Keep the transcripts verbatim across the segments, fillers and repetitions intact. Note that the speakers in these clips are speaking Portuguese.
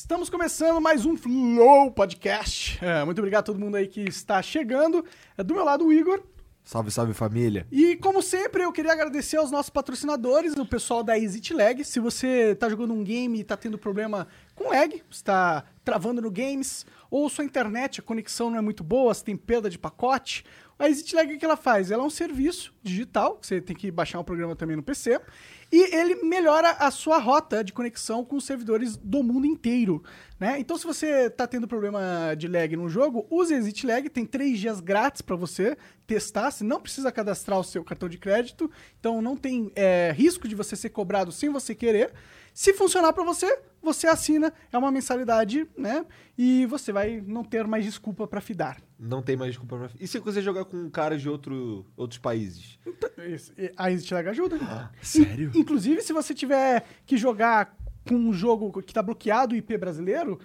Estamos começando mais um Flow Podcast. É, muito obrigado a todo mundo aí que está chegando. É, do meu lado, o Igor. Salve, salve, família. E, como sempre, eu queria agradecer aos nossos patrocinadores, o pessoal da Exit Lag. Se você está jogando um game e está tendo problema com lag, está travando no games, ou sua internet, a conexão não é muito boa, você tem perda de pacote, a Exit Lag, o que ela faz? Ela é um serviço digital, você tem que baixar um programa também no P C, e ele melhora a sua rota de conexão com os servidores do mundo inteiro, né? Então, se você está tendo problema de lag no jogo, use a Exit Lag, tem três dias grátis para você testar, você não precisa cadastrar o seu cartão de crédito, então não tem é, risco de você ser cobrado sem você querer. Se funcionar para você, você assina, é uma mensalidade, né? E você vai não ter mais desculpa para fidar. Não tem mais desculpa pra... E se você jogar com caras de outro, outros países? Então, a Exit Lag ajuda. Ah, sério? In, inclusive, se você tiver que jogar com um jogo que está bloqueado, o I P brasileiro,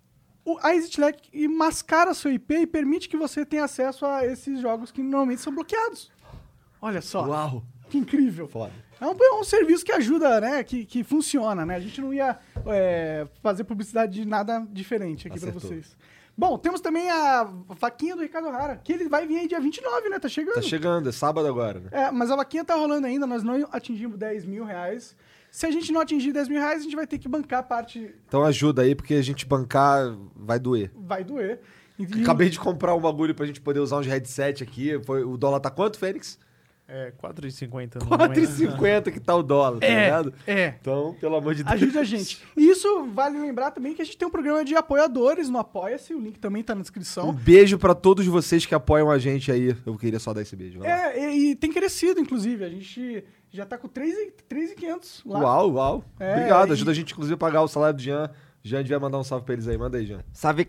a Exit Lag mascara seu I P e permite que você tenha acesso a esses jogos que normalmente são bloqueados. Olha só. Uau! Que incrível. Foda. É um, é um serviço que ajuda, né? Que, que funciona, né? A gente não ia é, fazer publicidade de nada diferente aqui para vocês. Bom, temos também a vaquinha do Ricardo Hara, que ele vai vir aí dia vinte e nove, né? Tá chegando. Tá chegando, é sábado agora, né? É, mas a vaquinha tá rolando ainda, nós não atingimos dez mil reais. Se a gente não atingir dez mil reais, a gente vai ter que bancar a parte... Então ajuda aí, porque a gente bancar vai doer. Vai doer. E... Acabei de comprar um bagulho pra gente poder usar uns headset aqui. Foi, o dólar tá quanto, Fênix? É, quatro e cinquenta. quatro e cinquenta que tá o dólar, tá é, ligado? É, Então, pelo amor de Deus. ajude a gente. E isso vale lembrar também que a gente tem um programa de apoiadores no Apoia-se, o link também tá na descrição. Um beijo pra todos vocês que apoiam a gente aí. Eu queria só dar esse beijo. Vai lá. É, e, e tem crescido, inclusive. A gente já tá com três mil e quinhentos lá. Uau, uau. É, Obrigado, e- ajuda a gente, inclusive, a pagar o salário do Jean. Jean devia mandar um salve pra eles aí. Manda aí, Jean. Salve,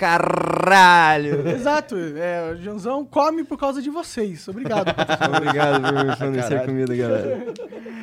caralho! Exato. É, o Janzão come por causa de vocês. Obrigado. Obrigado por fornecer Caralho. comida, galera.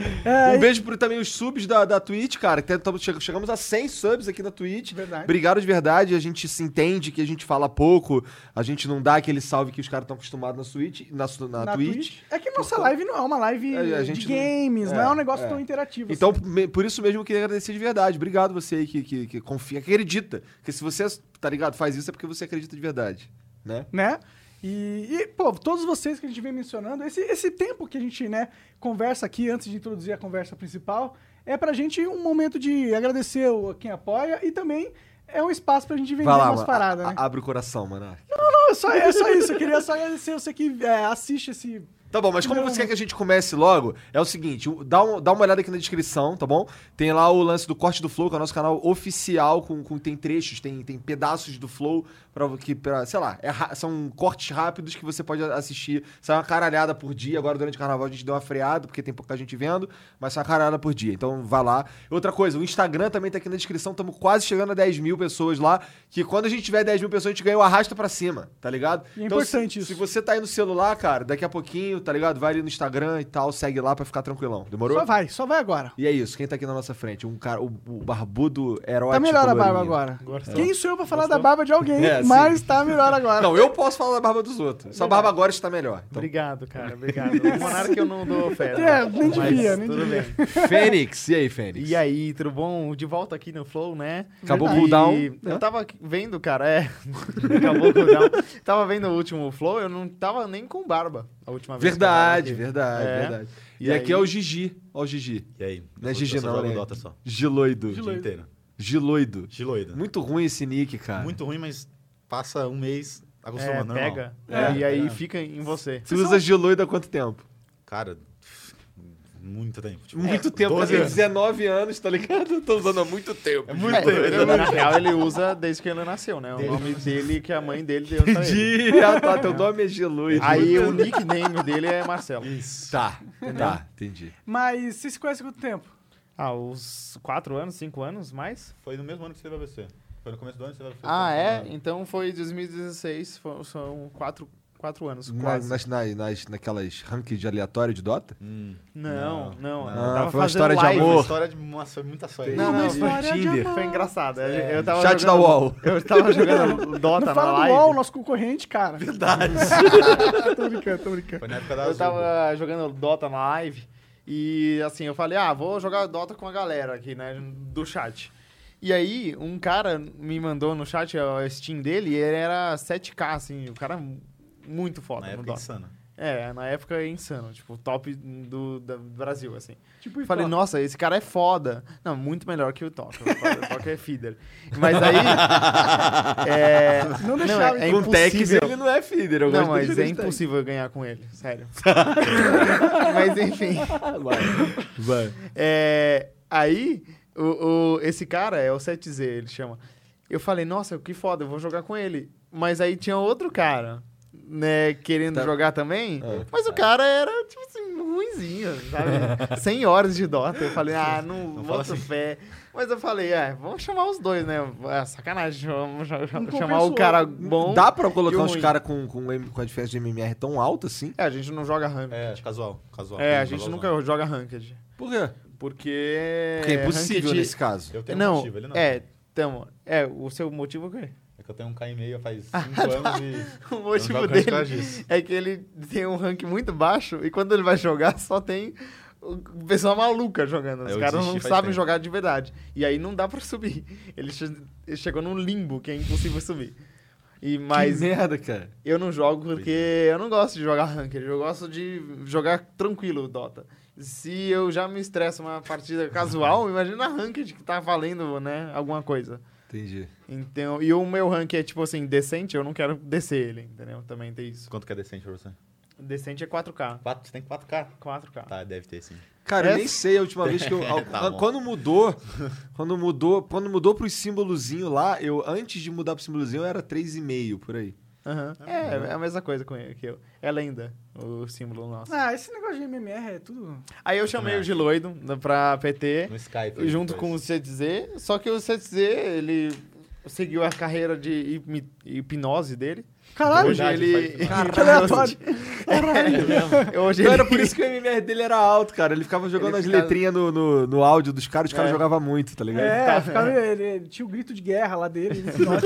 É, Um beijo por também os subs da, da Twitch, cara. que tamo- che- Chegamos a cem subs aqui na Twitch. Verdade. Obrigado de verdade. A gente se entende que a gente fala pouco. A gente não dá aquele salve que os caras estão acostumados na, Switch, na, na, na Twitch. Twitch. É que nossa live não é uma live É, a de gente não- games, não é, é, um negócio é. tão interativo. Então, assim. me- por isso mesmo eu queria agradecer de verdade. Obrigado você aí que, que, que confia, que acredita. Porque se você, tá ligado, faz isso é porque você acredita de verdade, né? Né? E, e, pô, todos vocês que a gente vem mencionando, esse, esse tempo que a gente, né, conversa aqui, antes de introduzir a conversa principal, é pra gente um momento de agradecer o, quem apoia e também é um espaço pra gente vender Vai lá, umas mano. paradas, A- né? a- abre o coração, mano. Não, é só, é só isso. Eu queria só agradecer você que é, assiste esse... Tá bom, mas como Não. você quer que a gente comece logo, é o seguinte, o- dá, um- dá uma olhada aqui na descrição, tá bom? Tem lá o lance do Corte do Flow, que é o nosso canal oficial, com, com tem trechos, tem, tem pedaços do Flow, pra, que, pra, sei lá, é ra- são cortes rápidos que você pode assistir. Sai uma caralhada por dia, agora durante o carnaval a gente deu uma freada, porque tem pouca gente vendo, mas sai uma caralhada por dia, então vai lá. Outra coisa, o Instagram também tá aqui na descrição, estamos quase chegando a dez mil pessoas lá, que quando a gente tiver dez mil pessoas, a gente ganha o arrasta pra cima, tá ligado? E é Então, importante se, isso. Se você tá aí no celular, cara, daqui a pouquinho, tá ligado? Vai ali no Instagram e tal, segue lá pra ficar tranquilão. Demorou? Só vai, só vai agora. E é isso, quem tá aqui na nossa frente? Um cara, o, o barbudo herói. Tá melhor a barba agora. Gostou? Quem sou eu pra falar Gostou? da barba de alguém, É, mas tá melhor agora. Não, eu posso falar da barba dos outros. Sua barba agora está melhor. Então, Obrigado, cara, obrigado. O Monarca eu não dou fé. É, nem mas devia, nem tudo devia. bem. Fênix, e aí, Fênix? E aí, tudo bom? De volta aqui no Flow, né? Acabou o E cooldown. Eu tava vendo, cara, é. Acabou o cooldown. Tava vendo o último Flow, eu não tava nem com barba a última vez. que eu tava Verdade, aqui. verdade, É. verdade. E, E aqui aí- é o Gigi. Ó o Gigi. E aí? Não é Eu Gigi só não, jogo né? Dota só. Giloido. O dia inteiro. Giloido. Giloida. Muito, Muito ruim esse nick, cara. ruim, mas passa um mês, acostuma, É, normal. pega. É. E aí É. fica em você. Você usa Giloido há quanto tempo? Cara, muito tempo. Tipo, Muito tempo, doze fazer anos. dezenove anos, tá ligado? Eu tô usando há muito tempo. É muito É, tempo. ele, na real, ele usa desde que ele nasceu, né? O nome dele que a mãe dele deu pra ele. Entendi. Ah, tá, teu nome é Giloido. Aí o nickname dele é Marcelo. Isso. Tá, tá, entendi. Mas vocês se conhecem há quanto tempo? Ah, uns quatro anos, cinco anos, mais? Foi no mesmo ano que você teve A V C. Foi no começo do ano que você teve A V C. Ah, é? Ah. Então foi dois mil e dezesseis, foi- são quatro, quatro anos, Na- quase. nas, nas, nas, naquelas rankings de aleatório de Dota? Hum. Não, não. Não. eu Ah, tava foi uma fazendo história de live. amor. Uma história de... Nossa, foi muita sorte. Não, Uma não, história de Tinder. amor. foi engraçado. É. Eu tava Chat da jogando, UOL. Eu tava jogando Dota Não na fala do live. UOL, nosso concorrente, cara. Verdade. tô brincando, tô brincando. Foi na época da Eu Azul. tava jogando Dota na live e assim, eu falei, ah, vou jogar Dota com a galera aqui, né, do chat. E aí, um cara me mandou no chat a Steam dele e ele era sete K, assim, o cara muito foda Na no época Dota. insana. É, na época é insano, tipo, top do, do Brasil, assim. Tipo, Falei, Itoca. nossa, esse cara é foda. Não, muito melhor que o Toca. O Toca é feeder. Mas aí. é, Não deixava, é, é Com Tex impossível. ele não é feeder, eu Não, gosto mas dele é de Tex. impossível ganhar com ele, sério. Mas enfim. Vai, vai. É, aí, o, o- esse cara é o sete Z, ele chama. Eu falei, nossa, que foda, eu vou jogar com ele. Mas aí tinha outro cara, né, querendo Tá. jogar também. Ah. Mas o cara era, tipo assim, ruinzinho, sabe? cem horas de Dota. Eu falei, ah, não, Não fala boto assim. fé. Mas eu falei, é, vamos chamar os dois, né? É sacanagem, vamos chamar, compensa chamar o o cara outro. bom. Dá pra e colocar o uns ruim. caras com, com, com a diferença de M M R tão alta assim? É, a gente não joga ranked. É, casual. casual É, a Casual, gente casual. nunca joga ranked. Por quê? Porque... Porque é impossível ranked- nesse caso. Eu tenho não, um motivo, ele não. é, então, é, o seu motivo é o quê? É que eu tenho um K e meio faz Ah, cinco anos e... O eu motivo não jogo dele por causa disso. é que ele tem um rank muito baixo e quando ele vai jogar só tem o pessoal maluca jogando. Os Eu caras desisti não faz sabem tempo. jogar de verdade. E aí não dá pra subir. Ele, che- ele chegou num limbo que é impossível subir. E, mas Que merda, cara. eu não jogo porque eu não gosto de jogar ranked. Eu gosto de jogar tranquilo o Dota. Se eu já me estresso uma partida casual, imagina a ranked que tá valendo, né, alguma coisa. Entendi. Então, e o meu rank é tipo assim, decente, eu não quero descer ele, entendeu? Também tem isso. Quanto que é decente pra você? Decente é quatro K. Quatro, você tem quatro K? quatro K. Tá, deve ter sim. Cara, eu Essa- nem sei a última vez que eu. Tá bom. quando mudou. Quando mudou. Quando mudou pro símbolozinho lá, eu, antes de mudar pro símbolozinho, eu era três e meio por aí. Aham. É, é a mesma coisa com ele, que eu. É lenda, o símbolo nosso. Ah, esse negócio de M M R é tudo... Aí eu chamei também o acho. Giloido pra P T, No Skype. junto com o C Z, só que o C Z, ele seguiu a carreira de hipmi- hipnose dele. Caralho, Hoje verdade, ele... faz- que aleatório. Hoje Então ele... era por isso que o M M R dele era alto, cara. Ele ficava jogando Ele as ficava- letrinhas no, no, no áudio dos caras, os caras É. jogavam muito, tá ligado? É, ficava, ele, ele tinha o grito de guerra lá dele. no final.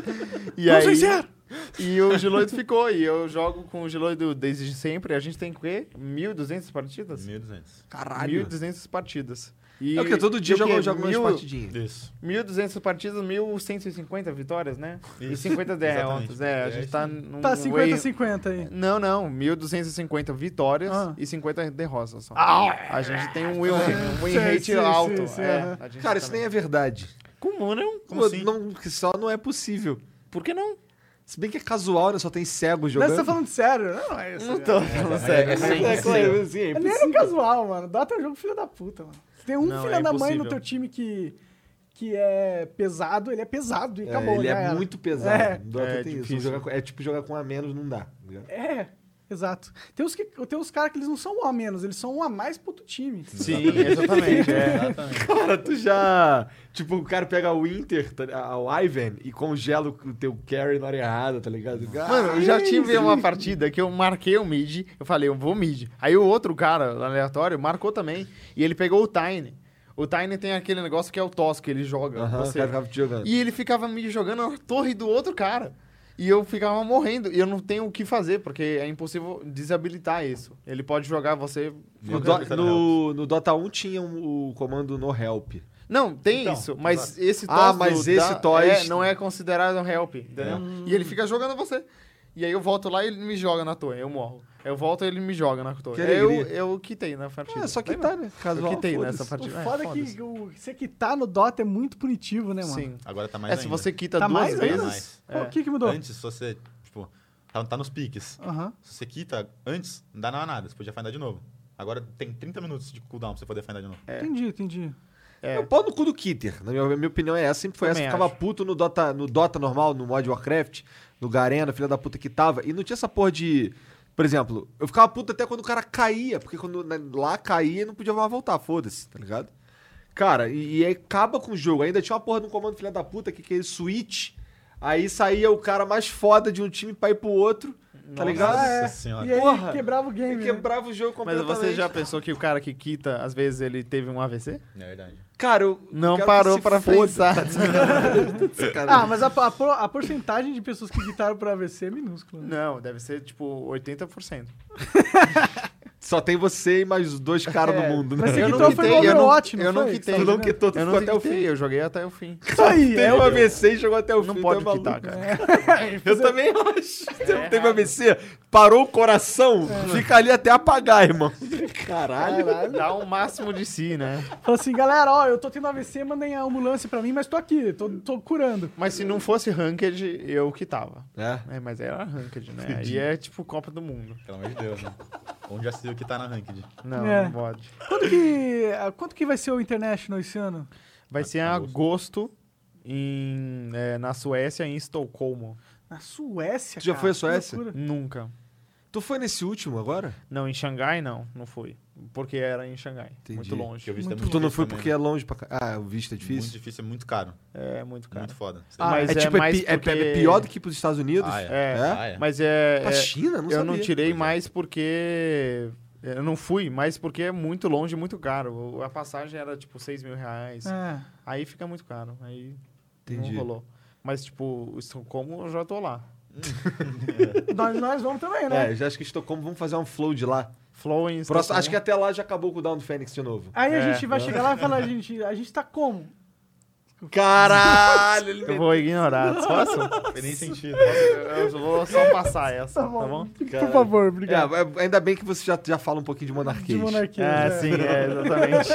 E Vamos aí, vencer! e o Giloido ficou, e eu jogo com o Giloido desde sempre. A gente tem o quê? mil e duzentas partidas? mil e duzentos. Caralho. mil e duzentas partidas. E, É porque todo dia e o joga, quê? joga umas Mil- partidinhas. Isso. mil e duzentas partidas, mil cento e cinquenta vitórias, né? E Isso. cinquenta derrotas. Exatamente. É, a É gente isso tá mesmo. num Tá cinquenta a way- cinquenta aí. Não, não. mil duzentas e cinquenta vitórias Ah. e cinquenta derrotas só. Ah! A gente tem um win, um win Sim, rate sim, alto. sim, sim, é, aham. a gente Cara, isso também. nem é verdade. Como não? Como Pô, assim? não, que só não é possível. Por que não? Se bem que é casual, né? Só tem cego Mas jogando. você tá falando sério? Não, é isso. Não tô falando sério. é É, sim, É, sim. claro, assim, é É nem no casual, mano. Dota é um jogo filho da puta, mano. Se tem um Não, filho é da mãe no impossível. teu time que, que é pesado, ele é pesado e É, acabou. ele já é era. muito pesado. É. Dota É tem isso. difícil. Jogar com- é tipo jogar com um a menos, não dá. tá ligado? É, exato. Tem uns, que, tem uns caras que eles não são um a menos, eles são um a mais pro outro time. Sim, exatamente. É. Exatamente. Cara, tu já. Tipo, o cara pega o Inter, tá- o Ivan, e congela o teu carry na hora errada, tá ligado? Mano, eu já tive uma partida que eu marquei o mid, eu falei, eu vou mid. Aí o outro cara, aleatório, marcou também, e ele pegou o Tiny. O Tiny tem aquele negócio que é o toss que ele joga. Aham, o você. cara ficava te jogando. E ele ficava me jogando na torre do outro cara. E eu ficava morrendo. E eu não tenho o que fazer, porque é impossível desabilitar isso. Ele pode jogar você... No, Jogando. Do- no- no Dota um tinha um- o comando no help. Não, tem Então, isso, mas exato. esse toss Ah, mas do- esse da- toss- é, não é considerado um help, entendeu? Hum. E ele fica jogando você. E aí eu volto lá e ele me joga na torre, eu morro. Eu volto e ele me joga na torre. Que Aí eu, alegria. eu quitei na partida. É, só que Lembra? tá, né? Casual. Eu quitei foda-se. nessa O partida. foda é foda-se. que o, você quitar no Dota é muito punitivo, né, mano? Sim. Agora tá mais É, se ainda. você quita Tá duas mais vezes... ainda? mais. É. O que que mudou? Antes, se você, tipo, tá, tá nos piques. Aham. Se você quita antes, não dá nada. Você podia findar de novo. Agora tem trinta minutos de cooldown pra você poder findar de novo. É. Entendi, entendi. É. É o pau no cu do Kitter. Na minha, minha opinião é essa. Sempre foi Também essa. Ficava acho. puto no Dota, no Dota normal, no mod Warcraft, no Garena, filha da puta que tava. E não tinha essa porra de... Por exemplo, eu ficava puto até quando o cara caía. Porque quando né, lá caía, não podia mais voltar. Foda-se, tá ligado? Cara, e, e aí acaba com o jogo. Ainda tinha uma porra de um comando filha da puta que que é switch. Aí saía o cara mais foda de um time pra ir pro outro. Tá Nossa. ligado? Ah, é. Nossa senhora. E aí Porra. quebrava o E game, né? quebrava o jogo Mas completamente. você já pensou que o cara que quita, às vezes ele teve um A V C? É verdade. Cara, eu Não quero parou que se pra foda. pensar. Ah, mas a, a, por- a porcentagem de pessoas que quitaram por A V C é minúscula. né? Não, deve ser tipo oitenta por cento. Só tem você e mais dois caras É, do mundo, mas né? você Eu quitou não foi quitei, no eu não- Overwatch, não eu não foi? quitei. Você Tu tá não jogando? quitou, tu Eu ficou não até o quitei, fim. eu joguei até o fim. Isso aí, Teve é um o... A V C e jogou até o Não fim. pode tu é quitar, maluco. cara. Eu também acho. Você não É teve errado. A V C? Parou o coração, fica ali até apagar, irmão. Caralho. Dá o máximo de si, né? Falou assim, galera, ó, eu tô tendo A V C, mandem a ambulância pra mim, mas tô aqui, tô, tô curando. Mas se não fosse Ranked, eu quitava. É. É, mas era Ranked, né? E é tipo Copa do Mundo. Pelo amor de Deus, né? Onde já se viu que tá na Ranked? Não, É. não pode. Quanto que, quanto que vai ser o International esse ano? Vai ser em agosto em, é, na Suécia, em Estocolmo. Na Suécia, Tu já cara, foi à que Suécia? loucura. Nunca. Tu foi nesse último agora? Não, em Xangai não, não fui. Porque era em Xangai. Entendi. Muito longe. Que eu vi Muito muito Tu não difícil foi também. porque é longe pra cá. Ah, o visto é Muito difícil? difícil, é muito caro. É muito caro. Muito foda. Ah, Mas é, é tipo, é, mais pi- é- porque- é pior do que pros Estados Unidos? Ah, É, É? Ah, é? mas é... Pra é- China? Não eu sabia. não tirei Pois é. mais porque... Eu não fui, mas porque é muito longe e muito caro. A passagem era tipo seis mil reais. É. Aí fica muito caro. Aí Entendi. não rolou. Mas, tipo, Estocolmo eu já tô lá. Nós, nós vamos também, né? É, já acho que Estocolmo, vamos fazer um flow de lá. Flow em Próximo, Estocolmo. acho que até lá já acabou com o Down do Fênix de novo. Aí a É. gente vai chegar lá e falar, a gente, a gente tá como? Caralho! Ele Eu vou ignorar. Posso? Não tem nem sentido. Eu vou só passar essa, tá bom? Por favor, obrigado. É, é, ainda bem que você já, já fala um pouquinho de De monarquês. monarquia. É, né? sim, é, exatamente.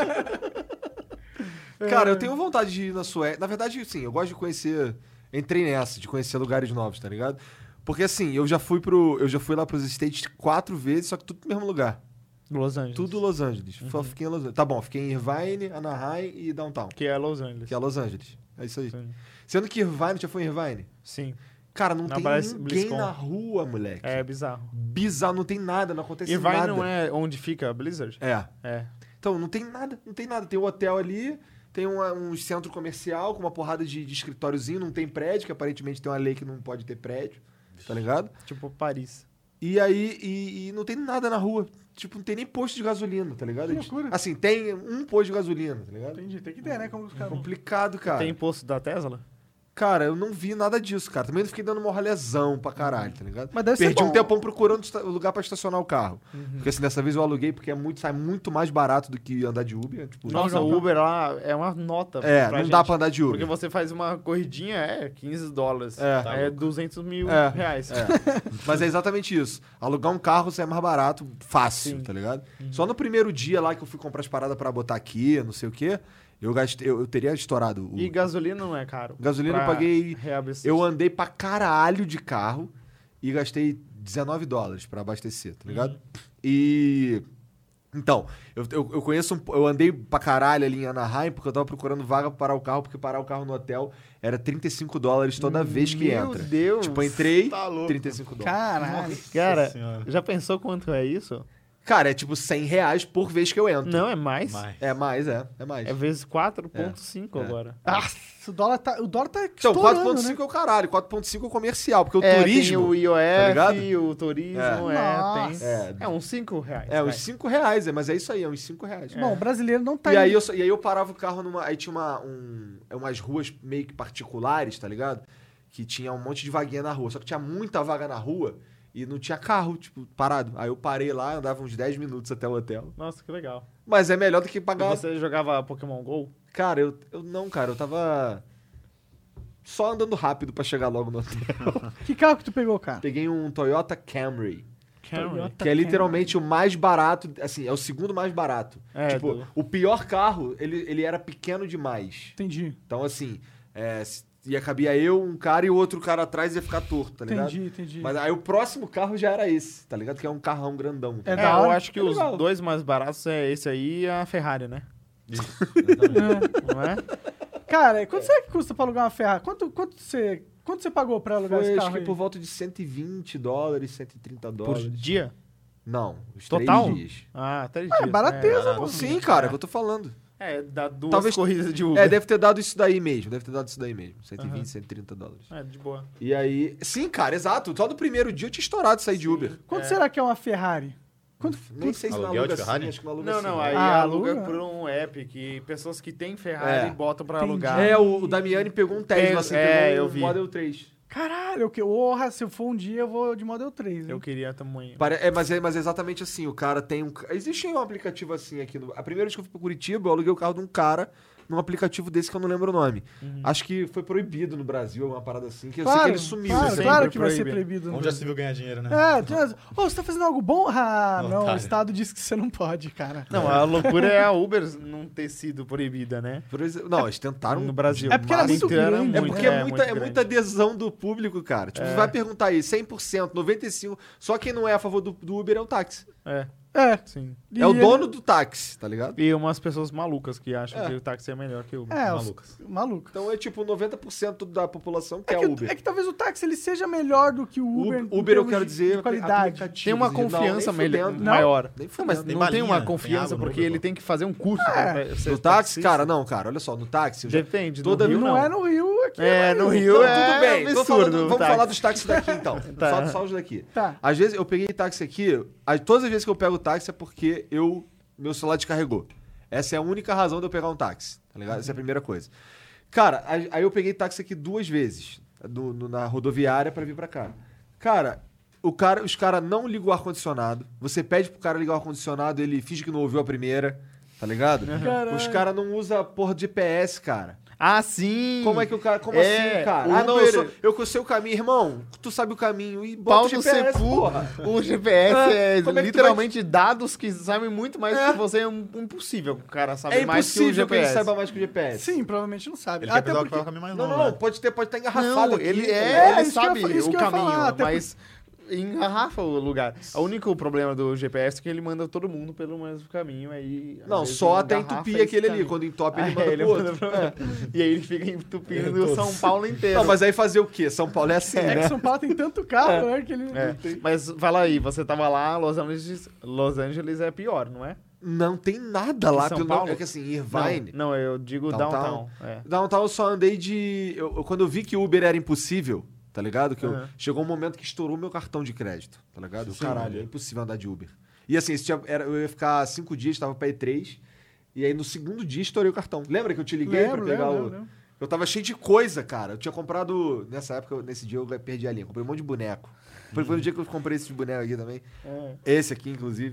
Cara, eu tenho vontade de ir na Suécia. Na verdade, sim, eu gosto de conhecer. Entrei nessa, de conhecer lugares novos, tá ligado? Porque assim, eu já fui pro. Eu já fui lá pros States quatro vezes, só que tudo no mesmo lugar. Los Angeles. Tudo Los Angeles. Só fiquei em Los Angeles. Tá bom, fiquei em Irvine, Anaheim e Downtown. Que é Los Angeles. Que é Los Angeles. É isso aí. Sim. Sendo que Irvine, já foi em Irvine? Sim. Cara, não Na tem Blitz- ninguém BlizzCon. na rua, moleque. É bizarro. Bizarro, não tem nada, não acontece Irvine nada. não é onde fica a Blizzard? É. É. Então, não tem nada, não tem nada. Tem um hotel ali, tem uma- um centro comercial com uma porrada de, de escritóriozinho, não tem prédio, que aparentemente tem uma lei que não pode ter prédio, tá ligado? Tipo Paris. E aí, e, e não tem nada na rua. Tipo, não tem nem posto de gasolina, tá ligado? Que loucura. Assim, tem um posto de gasolina, tá ligado? Entendi, tem que ter, né? Como os caras... Complicado, cara. Tem imposto da Tesla? Cara, eu não vi nada disso, cara. Também não fiquei dando morralhazão pra caralho, tá ligado? Mas deve ser Perdi um bom. tempão procurando esta- lugar pra estacionar o carro. Porque assim, dessa vez eu aluguei porque é muito, sai muito mais barato do que andar de Uber. Tipo, Nossa, o Uber lá é uma nota. É, pra não gente. dá pra andar de Uber. Porque você faz uma corridinha, é quinze dólares. É. Tá É louco. duzentos mil É, reais. É. Mas é exatamente isso. Alugar um carro sai mais barato, fácil, Sim. tá ligado? Só no primeiro dia lá que eu fui comprar as paradas pra botar aqui, não sei o quê, eu gastei, eu, eu teria estourado. O... E gasolina não é caro. Gasolina eu Pra paguei. reabastecer. Eu andei pra caralho de carro e gastei dezenove dólares pra abastecer, tá ligado? E. Então, eu, eu, eu conheço um. Eu andei pra caralho ali em Anaheim porque eu tava procurando vaga pra parar o carro, porque parar o carro no hotel era trinta e cinco dólares toda vez que Meu entra. Deus. Tipo, eu entrei, Tá louco. trinta e cinco dólares. Caralho. Cara, Nossa Senhora. já pensou quanto é isso? Cara, é tipo cem reais por vez que eu entro. Não, é mais. Mas... É mais, é. É mais. É vezes quatro ponto cinco É. agora. Nossa, o dólar tá, o dólar tá Então, estourando, quatro ponto né? cinco é o caralho. quatro ponto cinco é o comercial, porque o É, turismo... tem o I O tá ligado? F, o turismo, É. é, Nossa. tem. É. É, uns cinco reais. É, vai. uns cinco reais, é, mas é isso aí, é uns cinco reais. Bom, o brasileiro não tá E aí, indo- eu, só- e aí eu parava o carro numa... Aí tinha uma, um, é umas ruas meio que particulares, tá ligado? Que tinha um monte de vaguinha na rua. Só que tinha muita vaga na rua e não tinha carro, tipo, parado. Aí eu parei lá, andava uns dez minutos até o hotel. Nossa, que legal. Mas é melhor do que E pagar... você jogava Pokémon GO? Cara, eu, eu não, cara, eu tava... Só andando rápido pra chegar logo no hotel. Que carro que tu pegou, cara? Peguei um Toyota Camry. Camry. Toyota Que é Camry. literalmente o mais barato, assim, é o segundo mais barato. É, tipo, do- o pior carro, ele, ele era pequeno demais. Entendi, Então, assim, é, se- ia cabia eu, um cara e o outro cara atrás ia ficar torto, tá ligado? entendi, entendi. Mas aí o próximo carro já era esse, tá ligado? Que é um carrão grandão. É É, da eu hora. acho que É os legal. dois mais baratos é esse aí e a Ferrari, né? Isso, exatamente. É. Não é? Cara, quanto será que custa pra alugar uma Ferrari? Quanto, quanto, você, quanto você pagou pra alugar Foi, esse acho carro que aí? por volta de cento e vinte dólares, cento e trinta dólares. Por dia? Não, os Total? três dias. Ah, três Ah, dias. barateza, barato. pô. Sim, cara, é o que eu tô falando. É, dá duas Talvez- corridas de Uber. É, deve ter dado isso daí mesmo, deve ter dado isso daí mesmo. cento e vinte, Aham. cento e trinta dólares. É, de boa. E aí. Sim, cara, exato. Só no primeiro dia eu tinha estourado sair de Uber. Quanto É. será que é uma Ferrari? Quanto, Nem sei se não Aluguel aluga de assim, Ferrari? acho que não aluga Não, assim. não, aí Ah, aluga aluga? por um app que pessoas que têm Ferrari É. botam pra Entendi. alugar. É, o, o Damiani pegou um Tesla, É, assim, é, pegou eu um vi. Model três. Caralho, eu que... Porra, se eu for um dia, eu vou de Model três. hein? Eu queria tamanho. Pare- É, mas é, mas é exatamente assim, o cara tem um... Existe um aplicativo assim aqui. No... A primeira vez que eu fui pra Curitiba, eu aluguei o carro de um cara num aplicativo desse que eu não lembro o nome. Uhum. Acho que foi proibido no Brasil, uma parada assim, que eu Claro, sei que ele sumiu. Claro, assim. claro Sempre que vai ser proíbe. proibido. Onde né? já se viu ganhar dinheiro, né? É, tinha... Ô, você tá fazendo algo bom? Ah, não, o Otário. Estado disse que você não pode, cara. Não, a loucura é a Uber não ter sido proibida, né? Por exemplo, não, eles tentaram... No Brasil. É porque era muito Tentando grande, É muito, porque é, é, muita, muito é grande. muita adesão do público, cara. Tipo, É. você vai perguntar aí, cem por cento, noventa e cinco por cento, só quem não é a favor do, do Uber é o táxi. É, É. sim. E é o ele- dono do táxi, tá ligado? E umas pessoas malucas que acham É. que o táxi é melhor que o Uber. É, os- Malucas. maluco. Então é tipo noventa por cento da população que É é, que, Uber. é que talvez o táxi ele seja melhor do que o Uber. Uber, em Uber eu termos quero de- dizer de qualidade. aplicativo, Tem uma não, confiança nem melhor, fudendo. maior. Nem Não, mas fudendo. não Tem tem uma balinha, confiança tem água no porque Uber, ele pô. tem que fazer um curso. É. pra ser No táxi, taxista. cara, não, cara, olha só, no táxi... eu já- Depende. Toda no Rio, Não, não. é no Rio aqui. É, no Rio Não, é tudo bem. Tô absurdo. falando- o vamos táxi. falar dos táxis daqui, então. Tá. Só, só os daqui. Tá. Às vezes eu peguei táxi aqui, as- todas as vezes que eu pego táxi é porque eu, meu celular descarregou. Essa é a única razão de eu pegar um táxi, tá ligado? Essa é a primeira coisa. Cara, aí aí eu peguei táxi aqui duas vezes, no- no- na rodoviária pra vir pra cá. Cara, o cara, os caras não ligam o ar-condicionado. Você pede pro cara ligar o ar-condicionado, ele finge que não ouviu a primeira, tá ligado? Caralho. Os caras não usam porra de G P S, cara. Ah, sim! Como é que o cara. Como É, assim, cara? o Ah, não, eu, Uber- sou, eu sei o caminho, irmão. Tu sabe o caminho e bota Pau o no G P S, Sepu, porra. o G P S É, é, como é que tu literalmente dados que sabem muito mais É. que você. É um- impossível que o cara saber É mais que o impossível que, ele G P S. saiba mais que o G P S. Sim, provavelmente não sabe. Ele quer Até pegar o porque... que vai o caminho mais Não, longo. não, né? não. Pode ter, pode estar engarrafado Não, aqui. ele tá é, ligado? É, ele isso que eu ia sabe falar, isso o que eu ia caminho, falar, até mas engarrafa o lugar. O único problema do G P S é que ele manda todo mundo pelo mesmo caminho, aí... às Não, vezes só até engarrafa entupir esse aquele ali. caminho. Quando entope, ele Ah, manda ele pro outro. manda pra- E aí ele fica entupindo Todos. São Paulo inteiro. Não, mas aí fazer o quê? São Paulo é assim, É né? que São Paulo tem tanto carro, né, que ele... É, mas fala aí, você tava lá, Los Angeles, Los Angeles é pior, não é? Não tem nada lá. São pelo Paulo? É que assim, Irvine... Não, não, eu digo Downtown? downtown. é. Downtown eu só andei de... Eu, eu- quando eu vi que Uber era impossível, tá ligado? Que eu- Aham. chegou um momento que estourou meu cartão de crédito, tá ligado? Sim. Caralho, é impossível andar de Uber. E assim, esse tinha- era- eu ia ficar cinco dias, tava pra ir três, e aí no segundo dia estourei o cartão. Lembra que eu te liguei Lembro, pra pegar lembro, o... lembro, lembro. Eu tava cheio de coisa, cara. Eu tinha comprado... Nessa época, eu- nesse dia, eu perdi a linha. Comprei um monte de boneco. Foi, foi no dia que eu comprei esse boneco aqui também. É. Esse aqui, inclusive.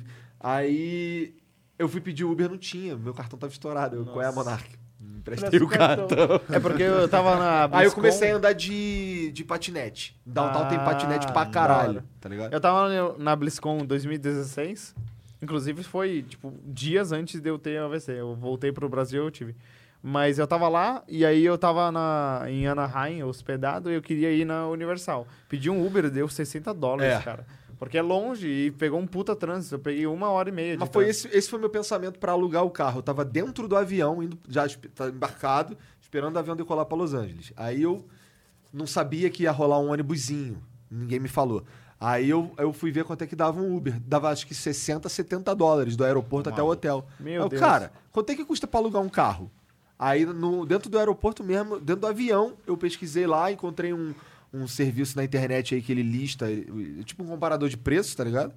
Aí... Eu fui pedir Uber, não tinha. Meu cartão tava estourado. Eu, qual é a Nossa. Monark? Me Emprestei Presta o o cartão. cartão. É porque eu tava na Aí eu BlizzCon, comecei a andar de, de patinete. Downtown tem Ah, patinete pra da caralho, hora. tá ligado? Eu tava na- na BlizzCon dois mil e dezesseis. Inclusive foi, tipo, dias antes de eu ter A V C. Eu voltei pro Brasil, eu tive. Mas eu tava lá, e aí eu tava na, em Anaheim, hospedado, e eu queria ir na Universal. Pedi um Uber, deu sessenta dólares, É. cara. Porque é longe e pegou um puta trânsito. Eu peguei uma hora e meia de Mas foi trânsito. esse, esse foi o meu pensamento pra alugar o carro. Eu tava dentro do avião, indo, já esp- tá embarcado, esperando o avião decolar pra Los Angeles. Aí eu não sabia que ia rolar um ônibusinho. Ninguém me falou. Aí eu, eu fui ver quanto é que dava um Uber. Dava acho que sessenta, setenta dólares do aeroporto até o hotel. Meu Aí eu, Deus. cara, quanto é que custa pra alugar um carro? Aí no, dentro do aeroporto mesmo, dentro do avião, eu pesquisei lá, encontrei um, um serviço na internet aí que ele lista, ele- tipo um comparador de preços, tá ligado?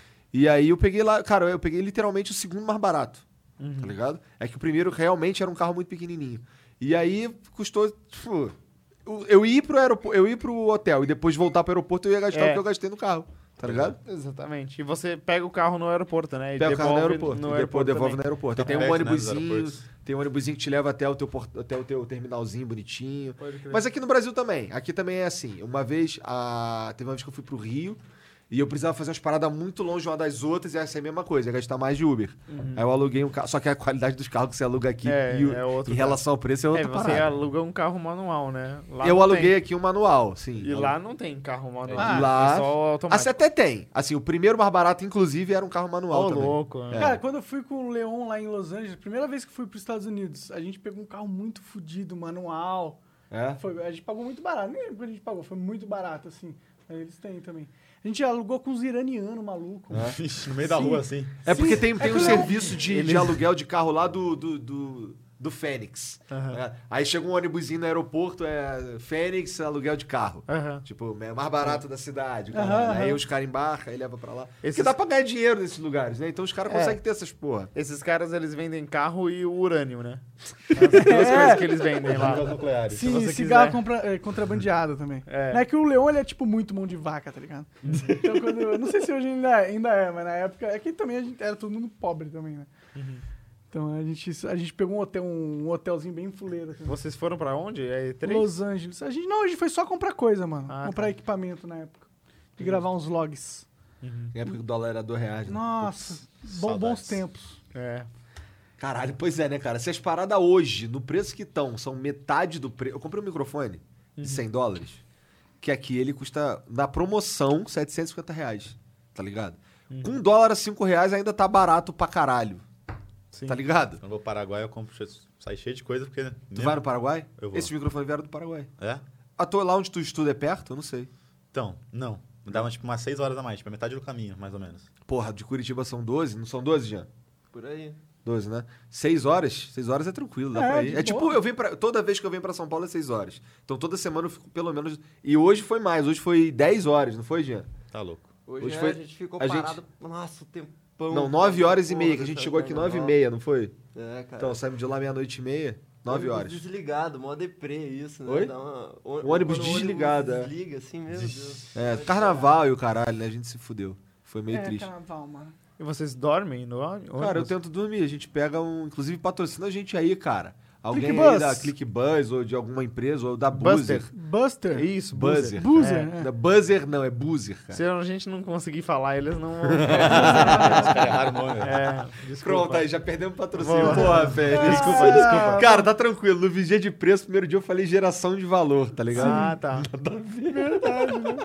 E aí eu peguei lá, cara, eu peguei literalmente o segundo mais barato, tá ligado? É que o primeiro realmente era um carro muito pequenininho. E aí custou, tipo, eu- eu ir pro aeroporto, eu ir pro hotel e depois voltar pro aeroporto, eu ia gastar É. o que eu gastei no carro, tá ligado? Exatamente. E você pega o carro no aeroporto, né? E Pega o carro no devolve aeroporto, no e depois aeroporto devolve também. no aeroporto. Tá Aí tem um perto, né, dos ônibusinho, aeroportos. tem um ônibusinho que te leva até o teu, port- até o teu terminalzinho bonitinho. Pode crer. Mas aqui no Brasil também. Aqui também é assim. Uma vez, a... teve uma vez que eu fui pro Rio e eu precisava fazer umas paradas muito longe uma das outras e essa é a mesma coisa, ia gastar mais de Uber. Aí eu aluguei um carro. Só que a qualidade dos carros que você aluga aqui Uhum. É, e o- é outro em relação ao preço é É, outra você parada. aluga um carro manual, né? Lá Eu não aluguei tem. aqui um manual, sim. E lá não tem carro manual. Ah, é lá- só Assim, automático. até tem. Assim, o primeiro mais barato, inclusive, era um carro manual Ô, também. louco. né? Cara, quando eu fui com o Leon lá em Los Angeles, primeira vez que fui pros Estados Unidos, a gente pegou um carro muito fodido, manual. É? Foi, a gente pagou muito barato. Nem lembro quanto a gente pagou, foi muito barato, assim. Aí eles têm também. A gente alugou com uns iranianos maluco. Vixe, no meio da rua, assim. É porque Sim, tem, é tem que um o Leon- serviço de, de aluguel de carro lá do, do, do, do Fênix. Aham. tá ligado? Aí chega um ônibusinho no aeroporto, é Fênix, aluguel de carro. Aham. Tipo, é mais barato da cidade. Aham, caralho. Aí aham. os caras embarcam, aí leva pra lá. Esses- Porque dá pra ganhar dinheiro nesses lugares, né? Então os caras É. conseguem ter essas porra. Esses caras, eles vendem carro e o urânio, né? As duas coisas que eles vendem lá. Bombas nucleares. Sim, você cigarro quiser. compra- é, contrabandeado também. É. Não é que o leão, ele é, tipo, muito mão de vaca, tá ligado? Então, quando... Eu não sei se hoje ainda, ainda é, mas na época... É que também a gente era todo mundo pobre também, né? Então, a gente, a gente pegou um, hotel, um hotelzinho bem fuleiro. Assim. Vocês foram pra onde? É três? Los Angeles. A gente, não, a gente foi só comprar coisa, mano. Ah, comprar tá. equipamento na época. De gravar uns logs. Na época que o dólar era dois reais. Né? Nossa, bom- saudades. bons tempos. É. Caralho, pois é, né, cara? Se as paradas hoje, no preço que estão, são metade do preço... Eu comprei um microfone de cem dólares, que aqui ele custa, na promoção, setecentos e cinquenta reais, tá ligado? Com um dólar a cinco reais ainda tá barato pra caralho, Sim. tá ligado? Quando eu vou pro Paraguai, eu compro, sai cheio de coisa, porque... Tu mesmo- vai no Paraguai? Eu vou. Esses microfones vieram do Paraguai. É? A tua, lá onde tu estuda é perto? Eu não sei. Então, não. Me dava, tipo, umas seis horas a mais, tipo, a metade do caminho, mais ou menos. Porra, de Curitiba são doze? Não são doze, Jean? Por aí. doze, né? seis horas? seis horas é tranquilo, dá É, pra ir. de É tipo, boa. eu venho pra, toda vez que eu venho pra São Paulo é seis horas. Então toda semana eu fico pelo menos... E hoje foi mais, hoje foi dez horas, não foi, Jean? Tá louco. Hoje, Hoje é, foi- a gente ficou a gente- parado. Nossa, o tempão. Não, nove horas e Porra, meia, que a gente dessa chegou aqui merda, nove e nossa. meia, não foi? É, cara. Então, saímos de lá meia-noite e meia, nove Ônibus horas. Desligado, mó deprê isso, né? Oi? Dá uma- O ônibus quando desligado, é. Desliga, assim, meu Deus. É, carnaval e o caralho, né? A gente se fudeu. Foi meio é, triste. carnaval, mano. E vocês dormem no ônibus? Cara, eu tento dormir. A gente pega um... Inclusive, patrocina a gente aí, cara. Alguém ClickBus. aí da ClickBuzz ou de alguma empresa ou da Buster. Buzzer. Buster. Isso, Buzzer. Buzzer, É. é. Da Buzzer não, é Buzzer, cara. Se a gente não conseguir falar, eles não vão... Os caras erraram o nome. É, desculpa. Pronto, aí já perdemos o patrocínio. Boa. Porra, velho. Desculpa, desculpa. Cara, tá tranquilo. No vigia de preço, primeiro dia eu falei geração de valor, tá ligado? Ah, tá. Verdade, né?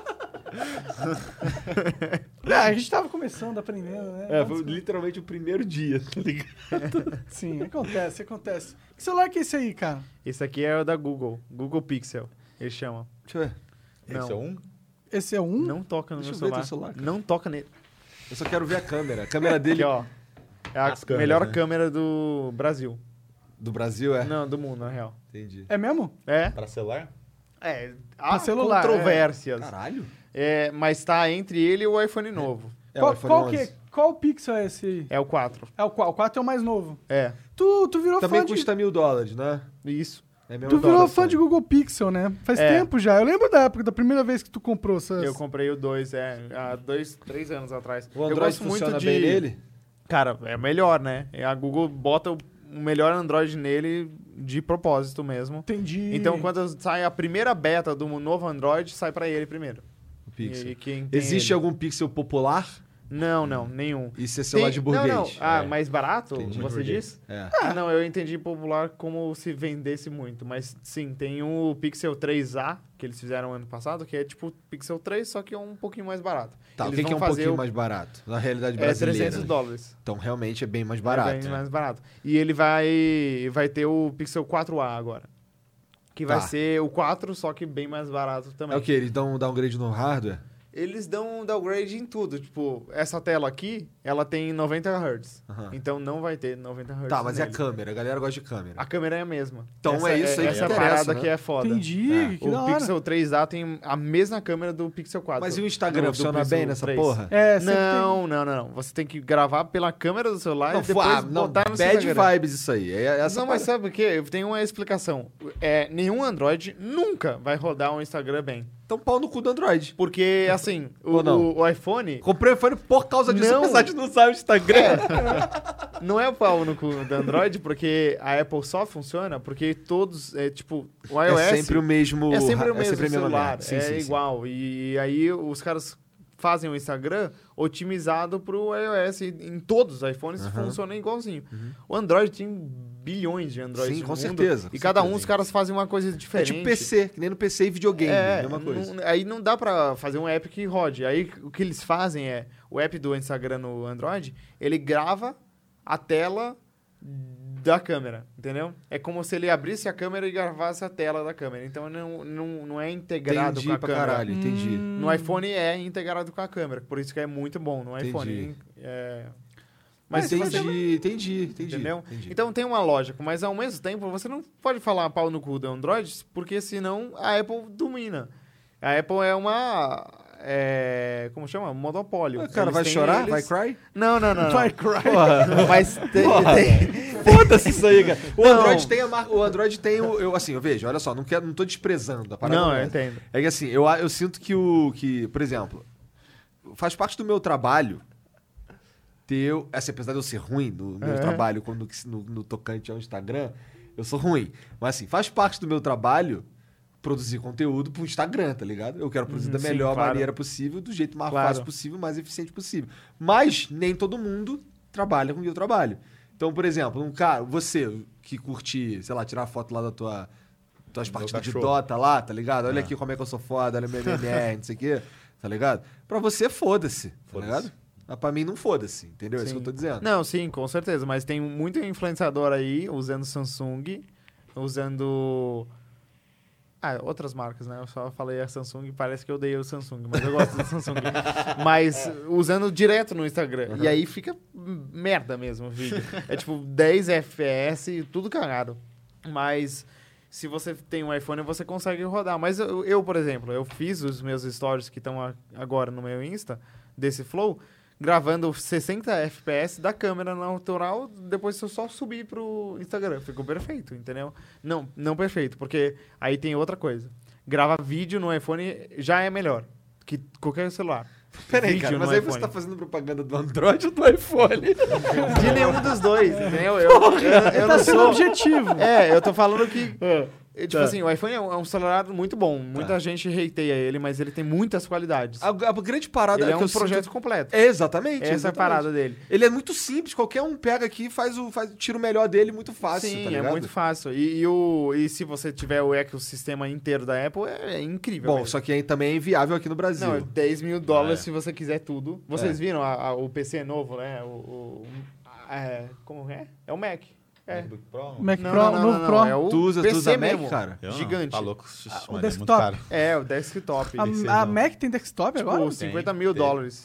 É, a gente tava começando, aprendendo, né? É, foi literalmente o primeiro dia, tá ligado? Sim, acontece, acontece. Que celular que é esse aí, cara? Esse aqui é o da Google. Google Pixel, eles chamam. Deixa eu ver. Não. Esse é um? Esse é um? Não toca no Deixa meu eu ver celular. teu celular, cara. Não toca nele. Eu só quero ver a câmera. A câmera dele Aqui, ó. É a As câmeras, melhor né? câmera do Brasil. do Brasil, é? Não, do mundo, na real. Entendi. É mesmo? É? Para celular? É. Pra Há celular, controvérsias. Caralho. É, mas tá entre ele e o iPhone novo. É qual, o iPhone qual, onze. que, qual Pixel é esse aí? É o quatro. É o qual? O quatro é o mais novo. É. Tu, tu virou Também fã de... custa mil dólares, né? Isso. É mesmo Tu virou dólar, fã só. de Google Pixel, né? Faz É. tempo já. Eu lembro da época, da primeira vez que tu comprou essas... Eu comprei o dois, é, há dois, três anos atrás. O eu Android gosto muito funciona de... bem nele? Cara, é melhor, né? A Google bota o melhor Android nele de propósito mesmo. Entendi. Então, quando sai a primeira beta do novo Android, sai pra ele primeiro. O Pixel. E quem tem Existe ele. algum Pixel popular? Não, não, nenhum. Isso é celular Tem- de burguês. Não, não. Ah, É. mais barato, Entendi. você Burguês. diz? É. Ah, não, eu entendi popular como se vendesse muito. Mas sim, tem o Pixel três A, que eles fizeram ano passado, que é tipo o Pixel três, só que é um pouquinho mais barato. Tá, o Eles que, que é vão um fazer pouquinho o- mais barato? Na realidade É brasileira. trezentos né? dólares. Então realmente é bem mais barato. É bem né? mais barato. E ele vai, vai ter o Pixel quatro A agora. Que vai Tá. ser o quatro, só que bem mais barato também. É o que? Eles dão um downgrade no hardware? Eles dão um downgrade em tudo. Tipo, essa tela aqui, ela tem noventa hertz. Aham. Então não vai ter noventa hertz. Tá, mas e a nele. câmera? A galera gosta de câmera. A câmera é a mesma. Então Essa é isso aí que Essa interessa, parada né? aqui é foda. Entendi, É. que da O hora. Pixel três A tem a mesma câmera do Pixel quatro. Mas e o Instagram? Do- do funciona Pixel bem nessa três. porra? É, sempre Não, não, não, não. Você tem que gravar pela câmera do celular Não, e depois ah, não, botar no seu bad Instagram. vibes isso aí. É essa não, mas sabe o quê? Tem uma explicação. É, nenhum Android nunca vai rodar um Instagram bem. Então pau no cu do Android. Porque, assim, o, Ou não? o- o iPhone Comprei o iPhone por causa disso, Não. apesar de não usar o Instagram. não é o pau no cu do Android, porque a Apple só funciona porque todos, é, tipo, o iOS... É sempre o mesmo. É sempre o é mesmo sempre a mesma celular, merda. Sim, é sim, sim. igual. E aí os caras fazem o Instagram otimizado pro iOS. E em todos os iPhones Aham. funciona igualzinho. O Android tem bilhões de Androids Sim, no com mundo, certeza, com E cada um certeza. os caras fazem uma coisa É diferente. tipo P C, que nem no P C e videogame, É, mesma coisa. não- aí não dá pra fazer um app que rode. Aí o que eles fazem é, o app do Instagram no Android, ele grava a tela da câmera, entendeu? É como se ele abrisse a câmera e gravasse a tela da câmera. Então não, não, não é integrado Entendi com a pra câmera. caralho, entendi. No iPhone é integrado com a câmera, por isso que é muito bom no Entendi. iPhone. É, Mas se entendi, você... entendi, entendi, Entendeu? entendi. Então tem uma lógica, mas ao mesmo tempo você não pode falar pau no cu do Android, porque senão a Apple domina. A Apple é uma... É, como chama? Monopólio. O cara Eles vai têm chorar? eles- Vai cry? Não, não, não. não. Vai cry. Porra. Mas tem, Porra. tem- Foda-se isso aí, cara. O Não. Android tem a marca. O Android tem o. Eu, assim, eu vejo, olha só, não, quero, não tô desprezando a parada. Não, é eu essa. entendo. É que assim, eu, eu sinto que o. Que, por exemplo, faz parte do meu trabalho ter. Assim, apesar de eu ser ruim no meu É. trabalho, quando no, no tocante ao Instagram, eu sou ruim. Mas assim, faz parte do meu trabalho produzir conteúdo pro Instagram, tá ligado? Eu quero produzir Uhum, da sim, melhor claro. maneira possível, do jeito mais Claro. fácil possível, mais eficiente possível. Mas nem todo mundo trabalha com o que eu trabalho. Então, por exemplo, um cara, você que curte, sei lá, tirar foto lá da tua tuas Meu partidas de cachorro. Dota lá, tá ligado? Olha Ah. aqui como é que eu sou foda, olha meu M M R, não sei o quê, tá ligado? Pra você, foda-se, tá Foda-se. ligado? Mas pra mim não foda-se, entendeu? É isso Sim. que eu tô dizendo. Não, sim, com certeza. Mas tem muito influenciador aí usando Samsung, usando... Ah, outras marcas, né? Eu só falei a Samsung, parece que eu odeio o Samsung, mas eu gosto do Samsung. Mas usando direto no Instagram. E aí fica merda mesmo o vídeo. É tipo dez F P S, tudo cagado. Mas se você tem um iPhone, você consegue rodar. Mas eu, eu, por exemplo, eu fiz os meus stories que estão agora no meu Insta, desse Flow, gravando sessenta F P S da câmera natural, depois eu só subi pro Instagram. Ficou perfeito, entendeu? Não, não perfeito, porque aí tem outra coisa. Grava vídeo no iPhone já é melhor que qualquer celular. Peraí, Vídeo cara, mas no aí iPhone. você tá fazendo propaganda do Android ou do iPhone? De nenhum dos dois, entendeu? Eu, eu, eu Tá não sendo sou... objetivo. É, eu tô falando que... é, tipo Tá. assim, o iPhone é um, é um celular muito bom. Muita Tá. gente hateia ele, mas ele tem muitas qualidades. A, a grande parada Ele é que um eu sinto- projeto completo. É, exatamente. Essa é a exatamente. parada dele. Ele é muito simples, qualquer um pega aqui e faz o, faz, tira o melhor dele muito fácil, Sim, tá é ligado? muito fácil. E, e o, e se você tiver o ecossistema inteiro da Apple, é, é incrível. Bom, mesmo. só que aí também é inviável aqui no Brasil. Não, é dez mil dólares Ah, é. se você quiser tudo. Vocês É. viram a- a- o P C novo, né? O, o- é, como é? É o Mac. É. MacBook Pro? Mac Não, Pro, não, não, novo não, Pro. não, é o Tu usa- tu P C usa Mac, mesmo. cara? Eu não, Gigante. Tá louco. Ah, Xixi, o mano, é muito desktop. caro. É, o desktop. A, Tem que ser, a não. Mac tem desktop agora? Tipo, cinquenta mil tem. dólares.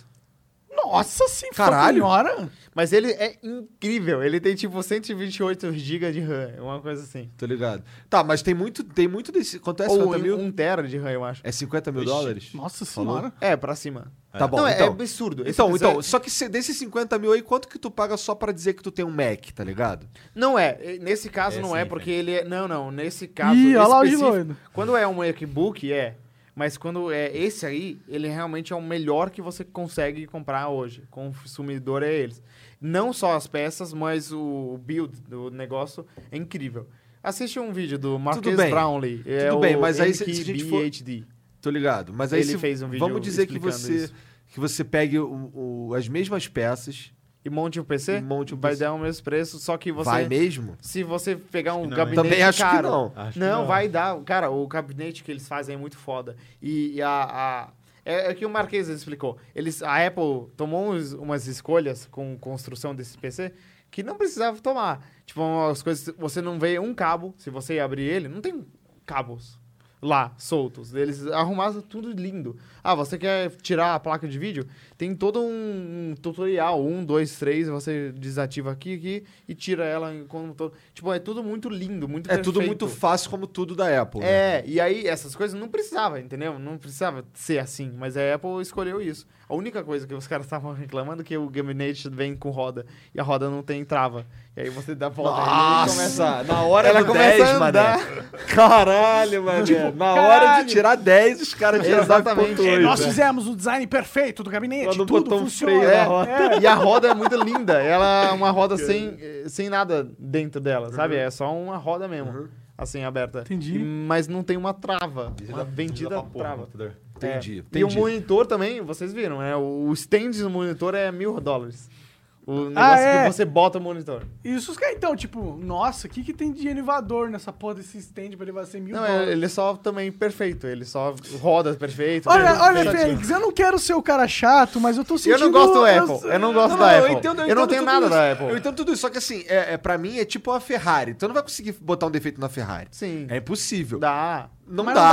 Nossa, sim, Caralho. senhora. Mas ele é incrível. Ele tem tipo cento e vinte e oito gigas de RAM. É uma coisa assim. Tô ligado. Tá, mas tem muito, tem muito desse... Quanto é Ou cinquenta mil? um tera de RAM, eu acho. É cinquenta mil Ixi. dólares? Nossa Falou? senhora. É, pra cima. Tá bom, não, é- então. é absurdo. Esse Então, P C então, só que se, desses cinquenta mil aí, quanto que tu paga só pra dizer que tu tem um Mac, tá ligado? Não é. Nesse caso É não sim, é, sim. porque ele é... Não, não. Nesse caso Ih, olha lá o específico, Giloido. quando é um MacBook, é. Mas quando é esse aí, ele realmente é o melhor que você consegue comprar hoje. Consumidor é eles. Não só as peças, mas o build do negócio é incrível. Assiste um vídeo do Marques bem. Brownlee. É Tudo bem, o mas aí se- se a gente for- M K B H D. Tô ligado. Mas aí Ele se, fez um vídeo vamos dizer que explicando você, isso. que você pegue o- o- as mesmas peças, E monte o P C, E monte o vai P C. dar o mesmo preço, só que você... vai mesmo? Se você pegar um que não, gabinete hein? Também acho caro... que não. Acho que Não, vai dar. Cara, o gabinete que eles fazem é muito foda. E, e a... a- é, é que o Marquês explicou. Eles, a Apple tomou uns- umas escolhas com construção desse P C que não precisava tomar. Tipo, as coisas... Você não vê um cabo, se você abrir ele, não tem cabos lá, soltos. Eles arrumaram tudo lindo. Ah, você quer tirar a placa de vídeo? Tem todo um, um tutorial. Um, dois, três, você desativa aqui, aqui e tira ela em como todo. Tipo, é tudo muito lindo, muito É perfeito. tudo muito fácil como tudo da Apple. né? É, e aí essas coisas não precisava, entendeu? Não precisava ser assim, mas a Apple escolheu isso. A única coisa que os caras estavam reclamando é que o gabinete vem com roda e a roda não tem trava. E aí você dá volta nele e começa... Nossa, na hora Ela do começa dez, a andar. mané. Caralho, mano. na hora caralho. de tirar dez, os caras tiram Exatamente. nove ponto oito, É, nós né? fizemos o design perfeito do gabinete, Quando tudo botou um funciona. freio na É, roda. é, e a roda é muito linda. Ela é uma roda sem, eh, sem nada dentro dela, sabe? É só uma roda mesmo, Uhum. assim, aberta. Entendi. E- mas não tem uma trava, uma vendida pra porra, trava. computador. Entendi, É. E o entendi. monitor também, vocês viram, né? O stand do monitor é mil dólares. O negócio Ah, é? que você bota o monitor. Isso os caras, então, tipo, nossa, o que, que tem de elevador nessa porra desse stand pra ele vai ser mil Não, dólares? é, ele é só também perfeito. Ele só roda perfeito. Olha, tudo olha, certinho. Félix, eu não quero ser o cara chato, mas eu tô Eu sentindo... não gosto do eu- Apple. Eu não gosto Não, da não, Apple. eu entendo, eu eu não entendo tenho tudo nada isso. da Apple. Eu entendo tudo isso, só que assim, é, é, pra mim é tipo uma Ferrari. Tu não vai conseguir botar um defeito na Ferrari. Sim. É impossível. Dá. Não Mas dá.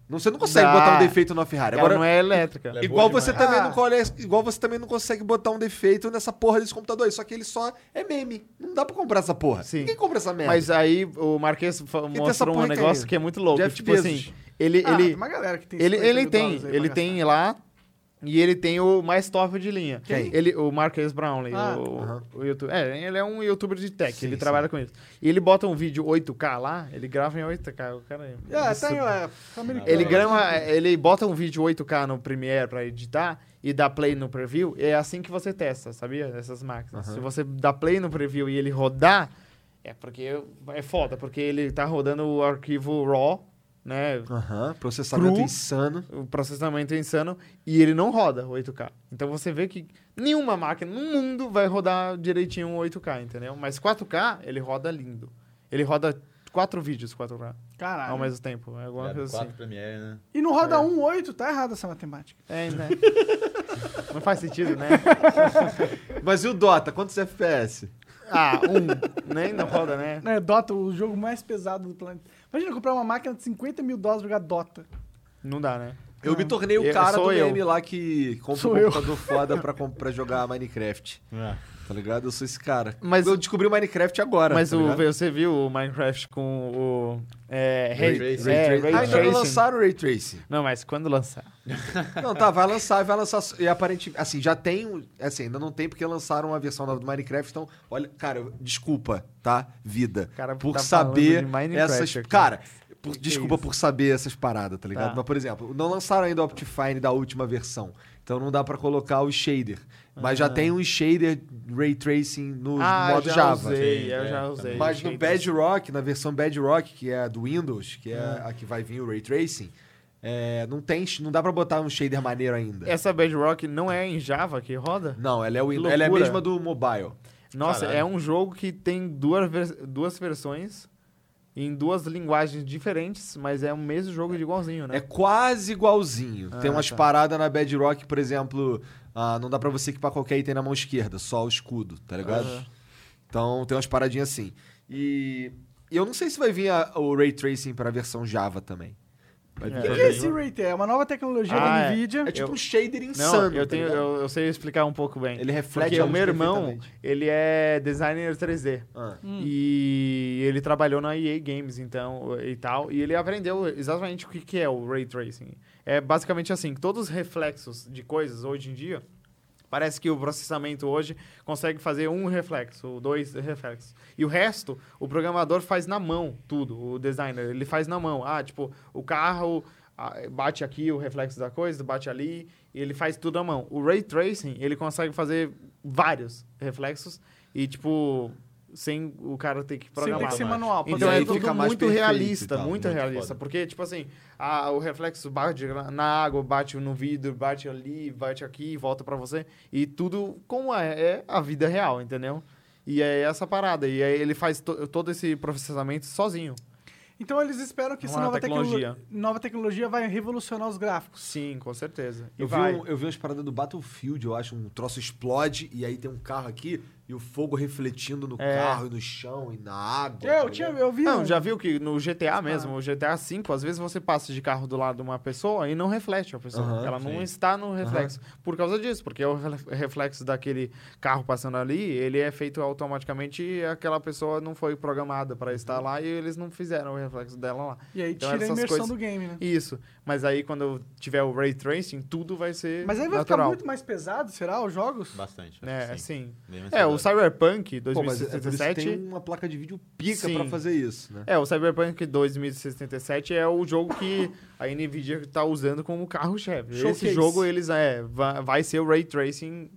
Não, você não consegue Dá. botar um defeito numa Ferrari. Ela Agora, não é elétrica. Ela é igual boa você, demais. também Ah. não cole... igual você também não consegue botar um defeito nessa porra desse computador aí. Só que ele só é meme. Não dá pra comprar essa porra. Sim. Ninguém compra essa merda. Mas aí o Marquês fa- tem essa mostrou um porra negócio caindo. que é muito louco. Jeff tipo Bezos. assim, ele, Ah, ele, tem uma galera que tem ele, cinquenta ele mil tem, dólares aí pra ele gastar. tem lá e ele tem o mais top de linha. Quem? Ele, o Marques Brownlee, Ah. o, Aham. o YouTube. É, ele é um youtuber de tech, Sim, ele sim. trabalha com isso. E ele bota um vídeo oito K lá, ele grava em oito K, o cara... É, isso- tem, é, americano. Ele grama, ele bota um vídeo oito K no Premiere pra editar e dá play no preview, é assim que você testa, sabia? Essas máquinas. Aham. Se você dá play no preview e ele rodar, é porque é foda, porque ele tá rodando o arquivo RAW, né? Aham, processamento Cru. insano. O processamento é insano e ele não roda o oito K. Então você vê que nenhuma máquina no mundo vai rodar direitinho o oito K, entendeu? Mas quatro K, ele roda lindo. Ele roda quatro vídeos quatro K Caralho. ao mesmo tempo. É alguma É, coisa assim. quatro Premiere, né? E não roda É. um oito, tá errada essa matemática. É, né? Não faz sentido, né? Mas e o Dota? Quantos F P S? Ah, um. Nem não roda, né? É, Dota, o jogo mais pesado do planeta. Imagina comprar uma máquina de cinquenta mil dólares pra jogar Dota. Não dá, né? Eu me tornei o Eu- cara sou do eu. meme lá que compra Sou um eu. computador foda pra, comp- pra jogar Minecraft. É. Tá ligado? Eu sou esse cara. Mas- eu descobri o Minecraft agora. Mas tá o, ligado? você viu o Minecraft com o. É, Ray Ray, Tracing. é, Ray Ray Ah, ainda não Tracing. lançaram o Ray Tracing. Não, mas quando lançar? Não, tá, vai lançar, vai lançar. E aparentemente, assim, já tem. um- Assim, ainda não tem porque lançaram uma versão nova do Minecraft. Então, olha, cara, eu- desculpa, tá? Vida. Cara, por tá falando saber de Minecraft essas. aqui. Cara, por- Que desculpa isso? por saber essas paradas, tá ligado? Tá. Mas, por exemplo, não lançaram ainda o Optifine da última versão. Então não dá pra colocar o shader. Mas já Ah. tem um shader Ray Tracing no Ah, modo já Java. usei, Sim, eu é, já usei. também. Mas no Ray Bedrock, na versão Bedrock, que é a do Windows, que é Ah. a que vai vir o Ray Tracing, é, não, tem, não dá pra botar um shader maneiro ainda. Essa Bedrock não é em Java que roda? Não, ela é, o, Que ela é a loucura. mesma do mobile. Nossa, Caralho. é um jogo que tem duas, vers- duas versões em duas linguagens diferentes, mas é o mesmo jogo de igualzinho, né? É quase igualzinho. Ah, tem umas tá. paradas na Bedrock, por exemplo, ah, não dá pra você equipar qualquer item na mão esquerda, só o escudo, tá ligado? Aham. Então tem umas paradinhas assim. E e eu não sei se vai vir a- o Ray Tracing pra versão Java também. Vai vir É. O pra que é Java. esse Ray Tracing? É uma nova tecnologia Ah, da é. NVIDIA. É tipo Eu- um shader Não, insano. eu, tá tenho, ligado? eu, eu sei explicar um pouco bem. Ele reflete Porque a o meu luz irmão, perfeitamente. ele é designer três D. Ah. Hum. E ele trabalhou na E A Games, então, e tal. E ele aprendeu exatamente o que, que é o Ray Tracing. É basicamente assim, todos os reflexos de coisas hoje em dia, parece que o processamento hoje consegue fazer um reflexo, ou dois reflexos. E o resto, o programador faz na mão tudo, o designer, ele faz na mão. Ah, tipo, o carro ah, bate aqui o reflexo da coisa, bate ali, e ele faz tudo à mão. O Ray Tracing, ele consegue fazer vários reflexos e, tipo, sem o cara ter que Sem programar. ter que ser manual. pode Então E é aí ser tudo fica mais muito perfeito realista, e tal, muito muito realista. foda. Porque, tipo assim, a- o reflexo bate na água, bate no vidro, bate ali, bate aqui, volta pra você. E tudo como é, é a vida real, entendeu? E é essa parada. E aí ele faz to- todo esse processamento sozinho. Então eles esperam que essa Uma nova tecnologia. tecnologia. nova tecnologia vai revolucionar os gráficos. Sim, com certeza. E Eu vi, vai. um- eu vi umas paradas do Battlefield, eu acho, um troço explode e aí tem um carro aqui e o fogo refletindo no É. carro e no chão e na água. É, eu, tá tinha, ligado? eu vi. Não, um- já viu que no G T A mesmo, o G T A cinco, às vezes você passa de carro do lado de uma pessoa e não reflete a pessoa. Aham, Ela não sim. está no reflexo. Por causa disso, porque o rele- reflexo daquele carro passando ali, ele é feito automaticamente e aquela pessoa não foi programada para estar lá e eles não fizeram o reflexo dela lá. E aí Então, tira a essas imersão coisas- do game, né? Isso. Mas aí quando tiver o Ray Tracing, tudo vai ser Mas aí vai natural. ficar muito mais pesado, será, os jogos? Bastante. É, acho que sim. sim. Bem mais É, o pesado. Cyberpunk Pô, mas é por isso que dois mil e setenta e sete... tem uma placa de vídeo pica Sim. pra fazer isso, né? É, o Cyberpunk dois mil e setenta e sete é o jogo que a Nvidia está usando como carro-chefe. Esse Showcase. jogo, eles, é, vai, vai ser o Ray Tracing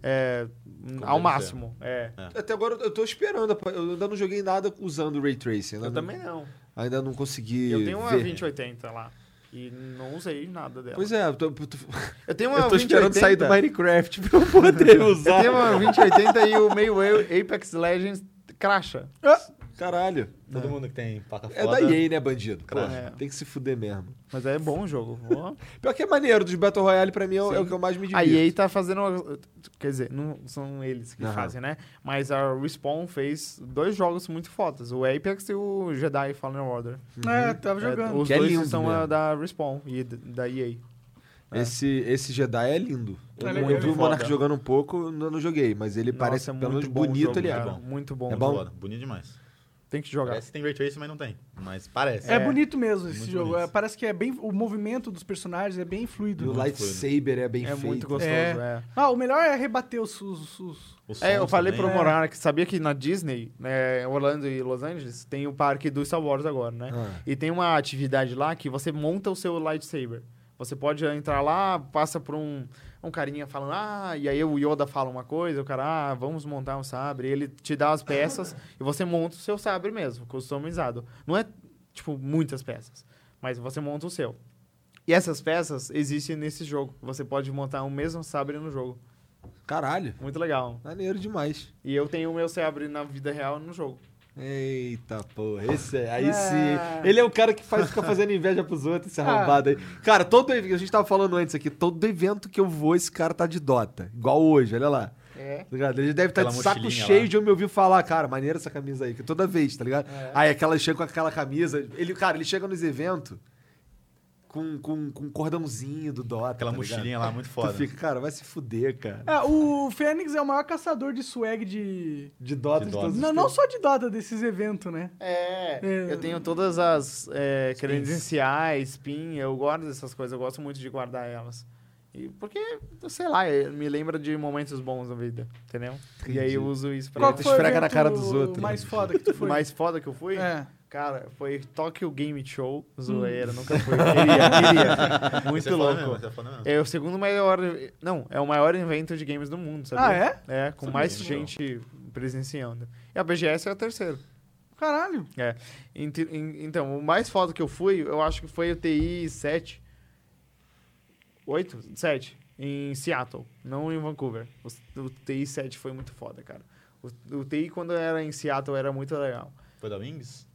é, ao deve máximo. É. Até agora eu tô esperando, eu ainda não joguei nada usando o Ray Tracing. ainda Eu não- também não. Ainda não consegui Eu tenho uma ver. vinte oitenta lá. E não usei nada dela. Pois é, eu tô, eu tô, Eu tenho uma eu tô esperando vinte oitenta. sair do Minecraft pra eu poder Eu usar. tenho uma vinte oitenta e o meio Apex Legends cracha. Ah, Caralho. Todo mundo que tem placa foda. É da E A, né, bandido? Pô, É. tem que se fuder mesmo. Mas é bom o jogo. Ó. Pior que é maneiro, dos Battle Royale pra mim é o, é o que eu mais me A divirto. E A tá fazendo... uma- Quer dizer, não são eles que Aham. fazem, né? Mas a Respawn fez dois jogos muito fodas. O Apex e o Jedi Fallen Order. É, tava jogando. É, os Que é dois lindo são mesmo. a da Respawn e d- da E A. Esse, esse Jedi é lindo. É Eu, legal, eu vi é o Monark foda. jogando um pouco, eu não joguei, mas ele Nossa, parece, é pelo menos, muito bom o bonito jogo, ele é. cara. bom. Muito bom. É bom? Foda. Bonito demais. Tem que jogar. Parece que tem Ray Tracing, mas não tem. Mas parece. É, bonito mesmo esse Muito jogo. bonito. É, parece que é bem. O movimento dos personagens é bem E fluido. o Muito lightsaber é bem É feito. muito gostoso, É. é. Ah, o melhor é rebater os. os, os- Os É, eu sons falei também. pro Morar que sabia que na Disney, né, Orlando e Los Angeles, tem o parque do Star Wars agora, né? Ah. E tem uma atividade lá que você monta o seu lightsaber. Você pode entrar lá, passa por um, um carinha falando, ah, e aí o Yoda fala uma coisa, o cara, ah, vamos montar um sabre. E ele te dá as peças e você monta o seu sabre mesmo, customizado. Não é, tipo, muitas peças, mas você monta o seu. E essas peças existem nesse jogo. Você pode montar o mesmo sabre no jogo. Caralho. Muito legal. Maneiro demais. E eu tenho o meu sabre na vida real no jogo. Eita porra, esse é, aí É. sim. Ele é o cara que faz, fica fazendo inveja pros outros, esse Ah. arrombado aí. Cara, todo evento, a gente tava falando antes aqui, todo evento que eu vou, esse cara tá de Dota. Igual hoje, olha lá. É. Tá ligado? Ele deve estar Aquela de saco mochilinha cheio lá. de eu me ouvir falar, cara, maneira essa camisa aí, que toda vez, tá ligado? É. Aí aquela chega com aquela camisa. Ele, cara, ele chega nos eventos com, com, com um cordãozinho do Dota. Aquela tá ligado? mochilinha lá, muito Tu foda. fica, cara, vai se fuder, cara. É, o Fênix é o maior caçador de swag de. De Dota de, De Dota. todos os Não, não tempos. só de Dota, desses eventos, né? É, É. eu tenho todas as é, credenciais, PIN, eu guardo essas coisas, eu gosto muito de guardar elas. E porque, sei lá, é, me lembra de momentos bons na vida, entendeu? E aí eu uso isso pra... Qual tu que foi o esfrega na evento cara dos outros. mais foda que tu O foi? mais foda que eu fui? É. Cara, foi Tokyo Game Show, zoeira, nunca fui. Queria, queria. Muito Você é foda mesmo, louco. você é foda mesmo. É o segundo maior... Não, é o maior evento de games do mundo, sabe? Ah, é? É, com Sabia, mais não. gente presenciando. E a B G S é o terceiro. Caralho. É. Ent- en- Então, o mais foda que eu fui, eu acho que foi o T I sete. oito? sete. Em Seattle, não em Vancouver. O, o T I sete foi muito foda, cara. O, o T I, quando era em Seattle, era muito legal. Foi da Wings?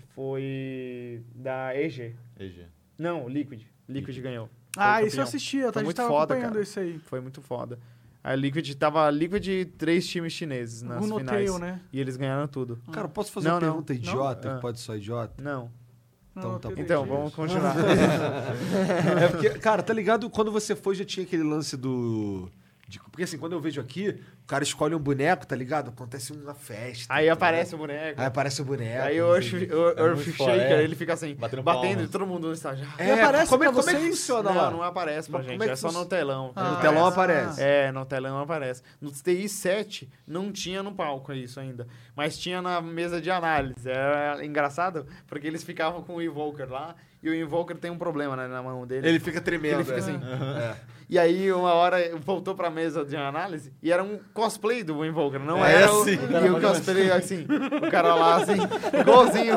Foi da E G. E G. Não, Liquid. Liquid ganhou. Foi Ah, campeão. isso eu assisti, eu Foi a gente muito tava foda, acompanhando cara. isso aí. Foi muito foda. A Liquid tava Liquid e três times chineses nas Runo finais. Tail, né? E eles ganharam tudo. Cara, posso fazer Não, uma não. pergunta idiota, Não? que Ah. pode só idiota? Não. Então tá bom. Então, vamos continuar. É porque, cara, tá ligado? Quando você foi, já tinha aquele lance do... de- porque assim, quando eu vejo aqui, o cara escolhe um boneco, tá ligado? Acontece uma festa. Aí tá aparece o ligado? boneco. Aí aparece o boneco. Aí o não Earth, sei o quê. o É Earth muito foda, Shaker, é. ele fica assim, Batendo batendo palma. e todo mundo no estágio. E aparece como, é, pra como é que vocês? funciona Não, lá? não aparece pra Mas gente, como é é, que só fun- no telão. Ah, No telão ah. aparece. É, no telão aparece. No T I sete não tinha no palco isso ainda, mas tinha na mesa de análise. Era engraçado, porque eles ficavam com o Invoker lá, e o Invoker tem um problema, né, na mão dele. Ele fica tremendo. Ele fica é. assim. É. E aí, uma hora, voltou pra mesa de análise e era um cosplay do Invoker, não É, era o... sim. E o cosplay, assim, o cara lá, assim, igualzinho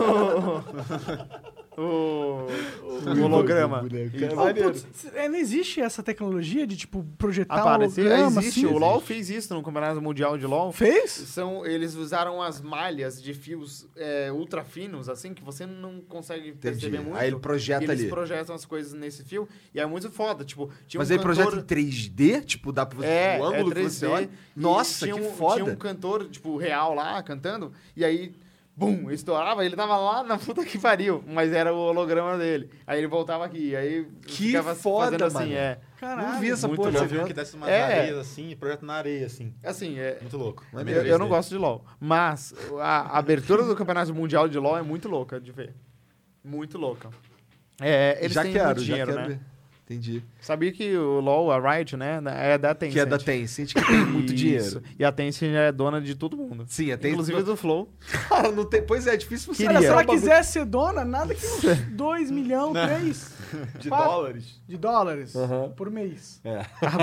o, o, o holograma. boneco. Oh, putz, é, não existe essa tecnologia de, tipo, projetar Apareceu, um holograma, existe, assim? o LoL fez isso no Campeonato Mundial de LoL. Fez? São, eles usaram as malhas de fios é, ultra finos, assim, que você não consegue Entendi. perceber muito. Aí ele projeta e eles ali. projetam as coisas nesse fio, e é muito foda, tipo... Tinha Mas um aí projeta cantor- em três D? Tipo, dá pra você... É, o ângulo é que você três D, olha? e Nossa, tinha que um, foda. Tinha um cantor, tipo, real lá, cantando, e aí, bum, estourava, ele tava lá na puta que pariu, mas era o holograma dele. Aí ele voltava aqui, aí Que ficava foda, fazendo assim, mano. é. Caralho. Não vi essa muito porra Eu de já vi um evento. que desce umas É. areias assim e projeta na areia, assim. Assim, é... Muito louco. Eu, Também eu não três D. gosto de LoL, mas a abertura do Campeonato Mundial de LoL é muito louca de ver. Muito louca. É, eles já têm quero, muito já dinheiro, quero né? ver. Entendi. Sabia que o LoL, a Riot, né, é da Tencent. Que é da Tencent, que tem muito Isso. dinheiro. E a Tencent é dona de todo mundo. Sim, a Tencent... Inclusive do Flow. Cara, não tem... Pois é, é difícil você... Olha, se achar ela um bagulho- quiser ser dona, nada que uns dois milhões, três. De Fa- dólares. De dólares Aham. por mês. É.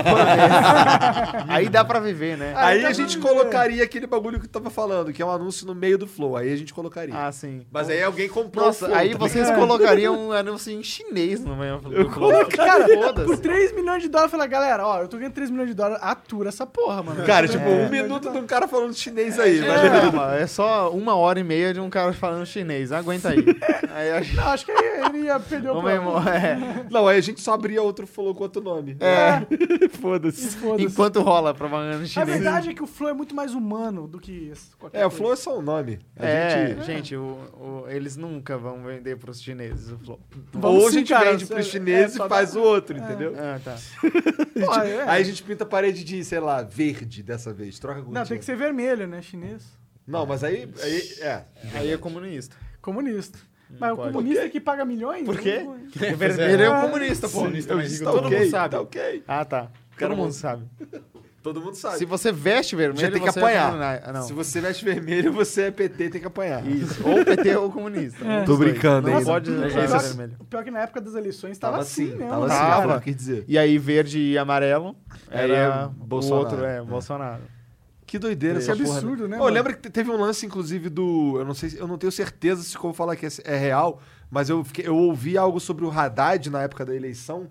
Aí dá pra viver, né? Ah, Aí então a gente vamos ver. colocaria aquele bagulho que eu tava falando, que é um anúncio no meio do Flow. Aí a gente colocaria. Ah, sim. Mas aí alguém comprou Nossa, o Flow, aí tá vocês ligado? colocariam um anúncio em chinês no meio do Eu Flow. Cara, por Foda-se. três milhões de dólares, eu falei, galera, ó, eu tô ganhando três milhões de dólares, atura essa porra, mano. Cara, tipo, É. um minuto de um cara falando chinês aí. É, Mas... calma, é só uma hora e meia de um cara falando chinês. Aguenta aí. Aí a gente... Não, acho que aí ele ia perder o Ô, meu irmão, plano. é. Não, aí a gente só abria outro Flow com outro nome. É. Foda-se. Foda-se. Enquanto rola propaganda em A chinês. verdade é que o Flow é muito mais humano do que isso. qualquer É, o coisa. Flow é só um nome. A É, gente... gente, o- o- eles nunca vão vender pros chineses o Flow. Vamos Ou a sim, gente cara, vende é- pros chineses é só e faz dar- o outro, entendeu? Ah, tá. Pô, é. Aí a gente pinta a parede de, sei lá, verde dessa vez. Troca com Não, tinta. tem que ser vermelho, né? Chinês. Não, mas aí, aí é. Aí é comunista. Comunista. Mas o pode. comunista que paga milhões? Por quê? não- O vermelho é o comunista, pô. Comunista mais rico Tá do todo ok, mundo sabe. Tá ok. Ah, tá. Cara, Todo mundo vamos- sabe. Todo mundo sabe. Se você veste vermelho, Já tem que você apanhar. É comunista. Ah, não. Se você veste vermelho, você é P T, tem que apanhar. Isso. Ou P T ou comunista. É. Um Tô dos dois. brincando, Não hein? pode O usar pior, vermelho. o pior é que na época das eleições tava, Tava assim assim, mesmo. tava né? assim. Tava. Ah, quer dizer. E aí, verde e amarelo Aí era é o Bolsonaro. outro, é, É. Bolsonaro. Que doideira Que essa porra. absurdo, né, Pô, mano? lembra que te- teve um lance, inclusive, do... Eu não sei, se- eu não tenho certeza se como falar que é, é real, mas eu, fiquei- eu ouvi algo sobre o Haddad na época da eleição,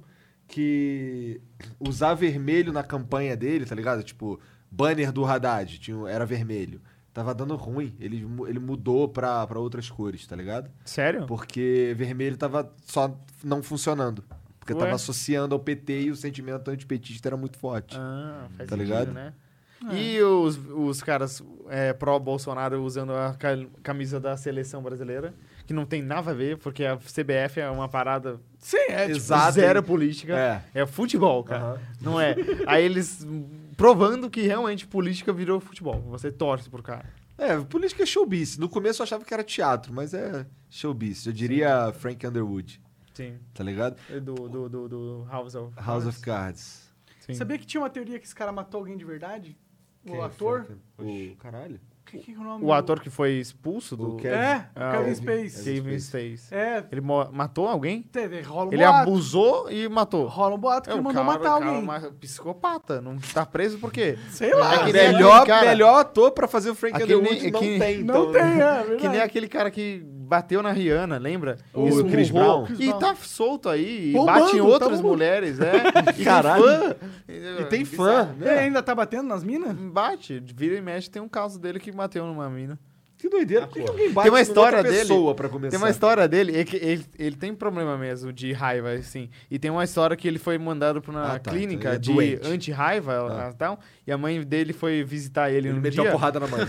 que usar vermelho na campanha dele, tá ligado? Tipo, banner do Haddad tinha, era vermelho. Tava dando ruim. Ele, mu- ele mudou pra, pra outras cores, tá ligado? Sério? Porque vermelho tava só não funcionando. Porque Ué? tava associando ao P T e o sentimento antipetista era muito forte. Ah, faz Tá sentido, ligado? né? E os, os caras é, pró-Bolsonaro usando a ca- camisa da seleção brasileira, que não tem nada a ver, porque a C B F é uma parada Sim, é tipo, Exato. zero política. É. É futebol, cara. Aham. Não é? Aí eles provando que realmente política virou futebol. Você torce pro cara. É, política é showbiz. No começo eu achava que era teatro, mas é showbiz. Eu diria Frank Underwood, Sim. tá ligado? Do, do, do, do House of House of Cards. Sim. Sabia que tinha uma teoria que esse cara matou alguém de verdade? O Quem é ator? Frank? O caralho? Que, que é o nome O do- ator que foi expulso do... O Kevin. É, o Ah, Kevin o- Space. Kevin Space. É, Ele mo- matou alguém? teve, rola um Ele boato. abusou e matou. Rola um boato que É, ele o mandou cara- matar o cara alguém. é uma psicopata. Não tá preso por quê? Sei lá. É que nem melhor, aquele cara- melhor ator pra fazer o Frank Aquele- Underwood não que- tem, Não então. tem, é, verdade. Que nem aquele cara que bateu na Rihanna, lembra? O Esmurrou. Chris Brown? Chris E Brown. tá solto aí, e Bombando, bate em outras tá bom. mulheres, é. E Caralho. tem fã. E tem fã, Ele né? ainda tá batendo nas minas? Bate, vira e mexe, tem um caso dele que bateu numa mina. Que doideira. Por que que alguém bate Tem uma numa história outra dele. pessoa pra começar? Tem uma história dele, é que ele, ele tem problema mesmo de raiva, assim. E tem uma história que ele foi mandado pra uma Ah, tá, clínica então ele é de doente. anti-raiva Ah. e tal. E a mãe dele foi visitar ele, Ele no meteu dia. a porrada na mãe.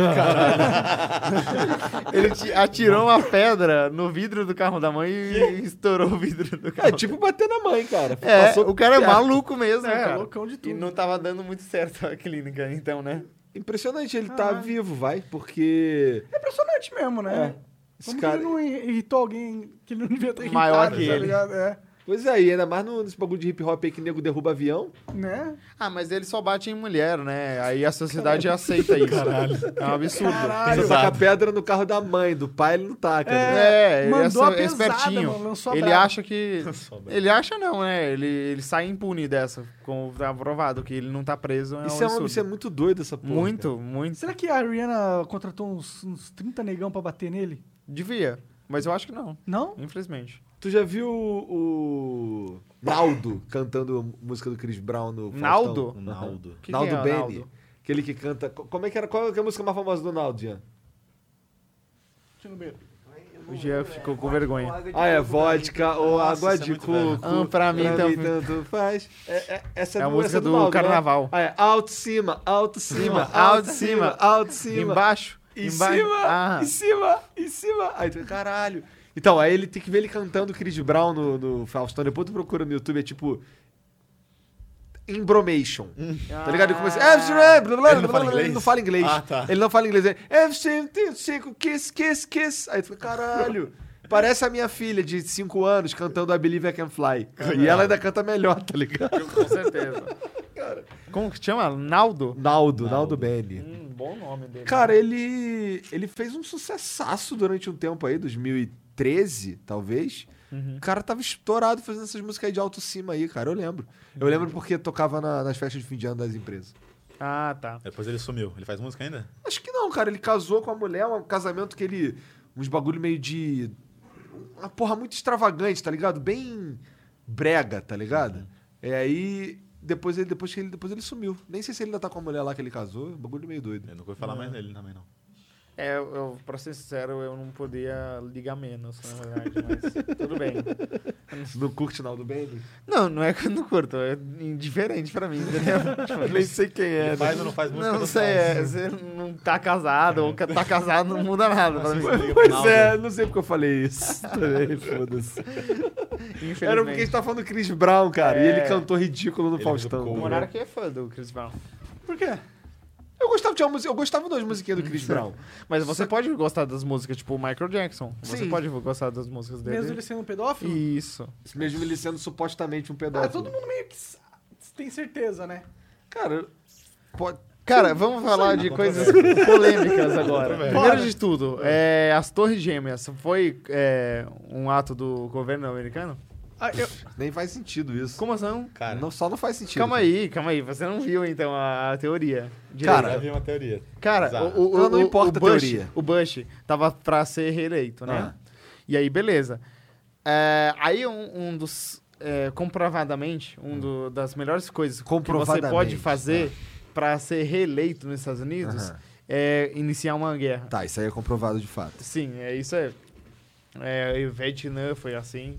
Ele ti- atirou uma pedra no vidro do carro da mãe e estourou o vidro do carro. É tipo bater na mãe, cara. É, Passou o cara é perto. maluco mesmo, É, cara. loucão de E tudo. não tava dando muito certo a clínica, então, né? Impressionante, ele tá Ah. vivo, vai, porque... É impressionante mesmo, né? É. Esse Como cara... que ele não irritou alguém que ele não devia ter irritado, Maior que tá ele. ligado? É. Pois é, e ainda mais no- nesse bagulho de hip hop aí que nego derruba avião. Né? Ah, mas ele só bate em mulher, né? Aí a sociedade aceita isso. Caralho. É um absurdo. Caralho. Você taca pedra no carro da mãe, do pai ele não taca, né? É, ele Mandou é, a so- pesada, espertinho. mano, lançou a Ele braba. acha que... Ele acha não, né? Ele, ele sai impune dessa. Como tá provado que ele não tá preso. É um Isso, é, um- absurdo. isso é muito doido, essa porra. Muito, muito. Será que a Rihanna contratou uns, uns trinta negão pra bater nele? Devia. Mas eu acho que não. Não? Infelizmente. Tu já viu o Naldo cantando música do Chris Brown no Faustão? Naldo? O Naldo. Que Naldo quem é o Bene. Naldo? Aquele que canta... Como é que era? Qual é a música mais famosa do Naldo, Jean? O Jean ficou com vergonha. Ah, é vodka ou Nossa, água isso é de muito velho. coco. Ah, pra mim pra então- tanto faz. É, é- essa é, É a do, música essa é do Naldo, né? carnaval. Ah, é alto cima, alto cima, Cima, alto alto cima, cima, alto cima. Embaixo. Em embaixo. cima, Ah. em cima, em cima. Aí tu, caralho. Então, aí ele tem que ver ele cantando Chris Brown no, no Faustão. Depois tu procura no YouTube, é tipo... Embromation. Tá ligado? Ele começa... Ele não fala inglês? Ele não fala inglês. Ah, tá. Ele não fala inglês. Ele... Kiss, kiss, kiss. Aí tu fica, caralho. Parece a minha filha de cinco anos cantando I Believe I Can Fly. E ela ainda canta melhor, tá ligado? Com certeza. Como que chama? Naldo? Naldo, Naldo Bene. Hum, bom nome dele. Cara, ele, ele fez um sucessaço durante um tempo aí, dois mil e treze, talvez. Uhum. O cara tava estourado fazendo essas músicas aí de alto cima aí, cara. Eu lembro. Eu lembro porque tocava na- nas festas de fim de ano das empresas. Ah, tá. Depois ele sumiu. Ele faz música ainda? Acho que não, cara. Ele casou com a mulher, um casamento que ele... Uns bagulho meio de... Uma porra muito extravagante, tá ligado? Bem brega, tá ligado? Uhum. É aí... Depois ele, depois, que ele, depois ele sumiu. Nem sei se ele ainda tá com a mulher lá que ele casou. Um bagulho meio doido. Eu nunca ouvi falar mais nele também, não. É, eu, pra ser sincero, eu não podia ligar menos, na verdade, mas tudo bem. Não curte Naldo Bene? Não, não é que eu não curto, é indiferente pra mim, entendeu? Tipo, Nem sei quem é. Ele faz ou não faz música? Não não sei, faz. é, você não tá casado, ou que tá casado não muda nada pra mim. Pois é, não sei porque eu falei isso. Também, foda-se. Infelizmente. Era porque a gente tá falando do Chris Brown, cara. E É. ele cantou ridículo no Ele Faustão. fez o O Monark é fã do Chris Brown. Por quê? Eu gostava de uma música, eu gostava das musiquinhas do Chris Brown. Mas você pode gostar das músicas, tipo o Michael Jackson. Você Sim. pode gostar das músicas dele. Mesmo ele sendo um pedófilo? Isso. Mesmo ele sendo supostamente um Ah, pedófilo. todo mundo meio que s- tem certeza, né? Cara, pode... Cara, vamos falar de coisas polêmicas agora. Primeiro de tudo, é, as Torres Gêmeas foi é, um ato do governo americano? Ah, eu- Nem faz sentido isso. Como assim? Cara, Não, só não faz sentido. Calma aí, calma aí. Você não viu, então, a, a teoria. direito. já Cara, vi uma teoria. Cara, Bizarro. o, o, Não, não o- importa o a Bush, teoria. o Bush tava pra ser reeleito, né? Ah. E aí, beleza. É, aí um, um dos... é, comprovadamente, um do- das melhores coisas que você Comprovadamente, pode fazer pra ser reeleito nos Estados Unidos Aham. é iniciar uma guerra. Tá, isso aí é comprovado de fato. Sim, é isso é. É, o Vietnã foi assim.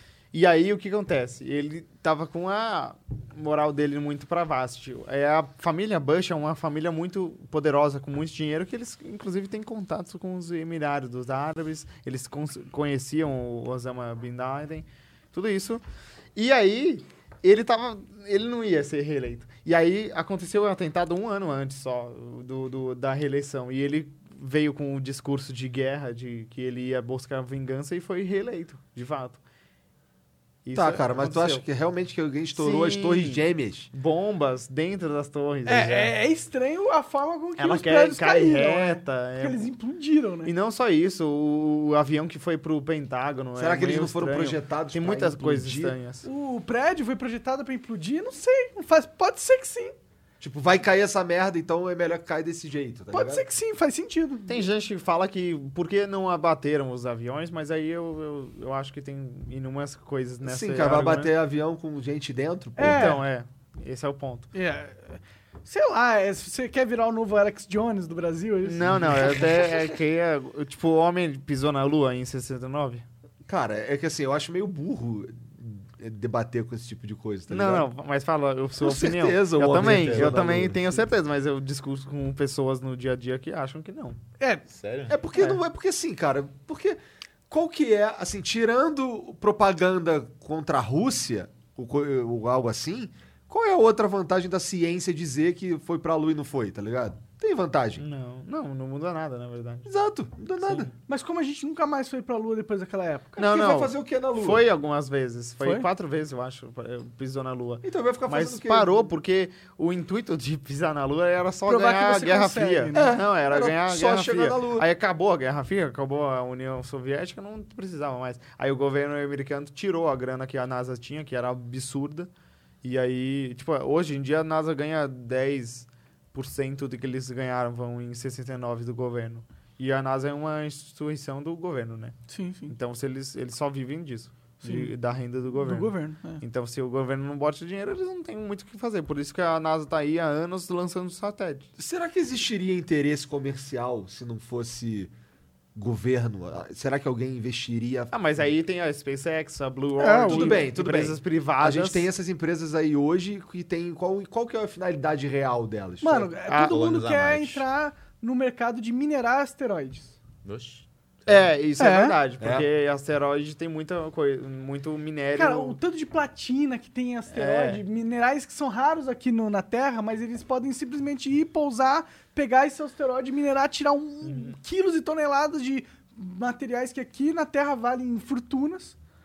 E aí o que acontece? Ele tava com a moral dele muito pra baixo. É, a família Bush é uma família muito poderosa, com muito dinheiro, que eles inclusive têm contatos com os Emirados Árabes, eles con- conheciam o Osama Bin Laden, tudo isso. E aí ele tava, ele não ia ser reeleito. E aí aconteceu o atentado um ano antes só do, do- da reeleição. E ele veio com o discurso de guerra, de que ele ia buscar vingança e foi reeleito, de fato. Isso tá, cara, mas tu aconteceu. acha que realmente que alguém estourou as Sim. torres gêmeas? Bombas dentro das torres. É, já. é, é estranho a forma com que Ela os quer prédios cair caíram, né? reta. Porque é. eles implodiram, né? E não só isso, o, o avião que foi pro Pentágono. Será é que eles meio não foram estranho. projetados Tem pra muitas coisas implodir? estranhas. O prédio foi projetado pra implodir? Não sei. Não faz... Pode ser que sim. Tipo, vai cair essa merda, então é melhor que caia desse jeito, tá Pode ligado? ser que sim, faz sentido. Tem gente que fala que por que não abateram os aviões, mas aí eu, eu, eu acho que tem inúmeras coisas nessa Sim, cara, vai argumento. bater avião com gente dentro, pô. É. Então, é. Esse é o ponto. É. Sei lá, é, se você quer virar o novo Alex Jones do Brasil, é isso? Não, não, é até é que é, tipo, o homem pisou na lua em sessenta e nove? Cara, é que assim, eu acho meio burro debater com esse tipo de coisa, tá não, ligado? não, mas fala a sua Com opinião. certeza, o eu homem também, pisou eu na também lua. tenho certeza, mas eu discuto com pessoas no dia a dia que acham que não. É, Sério? É porque É. não é porque assim, cara, porque qual que é, assim, tirando propaganda contra a Rússia, ou, co- ou algo assim, qual é a outra vantagem da ciência dizer que foi pra lua e não foi, tá ligado? Tem vantagem. Não, não, não muda nada, na verdade. Exato, não dá nada. mas como a gente nunca mais foi pra Lua depois daquela época? Não, Porque não. vai fazer o que na lua? Foi algumas vezes, foi, Foi? quatro vezes, eu acho, eu pisou na lua. Então vai ficar fazendo Mas o quê? parou porque o intuito de pisar na Lua era só Provar ganhar que a você Guerra consegue, Fria. né? Não, era, Era ganhar a só Guerra chegar Fria. na Lua. Aí acabou a Guerra Fria, acabou a União Soviética, não precisava mais. Aí o governo americano tirou a grana que a NASA tinha, que era absurda. E aí, tipo, hoje em dia a NASA ganha dez por cento do que eles ganhavam em sessenta e nove do governo. E a NASA é uma instituição do governo, né? Sim, sim. Então se eles, eles só vivem disso, de- Sim. da renda do governo. Do governo. é. Então, se o governo não bota dinheiro, eles não têm muito o que fazer. Por isso que a NASA tá aí há anos lançando satélite. Será que existiria interesse comercial se não fosse governo? Ah, Será que alguém investiria? Ah, mas aí tem a SpaceX, a Blue É, Origin, tudo bem, tudo empresas bem. privadas. A gente tem essas empresas aí hoje que tem qual, qual que é a finalidade real delas? Mano, é, Ah, todo mundo colonizar quer mais. entrar no mercado de minerar asteroides. Oxi. É, isso é, É. verdade, porque asteroide tem muita coisa, muito minério. Cara, o tanto de platina que tem em asteroide, É. minerais que são raros aqui no- na Terra, mas eles podem simplesmente ir, pousar, pegar esse asteroide, minerar, tirar um, Uhum. quilos e toneladas de materiais que aqui na Terra valem fortunas.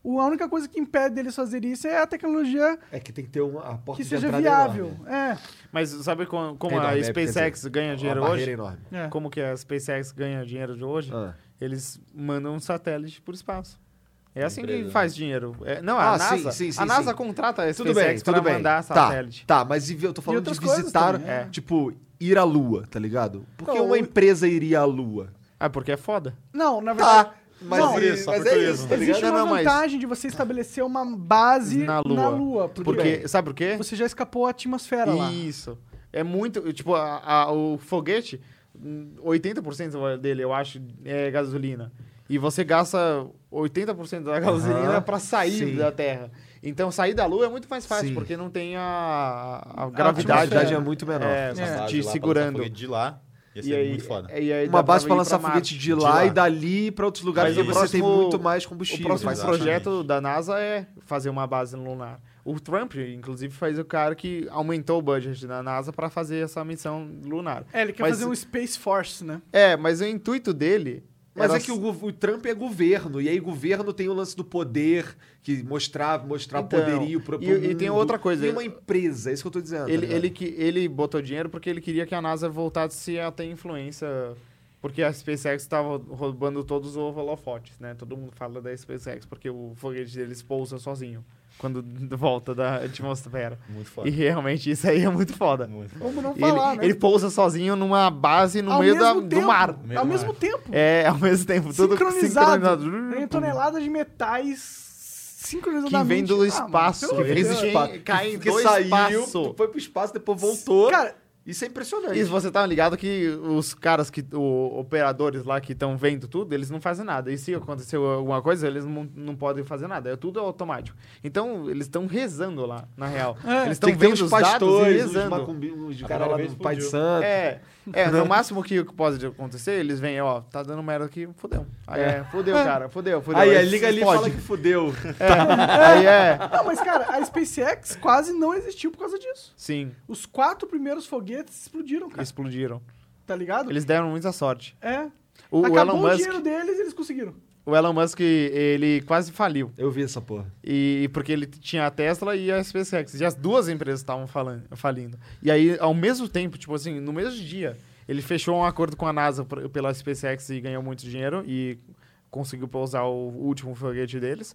O- A única coisa que impede deles fazer isso é a tecnologia É que tem que ter uma a porta que de seja entrada viável. enorme. É. Mas sabe como, como É enorme, a é, quer SpaceX dizer, ganha dinheiro uma barreira hoje? enorme. é. Como que a SpaceX ganha dinheiro de hoje? Ah. Eles mandam um satélite por espaço. É assim que Empresa, faz dinheiro. É, não, a Ah, sim, NASA, sim, sim, a NASA sim. contrata a Tudo SpaceX bem, tudo para bem. mandar Tá, satélite. tá, mas e- eu tô falando de outras coisas visitar, também, é. tipo, ir à Lua, tá ligado? Por que Não, uma o- empresa iria à Lua? Ah, porque é foda. Não, na verdade. Tá, mas, Não, e- isso, só mas por é turismo. isso, tá Existe ligado? uma Não, não, mas- vantagem de você estabelecer uma base Na Lua. Na Lua tudo Porque, bem. sabe por quê? Você já escapou a atmosfera lá. Isso. É muito. Tipo, a- a- o foguete, hum, oitenta por cento dele, eu acho, é gasolina. E você gasta oitenta por cento da gasolina Aham, pra sair sim. da Terra. Então, sair da Lua é muito mais fácil, Sim. porque não tem a, a A gravidade. atmosfera é muito menor. é, Essa É. base te lá pra lançar segurando. foguete de lá ia E ser aí, muito foda. e aí Uma dá base pra ir lançar Marte. foguete de De lá lá. e dali pra outros lugares Mas que o você tem próximo- muito mais O combustível. próximo Exatamente. projeto da NASA é fazer uma base lunar. O Trump, inclusive, faz o cara que aumentou o budget da NASA para fazer essa missão lunar. É, ele quer Mas- fazer um Space Force, né? É, mas o intuito dele... Mas era é que o, gov- o Trump é governo, e aí governo tem o lance do poder, que mostrar, mostrar Então, poderio pro, pro e- e tem mundo. outra coisa, E uma empresa, é isso que eu tô dizendo. tá Ele, ligado? ele, que, ele botou dinheiro porque ele queria que a NASA voltasse a ter influência, porque a SpaceX estava roubando todos os holofotes, né? Todo mundo fala da SpaceX, porque o foguete deles pousa sozinho quando volta da atmosfera. Muito foda. E realmente isso aí é muito foda. Muito foda. Como não Ele, falar, né? ele pousa sozinho numa base no Ao meio da- mesmo do tempo, mar. Ao Meio do mesmo mar. tempo. É, ao mesmo tempo, tudo Sincronizado. sincronizado. Em toneladas de metais Que sincronizadamente. vem do Ah, espaço. mano, Que pelo vem amor de do Deus. espaço. Cai em Porque do saiu, espaço. foi pro espaço, depois voltou. Cara, Isso é impressionante. E você tá ligado que os caras, que, os operadores lá que estão vendo tudo, eles não fazem nada. E se aconteceu alguma coisa, eles não, não podem fazer nada. É tudo automático. Então, eles estão rezando lá, na real. É, eles Tem estão que ter vendo uns os dados e pastores, uns, rezando. macumbi, uns A caras lá primeira do vez Pai de explodiu. Santo. É, é, no máximo que pode acontecer, eles vêm, ó, tá dando merda aqui, fudeu. Aí é, fudeu, cara, fudeu, fudeu. Aí, Aí aí liga ali e explode. fala que fudeu. É, aí é, Não, mas cara, a SpaceX quase não existiu por causa disso. sim, Os quatro primeiros foguetes explodiram, cara. explodiram. Tá ligado? Eles deram muita sorte. É. O, o Acabou Elon o Musk, dinheiro deles, eles conseguiram. o Elon Musk, ele quase faliu. Eu vi essa porra. E porque ele tinha a Tesla e a SpaceX. E as duas empresas estavam falando- falindo. E aí, ao mesmo tempo, tipo assim, no mesmo dia, ele fechou um acordo com a NASA pr- pela SpaceX e ganhou muito dinheiro e conseguiu pousar o último foguete deles.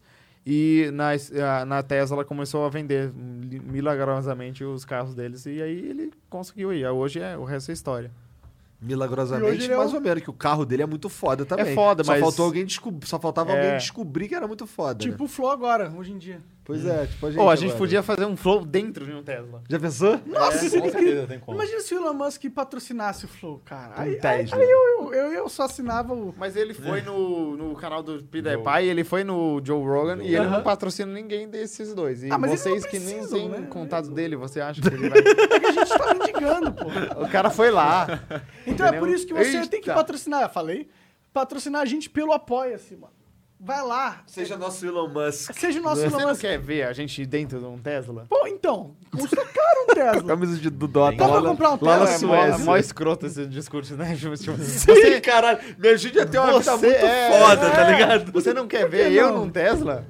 E na, es- a- na Tesla começou a vender li- milagrosamente os carros deles. E aí ele conseguiu ir. Hoje é, o resto é história. E Milagrosamente, hoje ele é mais um- ou menos, que o carro dele é muito foda também. É foda, só mas- Faltou alguém descob... Só faltava É. alguém descobrir que era muito foda. Tipo né? o Flow agora, hoje em dia. Pois é, tipo a gente. Ou a gente agora. podia fazer um flow dentro de um Tesla. Já pensou? Nossa, É, seria com incrível. certeza tem como. Imagina se o Elon Musk patrocinasse o Flow, cara. Um Aí, aí, Tesla. aí eu, eu, eu só assinava o... Mas ele foi no, no canal do Joe. PewDiePie, ele foi no Joe Rogan e ele Aham. não patrocina ninguém desses dois. E Ah, mas eles vocês não que nem precisam, têm né? contato dele, você acha que ele vai... É que a gente tá mendigando, pô. O cara foi lá. Então é Entendeu? por isso que você Eita. tem que patrocinar, falei. Patrocinar a gente pelo Apoia-se, mano. Vai lá. Seja nosso Elon Musk. Seja o nosso Você Elon não Musk. quer ver a gente dentro de um Tesla? Pô, então, custa caro um Tesla. Camisa de do Dota. Dá pra lá na- comprar um lá na Tesla? é mó, é Suécia. mó escroto esse discurso, né? Tipo, tipo, Sim, caralho. Me ajude a ter uma vida você muito é- foda, é. tá ligado? Você não quer ver que eu não? num Tesla?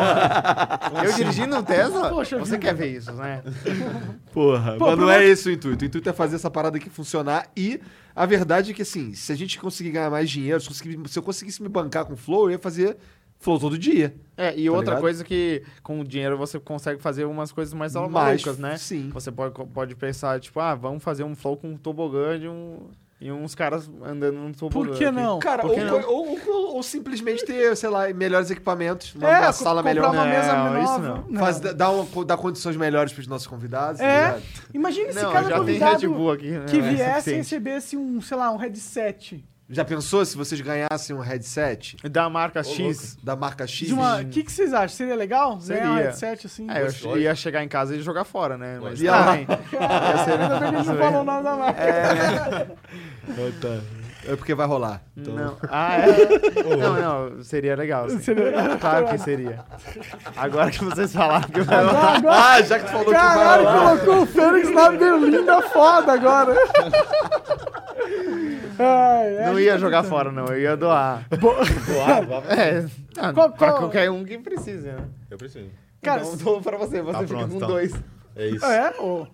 Porra. Eu dirigindo um Tesla? Poxa você vida. quer ver isso, né? Porra, Pô, mas não pro- é esse o intuito. O intuito é fazer essa parada aqui funcionar e a verdade é que, assim, se a gente conseguir ganhar mais dinheiro, se, conseguir- se eu conseguisse me bancar com Flow, eu ia fazer Flow todo dia. É, e Tá outra ligado? coisa que com o dinheiro você consegue fazer umas coisas mais Mais, malucas, né? sim. Você pode, pode pensar, tipo, ah, vamos fazer um flow com um tobogã de um, e uns caras andando num tobogã. Por que aqui. não? Cara, Por ou, que não? ou, ou- ou simplesmente ter, sei lá, melhores equipamentos, uma, É, uma co- sala comprar melhor. uma mesa Não, isso nova. não. Faz, dar, uma, dar condições melhores pros nossos convidados. tá É, ligado? imagina se Não, cada já tem convidado Red Bull aqui. né? que É viesse e suficiente. recebesse um, sei lá, um headset. Já pensou se vocês ganhassem um headset Da marca X. da marca X? De uma... O que, que vocês acham? Seria legal? Ganhar um Seria. headset assim? É, eu Lógico. ia chegar em casa e jogar fora, né? Mas Ia lá. também. Ia ser- Ainda bem que a gente não falou o nome da marca. Ah, tá. É porque vai rolar. Então... Não. Ah, é? Não, não, seria legal. sim. Seria- Claro que seria. Agora que vocês falaram que vai Agora, lá. agora, Ah, já que tu falou que vai caralho, rolar. colocou o Fênix na berlinda foda agora. Ai, a Não gente ia tá jogar tentando. fora, não. Eu ia doar. Doar, doar pra- É, ah, Qual- pra qual- qualquer um que precise, né? Eu preciso. Cara, então, dou pra você. Você Tá fica pronto, com então. dois. É isso. Ah, é? Ô,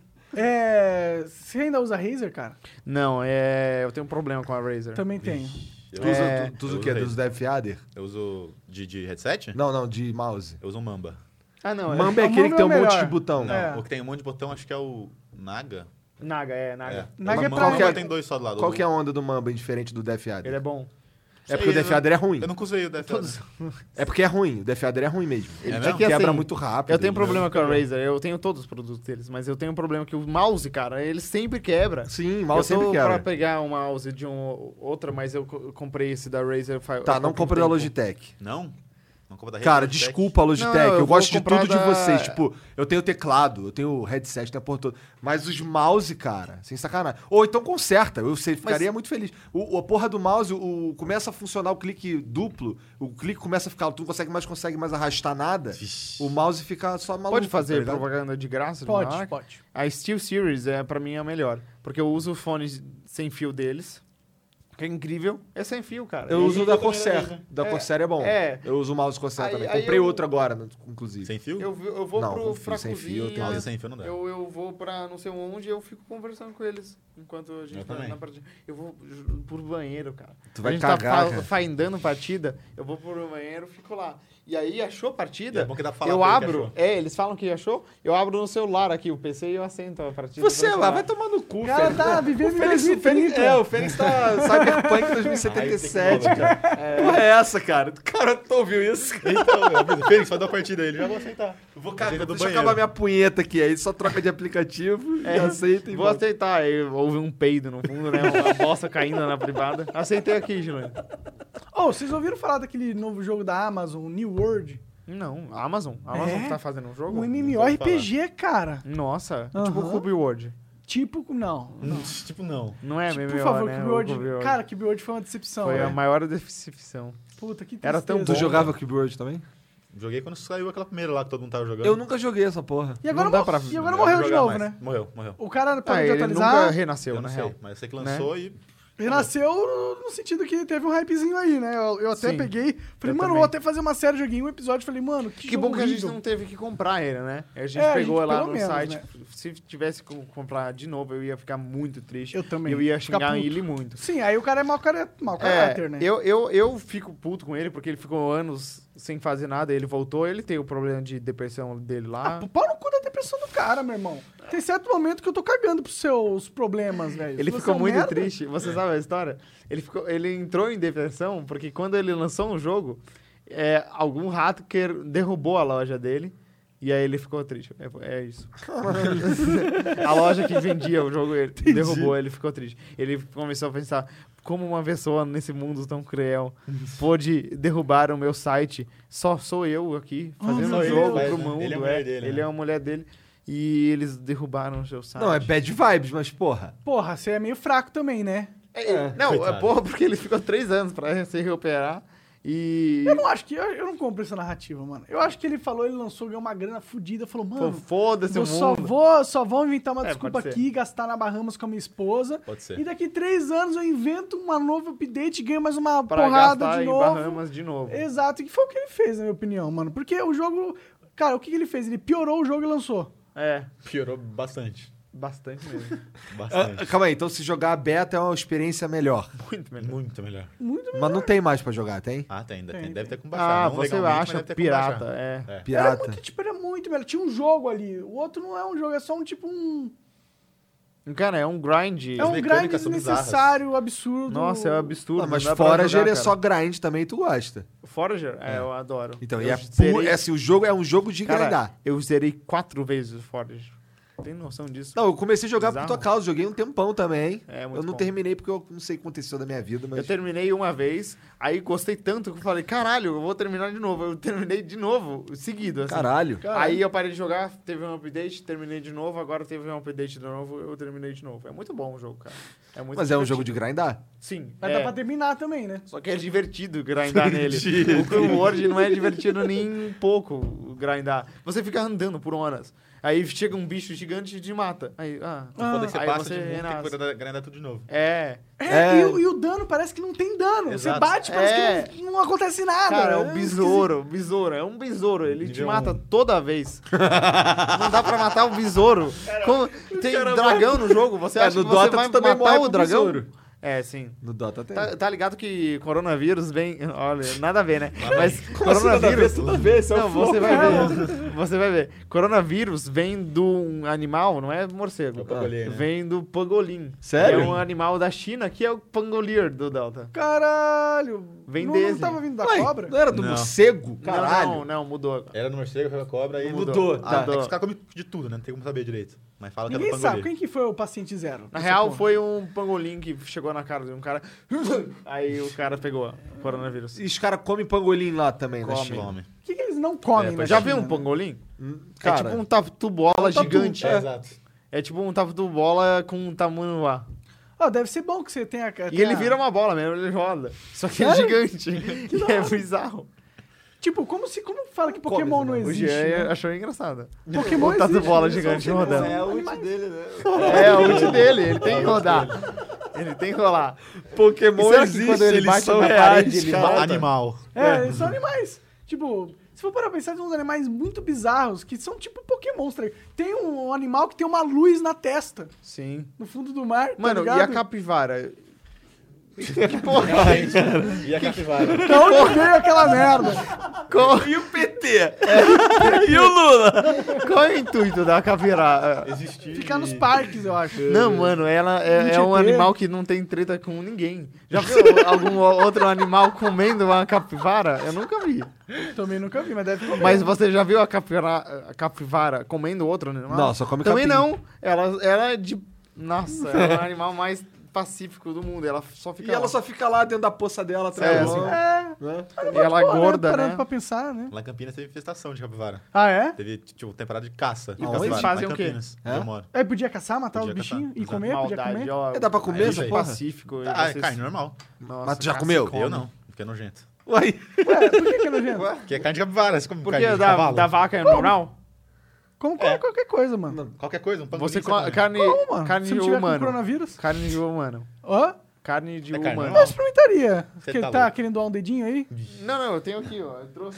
é, você ainda usa Razer, cara? Não, é... Eu tenho um problema com a Razer. Também tenho. Eu, Tu usa, É, tu, tu usa eu o quê? uso Tu usa Dev Fiader? eu uso de, de headset? Não, não, de mouse. Eu uso um Mamba. Ah, não. Mamba é o aquele Mamba que tem é um o monte melhor. de botão. Não, É. o que tem um monte de botão acho que é o Naga. Naga, é, Naga. É. Naga o é Mamba, pra- o Mamba Qual que é- tem dois só do lado. Qual que é a onda do Mamba diferente do Dev Fiader? Ele é bom. É porque o Dev Fiader é ruim. Eu nunca usei o Death Todos- É porque é ruim. O Dev Fiader é ruim mesmo. É Ele mesmo? que quebra assim, muito rápido. Eu tenho um ele- problema com a Razer. Eu tenho todos os produtos deles, mas eu tenho um problema que o mouse, cara, ele sempre quebra. Sim, Eu mouse tô sempre pra quebra. pegar um mouse de um, outra, mas eu co- comprei esse da Razer faz Tá, não compra da Logitech. Não? Não compra da rede Cara, Logitech? desculpa, Logitech. Não, eu eu vou gosto de comprar tudo de da- vocês. Tipo, eu tenho teclado, eu tenho headset, tenho a porra toda. Mas os mouse, cara, sem sacanagem. Ou então conserta, eu sei, ficaria muito feliz. O, a porra do mouse, o, começa a funcionar o clique duplo, o clique começa a ficar, tu não consegue mais, consegue mais arrastar nada. Vixe. O mouse fica só maluco. Pode fazer tá ligado? propaganda de graça? de Pode, marca? pode. A Steel Series, é, pra mim, é a melhor. Porque eu uso fones sem fio deles, que é incrível. É sem fio, cara. Eu E- uso eu da também Corsair. uso. Da É, Corsair é bom. é. Eu uso o mouse Corsair Aí- também. aí Comprei eu- outro agora, inclusive. Sem fio? Eu, eu vou Não, pro, com fio, pra sem fio, eu cozinha, tenho- Mouse sem fio não dá. eu, eu vou pra não sei onde e eu fico conversando com eles enquanto a gente Eu tá também. na partida. Eu vou ju- pro banheiro, cara. Tu vai a gente cagar, tá fa cara. faindando partida, eu vou pro banheiro, fico lá. E aí, achou a E partida, é bom que dá pra falar eu pra ele que abro, achou. é, eles falam que achou, eu abro no celular aqui, o P C, e eu assento a partida. Você pelo lá, celular. vai tomar no cu, O cara Félix. tá vivendo em Félix, dois mil e trinta. é, o Fênix tá Cyberpunk dois mil e setenta e sete, Ai, tem que cara. Que porra é essa, cara? Cara, tu ouviu isso? Então, eu aviso, Fênix, faz da partida aí, ele já vou aceitar. Eu vou Aceita cagar, do deixa eu banheiro. acabar minha punheta aqui, aí só troca de aplicativo e aceita e Vou volta. aceitar, aí houve um peido no fundo, né, uma bosta caindo na privada. Aceitei aqui, Juliano. Ô, vocês ouviram falar daquele novo jogo da Amazon, New World? Não, a Amazon. A Amazon É? que tá fazendo um jogo? Um MMORPG, cara. Nossa, Aham. tipo o Cube World. Tipo, não. Tipo, não. Não é Tipo, M M O, por favor, né? Cube O World. Cube World. Cara, Cube World foi uma decepção. Foi né? a maior decepção. Puta, que Era tão tristeza. Tu jogava Cube World também? Joguei quando saiu aquela primeira lá que todo mundo tava jogando. Eu nunca joguei essa porra. E agora, Não dá mo- pra- e agora Eu morreu vou de jogar novo, mais. né? Morreu, morreu. O cara Ah, parou de ele atualizar. nunca renasceu, Eu na não real. sei, mas sei que lançou e... Renasceu no sentido que teve um hypezinho aí, né? Eu, eu até Sim, peguei, falei, eu mano, também. vou até fazer uma série, joguei um episódio, falei, mano, que, Que jogo bom que a gente horrível. não teve que comprar ele, né? A gente É, a pegou gente lá pelo no menos, site. né? Se tivesse que comprar de novo, eu ia ficar muito triste. Eu também. Eu ia Ficar xingar puto. ele muito. Sim, aí o cara é mau, cara, mau É, caráter, né? eu, eu, eu fico puto com ele, porque ele ficou anos sem fazer nada, ele voltou, ele tem o problema de depressão dele lá. Ah, pau no cu da depressão do cara, meu irmão. Tem certo momento que eu tô cagando pros seus problemas, velho. Ele Se você ficou é um muito merda, triste. Você sabe a história? Ele, ficou, ele entrou em depressão porque quando ele lançou um jogo, é, algum hacker derrubou a loja dele e aí ele ficou triste. É, é isso. A loja que vendia o jogo ele derrubou, ele ficou triste. Ele começou a pensar, como uma pessoa nesse mundo tão cruel pôde derrubar o meu site? Só sou eu aqui fazendo meu um Deus. jogo Faz, pro né? mundo. Ele é a mulher é. dele, Ele né? é a mulher dele. E eles derrubaram o seu site. Não, é bad vibes, mas porra. Porra, você é meio fraco também, né? É, não, Coitado. é porra, porque ele ficou três anos pra se recuperar. E. Eu não acho que... Eu, eu não compro essa narrativa, mano. Eu acho que ele falou, ele lançou, ganhou uma grana fodida, falou, Pô, mano... foda-se o Eu só mundo. vou, só vou inventar uma É, desculpa pode ser. aqui, gastar na Bahamas com a minha esposa. Pode ser. E daqui três anos eu invento uma nova update e ganho mais uma Pra porrada gastar de em novo. Bahamas de novo. Exato, e que foi o que ele fez, na minha opinião, mano. Porque o jogo... Cara, o que que ele fez? Ele piorou o jogo e lançou. É, Piorou bastante. bastante mesmo. Bastante. Ah, calma aí, então se jogar beta é uma experiência melhor. Muito melhor. Muito melhor. Mas não tem mais pra jogar, tem? Ah, tem, ainda Tem, tem. Deve ter como Ah, baixar. Não você legalmente, mas acha deve ter como pirata, baixar. é. É. Era Pirata. muito, tipo, era muito melhor. Tinha um jogo ali. O outro não é um jogo, é só um tipo um... Cara, é um grind. É um grind mecânicas são desnecessário, absurdo. Nossa, é um absurdo. Ah, mas não dá pra Forager jogar, é só grind também, tu gosta. cara. Forager? É, eu adoro. Então, eu e é, zerei- pu- é assim, o jogo é um jogo de Cara, grindar. eu zerei quatro vezes o Forager. Tem noção disso? Não, eu comecei a jogar por Bizarro. tua causa, joguei um tempão também. É, muito eu não bom. terminei porque eu não sei o que aconteceu da minha vida, mas... Eu terminei uma vez, aí gostei tanto que eu falei, caralho, eu vou terminar de novo. Eu terminei de novo, seguido, assim. Caralho. Aí eu parei de jogar, teve um update, terminei de novo, agora teve um update de novo, eu terminei de novo. É muito bom o jogo, cara. É muito Mas é um divertido. jogo de grindar? Sim, Mas é. dá pra terminar também, né? Só que é divertido grindar nele. O Cube World não é divertido nem um pouco grindar. Você fica andando por horas. Aí chega um bicho gigante e te mata. Aí, ah, Quando você aí passa você de mundo, tem renasce. que grindar- grindar tudo de novo. É. É, É. E, o, e o dano parece que não tem dano. Você Exato. bate, parece É. que não, não acontece nada. Cara, é um É besouro, besouro, é um besouro. Ele te Nível mata um. toda vez. Não dá pra matar o besouro. Como- tem dragão no jogo, você É, acha no que você Dota vai tu também matar morre o pro dragão? besouro. É, sim. No Dota tem. Tá, tá ligado que coronavírus vem... Olha, nada a ver, né? Mas Como assim, nada a ver? coronavírus... Tudo a ver, esse é o Não, flow. você vai ver. Você vai ver. Coronavírus vem de um animal, não é morcego. É o pangolim, né? Vem do pangolim. Sério? É um animal da China que é o pangolier do Delta. Caralho. Vem não, desse. não tava vindo da Ué, cobra? não era do Não. morcego? Não, Caralho. não, não, mudou agora. Era no morcego, foi a cobra e Mudou. Mudou, Ah, tá. é que os caras comem de tudo, né? Não tem como saber direito. Mas fala que Ninguém é do sabe. pangolim. Quem que foi o paciente zero? Na dessa real, porra? foi um pangolim que chegou na cara de um cara. Aí o cara pegou coronavírus. E os caras comem pangolim lá também, na Come. China. Come. O que, que eles não comem É, na Já China, viu um né? pangolim? Hum, É Cara, tipo um tatu bola um tatu, gigante. É, É. exato. É tipo um tatu bola com um tamanho lá. Ah, deve ser bom que você tenha... E ele vira uma bola mesmo, ele roda. Só que é Sério? gigante. E é bizarro. Tipo, como se... Como fala que Pokémon não O existe, Jean né? achou engraçado. Pokémon O tatu existe, bola eles são gigante seres- rodando. É a ult animais. dele, né? É a ult dele, ele tem que rodar. Ele tem que rolar. Pokémon E será que existe, quando ele eles bate são na reais, parede, ele cara. volta? Animal. É, eles são animais. Tipo, se for parar pra pensar, tem uns animais muito bizarros que são tipo Pokémons, tá ligado? Tem um animal que tem uma luz na testa, Sim. no fundo do mar, tá Mano, ligado? e a capivara? E a capivara. Da onde veio aquela merda? Qual, E o P T? E o Lula? qual é o intuito da capivara? Existir. Ficar nos parques, eu acho. Não, mano, ela é, é um Tietê. animal que não tem treta com ninguém. Já viu algum outro animal comendo uma capivara? Eu nunca vi. Também nunca vi, mas deve comer. Mas você já viu a capivara, a capivara comendo outro animal? Não, só come Também capim. não. Ela, ela é de... Nossa, ela é o animal mais pacífico do mundo. Ela só fica E ela lá. só fica lá dentro da poça dela, É, tranquilo. assim. É, Né? E ela é pô, gorda, Parando né? pra pensar, né? Lá em Campinas teve infestação de capivara. Ah, é? Teve, tipo, temporada de caça. de E capivara, vocês lá fazem em o quê? Campinas, É? onde eu moro. Aí podia caçar, matar Podia os bichinhos caçar, e exato. comer? Podia Maldade, comer? ó. É, dá pra comer Aí, essa aí. porra? Pacífico. e Ah, é vocês- carne normal. Nossa, Mas tu já caça comeu? e come. Eu não. Fiquei nojento. Uai. Ué, por que que é nojento? Porque é carne de capivara. Você come Porque carne de da, cavalo? da vaca é normal? Como come qualquer coisa, mano. Qualquer coisa, um pangolim Você você come come. carne, Como, mano? carne Se não de tiver com humano. coronavírus? Carne de humano. Hã? Carne de É carne humano. Eu normal? experimentaria. Você Porque tá tá, louco. querendo dar um dedinho aí? Não, não, eu tenho aqui, ó. Eu trouxe.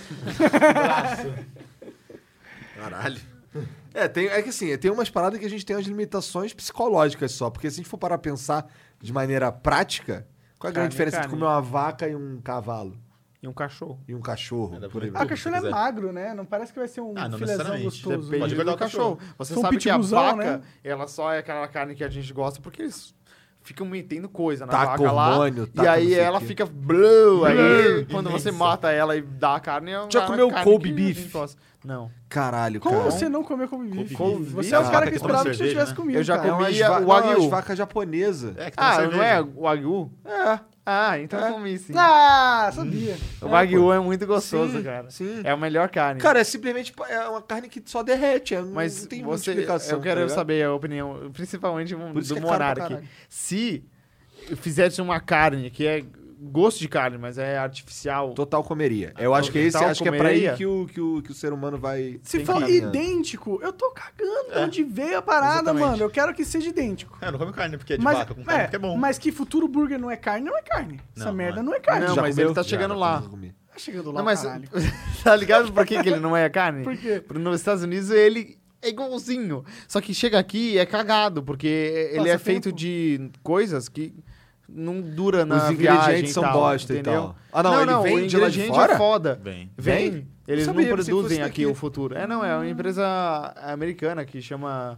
Caralho. É, tem, é que assim, tem umas paradas que a gente tem umas limitações psicológicas só. Porque se a gente for parar a pensar de maneira prática, qual é a grande Carne, diferença carne. entre comer uma vaca e um cavalo? E um cachorro. E um cachorro? É, dá por aí pra- vai. Ah, cachorro é quiser. magro, né? Não parece que vai ser um Ah, não filezão necessariamente. gostoso. Depende Pode do guardar o cachorro. cachorro. Você Se for um sabe que a pitbullzão, vaca, né? ela só é aquela carne que a gente gosta porque eles ficam metendo coisa na Taca vaca lá. hormônio, E taca não aí sei ela o quê. fica blue. Aí Blue, quando você imensa. mata ela e dá a carne... é Já uma comeu carne Kobe que a beef? gente gosta. Não. Caralho, Como cara. você não comeu Kobe beef? Kobe Você beef? é o As cara vacas que que tomam esperava que você cerveja, tivesse né? comido. Eu já cara. É umas comia va- o não, Wagyu. umas vacas japonesas. É, que toma Ah, cerveja. não é o Wagyu? É. Ah, então É. eu comi sim. Ah, sabia. O Wagyu é muito gostoso, Sim, cara. sim. É a melhor carne. Cara, é simplesmente é uma carne que só derrete. é- Mas não tem muita você, explicação. eu quero tá ligado? saber a opinião, principalmente um- Por isso do que é caro pra Monark. caralho. Se fizesse uma carne que é gosto de carne, mas é artificial. Total comeria. Eu acho que esse, Total acho que é pra aí comeria? que o, que, o, que o ser humano vai. Se tem for que ir caminhando. idêntico, eu tô cagando de onde veio a parada, Exatamente. mano. Eu quero que seja idêntico. É, eu não come carne porque é de Mas, vaca com carne, é, porque é bom. mas que futuro burger não é carne, não é carne. Essa Não, merda não não é carne. Não, Já mas comeu? ele tá Já, chegando já lá. comi. Tá chegando lá, Não, mas caralho. tá ligado por que, que ele não é carne? Por quê? Porque nos Estados Unidos ele é igualzinho. Só que chega aqui e é cagado, porque ele Passa é feito tempo. de coisas que não dura na Os viagem ingredientes e são tal, bosta entendeu? e tal. Ah, não, não, ele não, vem o de lá de ingrediente fora? é foda. Bem. Vem. Eles Sabia, não pensei que produzem fosse aqui daqui. o futuro. É, não, é uma empresa americana que chama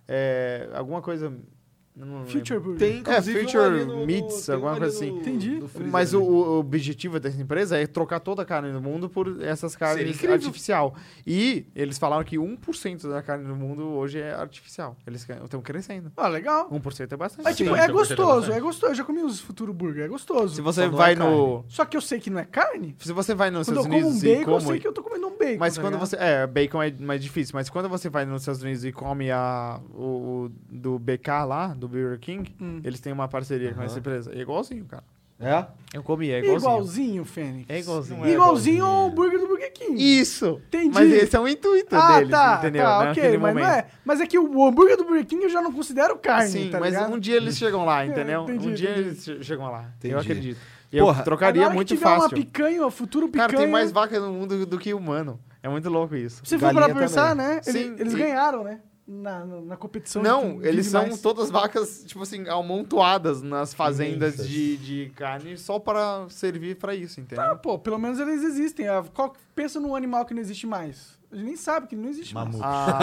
é, alguma coisa... não lembro. Future burger. Tem, inclusive, Future um ali no- no- Meats, tem um alguma ali coisa no- assim. Entendi. no freezer Mas ali. o, o objetivo dessa empresa é trocar toda a carne do mundo por essas Seria carnes incrível. artificial. E eles falaram que um por cento da carne do mundo hoje é artificial. Eles estão crescendo. Ah, legal. um por cento é bastante. Mas, tipo, Sim, é eu gostei gostoso, bastante. é gostoso. Eu já comi os futuro burger, é gostoso. Se você Só não vai é no... Só que eu sei que não é carne. Se você vai nos Quando eu Estados como um Unidos e bacon, eu come... sei que eu tô comendo um bacon. Mas tá quando ligado? você... É, bacon é mais difícil. Mas quando você vai nos Estados Unidos e come a, o, o do B K lá, do Burger King, Hum. eles têm uma parceria com Aham. essa empresa. É igualzinho, cara. É? Eu comi, é igualzinho. Igualzinho, Fênix. É igualzinho. Não é Igualzinho igualzinho. ao hambúrguer do Burger King. Isso! Entendi. Mas esse é o intuito Ah, deles, tá, entendeu? tá, ok, Naquele mas não momento. é. Mas é que o hambúrguer do Burger King eu já não considero carne, Sim, tá mas ligado? um dia eles chegam lá, entendeu? entendi, um dia entendi. eles che- chegam lá. Entendi. Eu acredito. E Porra, eu trocaria Agora que muito tiver fácil. uma picanha, uma futuro picanha... Cara, tem mais vaca no mundo do que humano. É muito louco isso. Se for pra Galinha pensar, também. né? Ele- Sim, eles sim. ganharam, né? Na, na, na competição. Não, de- eles de são animais. todas vacas, tipo assim, amontoadas nas fazendas Imensas. de, de carne só para servir pra isso, entendeu? Ah, pô, pelo menos eles existem. Ah, qual- pensa num animal que não existe mais. A gente nem sabe que ele não existe Mamute.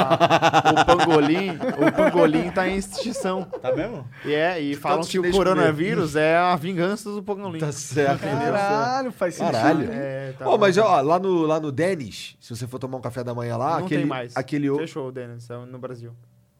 Ah, o pangolim, o pangolim tá em extinção. Tá mesmo? E é, e falam tanto que o chinês coronavírus é a vingança do pangolim. Tá certo. mais. Caralho, faz sentido. Caralho. hein? É, tá Ó, mas bom. ó, lá no, lá no Dennis, se você for tomar um café da manhã lá, não aquele. tem mais. Aquele o- Fechou o Dennis, é no Brasil.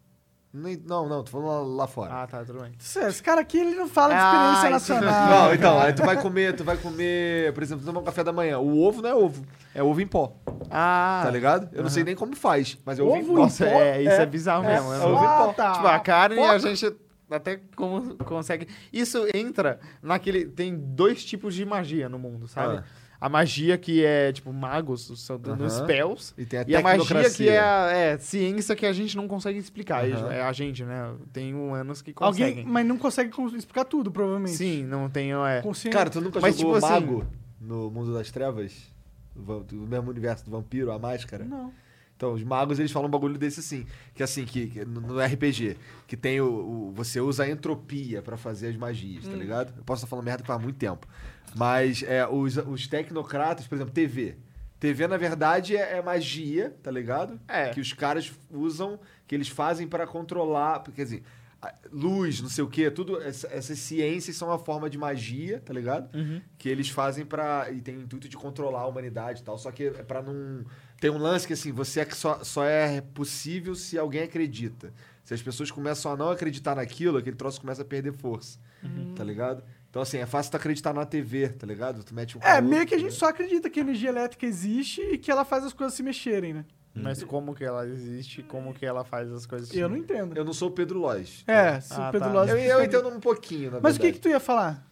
Nem- Não, não, tô falando lá, lá fora. Ah, tá, tudo bem. Sério, Esse cara aqui, ele não fala de Ah, experiência isso- nacional. Não, então, aí tu vai comer, tu vai comer, por exemplo, tomar um café da manhã. O ovo não é ovo, é ovo em pó, Ah, tá ligado? Eu não sei nem como faz, mas é ovo, em Ovo pó. em Nossa, pó? é, isso é, É, bizarro é, mesmo. né? é ovo em Ah, pó. tá. Tipo, a carne Pó- a gente até como consegue... Isso entra naquele... Tem dois tipos de magia no mundo, sabe? Ah. A magia que é, tipo, magos, são dando Aham. spells. E tem a E a magia que tecnocracia. é, a- é ciência que a gente não consegue explicar. Aham. É a gente, né? Tem humanos que Alguém, conseguem. mas não consegue con- explicar tudo, provavelmente. Sim, não tem... É. Consciente. Cara, tu nunca Mas, jogou tipo assim- Mago no Mundo das Trevas? Do va- do mesmo universo do vampiro, a máscara? Não. Então, os magos, eles falam um bagulho desse assim, que assim, que, que no no R P G, que tem o, o- você usa a entropia pra fazer as magias, tá ligado? Eu posso estar falando merda que faz muito tempo. Mas é, os, os tecnocratas, por exemplo, T V. T V, na verdade, é, é magia, tá ligado? É. Que os caras usam, que eles fazem pra controlar, quer dizer, a- luz, não sei o quê, tudo, essa- essas ciências são uma forma de magia, tá ligado? Uhum. Que eles fazem pra. E tem o intuito de controlar a humanidade e tal. Só que é pra não. Tem um lance que assim, você é, só, só é possível se alguém acredita. Se as pessoas começam a não acreditar naquilo, aquele troço começa a perder força. Tá ligado? Então, assim, é fácil tu acreditar na T V, tá ligado? Tu mete um É, calor, meio que a tá gente ligado? só acredita que a energia elétrica existe e que ela faz as coisas se mexerem, né? Mas como que ela existe, como que ela faz as coisas... Eu não entendo. Eu não sou o Pedro Loz. É, se Ah, o Pedro tá. Loz Eu, eu explica- entendo um pouquinho, na Mas o que que verdade. tu ia falar?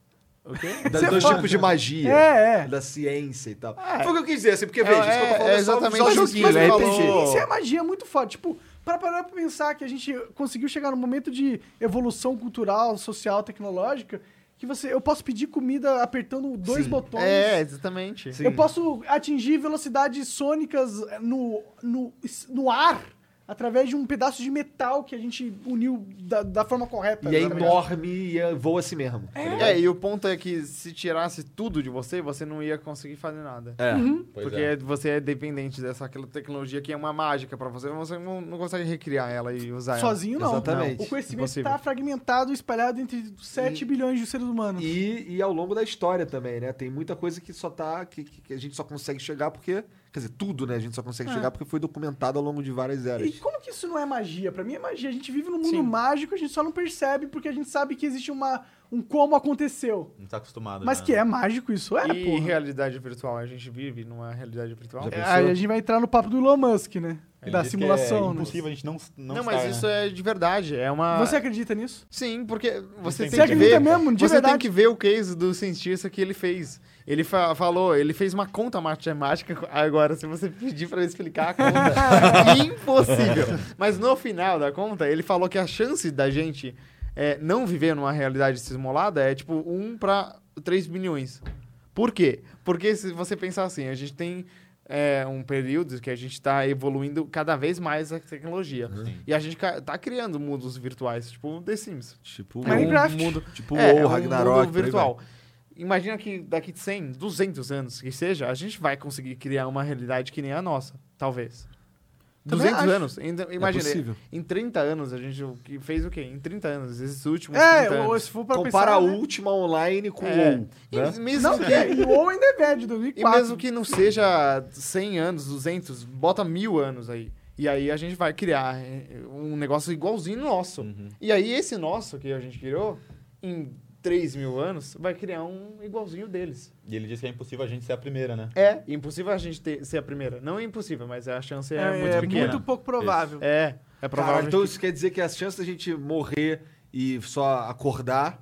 O quê? Da- Você dois fala- tipos de magia. É, é. Da ciência e tal. Ah, Foi o que eu quis dizer, assim, porque veja, é, isso que eu tô falando é é só, exatamente só isso. joguinho, Mas né? você R P G. falou- Isso é magia muito forte. Tipo, para parar pra pensar que a gente conseguiu chegar num momento de evolução cultural, social, tecnológica, que você, eu posso pedir comida apertando dois Sim. botões. É, exatamente. Sim. Eu posso atingir velocidades sônicas no, no, no ar através de um pedaço de metal que a gente uniu da, da forma correta. E é tá ligado? enorme e é- voa assim mesmo. tá ligado? É, e o ponto é que se tirasse tudo de você, você não ia conseguir fazer nada. É. Pois Porque é. você é dependente dessa aquela tecnologia que é uma mágica pra você, você não, não consegue recriar ela e usar Sozinho não. Exatamente. O conhecimento Impossível. está fragmentado, espalhado entre sete bilhões de seres humanos. E, e ao longo da história também, né? Tem muita coisa que só tá. Que, que- que a gente só consegue chegar porque. Quer dizer, tudo, né? A gente só consegue É. chegar porque foi documentado ao longo de várias eras. E como que isso não é magia? Pra mim é magia. A gente vive num mundo Sim. mágico, a gente só não percebe porque a gente sabe que existe uma, um como aconteceu. Não tá acostumado. Mas já, que né? é mágico isso, é, E porra. realidade virtual, a gente vive numa realidade virtual? Já É, pensou? Aí a gente vai entrar no papo do Elon Musk, né? Ele da diz que simulação, é né? impossível a gente não não, Não, mas estar, isso né? é de verdade, é uma... Você acredita nisso? Sim, porque você tem tem Você que acredita ver... mesmo, de Você verdade? tem que ver o case do cientista que ele fez. Ele fa- falou, ele fez uma conta matemática. Agora, se você pedir pra ele explicar a conta, impossível. Mas no final da conta, ele falou que a chance da gente é, não viver numa realidade simulada é tipo um para três bilhões. Por quê? Porque se você pensar assim, a gente tem é, um período que a gente está evoluindo cada vez mais a tecnologia. Sim. E a gente ca- tá criando mundos virtuais, tipo The Sims. Tipo, É um Minecraft. mundo, tipo é, WoW, é um Ragnarok, mundo por aí virtual. Imagina que daqui cem, duzentos anos que seja, a gente vai conseguir criar uma realidade que nem a nossa, talvez. Também duzentos acho. anos. Então, imagina, possível. em trinta anos a gente o que fez o quê? Em trinta anos, esses últimos É, trinta ou anos. se for pra Compara pensar... a né? última online com É. o WoW, E né? mesmo Não, que, é, e o WoW ainda é velho, de dois mil e e quatro. mesmo que não seja cem anos, duzentos, bota mil anos aí. E aí a gente vai criar é, um negócio igualzinho nosso. Uhum. E aí esse nosso que a gente criou, em três mil anos, vai criar um igualzinho deles. E ele disse que é impossível a gente ser a primeira, né? É impossível a gente ter, ser a primeira. Não é impossível, mas a chance é, É, muito é pequena. muito pouco provável. É, é provável. Cara, então que- isso quer dizer que a chance da gente morrer e só acordar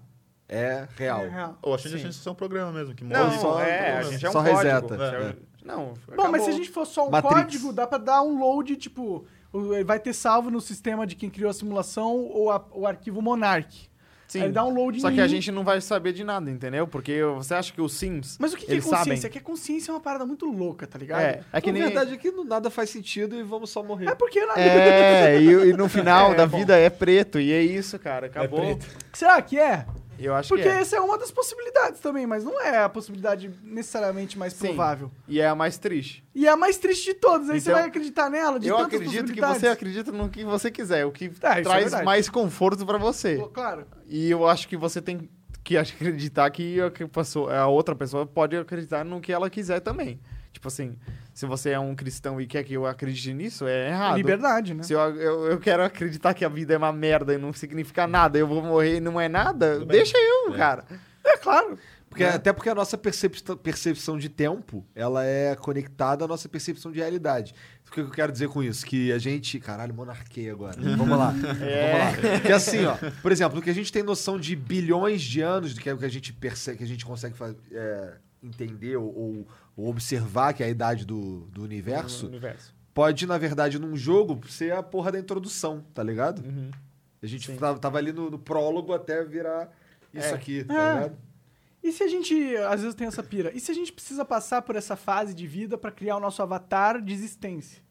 é real. É real. Ou a gente Sim. achando que isso é um programa mesmo, que Não, morre só... é, a gente é um só código. reseta. É. É. Não, Bom, mas se a acabou. gente for só um Matrix. código, dá pra dar um load, tipo, o- ele vai ter salvo no sistema de quem criou a simulação ou a- o arquivo Monarch. Sim. Aí dá um load em Só que a mim. gente não vai saber de nada, entendeu? Porque você acha que os Sims, Mas o que, que é eles consciência? sabem. É que a consciência é uma parada muito louca, tá ligado? É, é que Na nem... verdade é que não- nada faz sentido e vamos só morrer. É porque... Na... É, e, e no final É, da bom. vida é preto, e é isso, cara, acabou. preto. Será que é? Eu acho Porque que é. essa é uma das possibilidades também, mas não é a possibilidade necessariamente mais Sim. provável. E é a mais triste. E é a mais triste de todas. Aí você Então, vai acreditar nela, de eu tantas acredito que possibilidades. você acredita no que você quiser, o que Ah, isso é traz verdade. mais conforto pra você. Pô, claro. E eu acho que você tem que acreditar que a, que a pessoa- a outra pessoa pode acreditar no que ela quiser também. Tipo assim, se você é um cristão e quer que eu acredite nisso, é errado. Liberdade, né? Se eu, eu, eu quero acreditar que a vida é uma merda e não significa nada, eu vou morrer e não é nada, Tudo bem. deixa eu, É. cara. É claro. Porque, Até porque a nossa percep- percepção de tempo, ela é conectada à nossa percepção de realidade. O que eu quero dizer com isso? Que a gente... Caralho, monarquei agora. Vamos lá. É. Vamos lá. Que assim, ó... Por exemplo, o que a gente tem noção de bilhões de anos, do que é o que a gente percebe, que a gente consegue fa- é, entender ou, ou- ou observar, que é a idade do, do universo, No universo. pode, na verdade, num jogo, ser a porra da introdução, tá ligado? Uhum. A gente Sim. tava, tava ali no, no prólogo até virar isso É. aqui, tá É. ligado? E se a gente, às vezes tem essa pira, e se a gente precisa passar por essa fase de vida pra criar o nosso avatar de existência?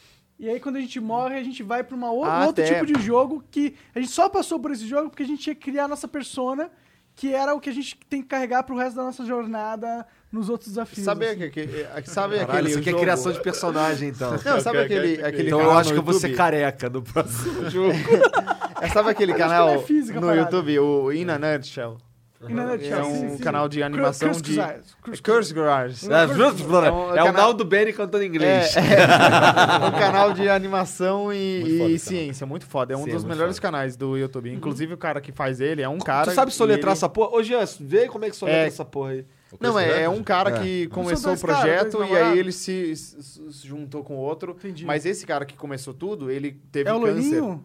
E aí quando a gente morre, a gente vai pra uma o- Ah, um outro até. tipo de jogo que a gente só passou por esse jogo porque a gente tinha que criar a nossa persona, que era o que a gente tem que carregar pro resto da nossa jornada nos outros desafios. Sabe, assim. que, que- sabe Caralho, aquele isso aqui é jogo... criação de personagem, então. Não, sabe Eu aquele, quero- aquele Então eu canal acho no que eu vou ser YouTube? careca no próximo jogo. É, sabe aquele Mas acho que canal não é física a no parada. YouTube, o In a Nutshell? E na Nutshell, É sim, um sim. canal de animação Curse de... Garage. Curse Curse Garage. É, é, o canal- Nal do Benny cantando em inglês. É, é um canal de animação e, Muito foda e esse canal. ciência, muito foda. É um Sim, é dos muito melhores foda. canais do YouTube. Inclusive, o cara que faz ele é um cara... Tu sabe soletrar e ele- essa porra? Ô, Jean, vê aí como é que soletra É. essa porra aí. Não, é, é um cara É. que começou dois o caras, projeto dois e aí namorados. ele se, se- se juntou com outro. Entendi. Mas esse cara que começou tudo, ele teve É o câncer. loirinho?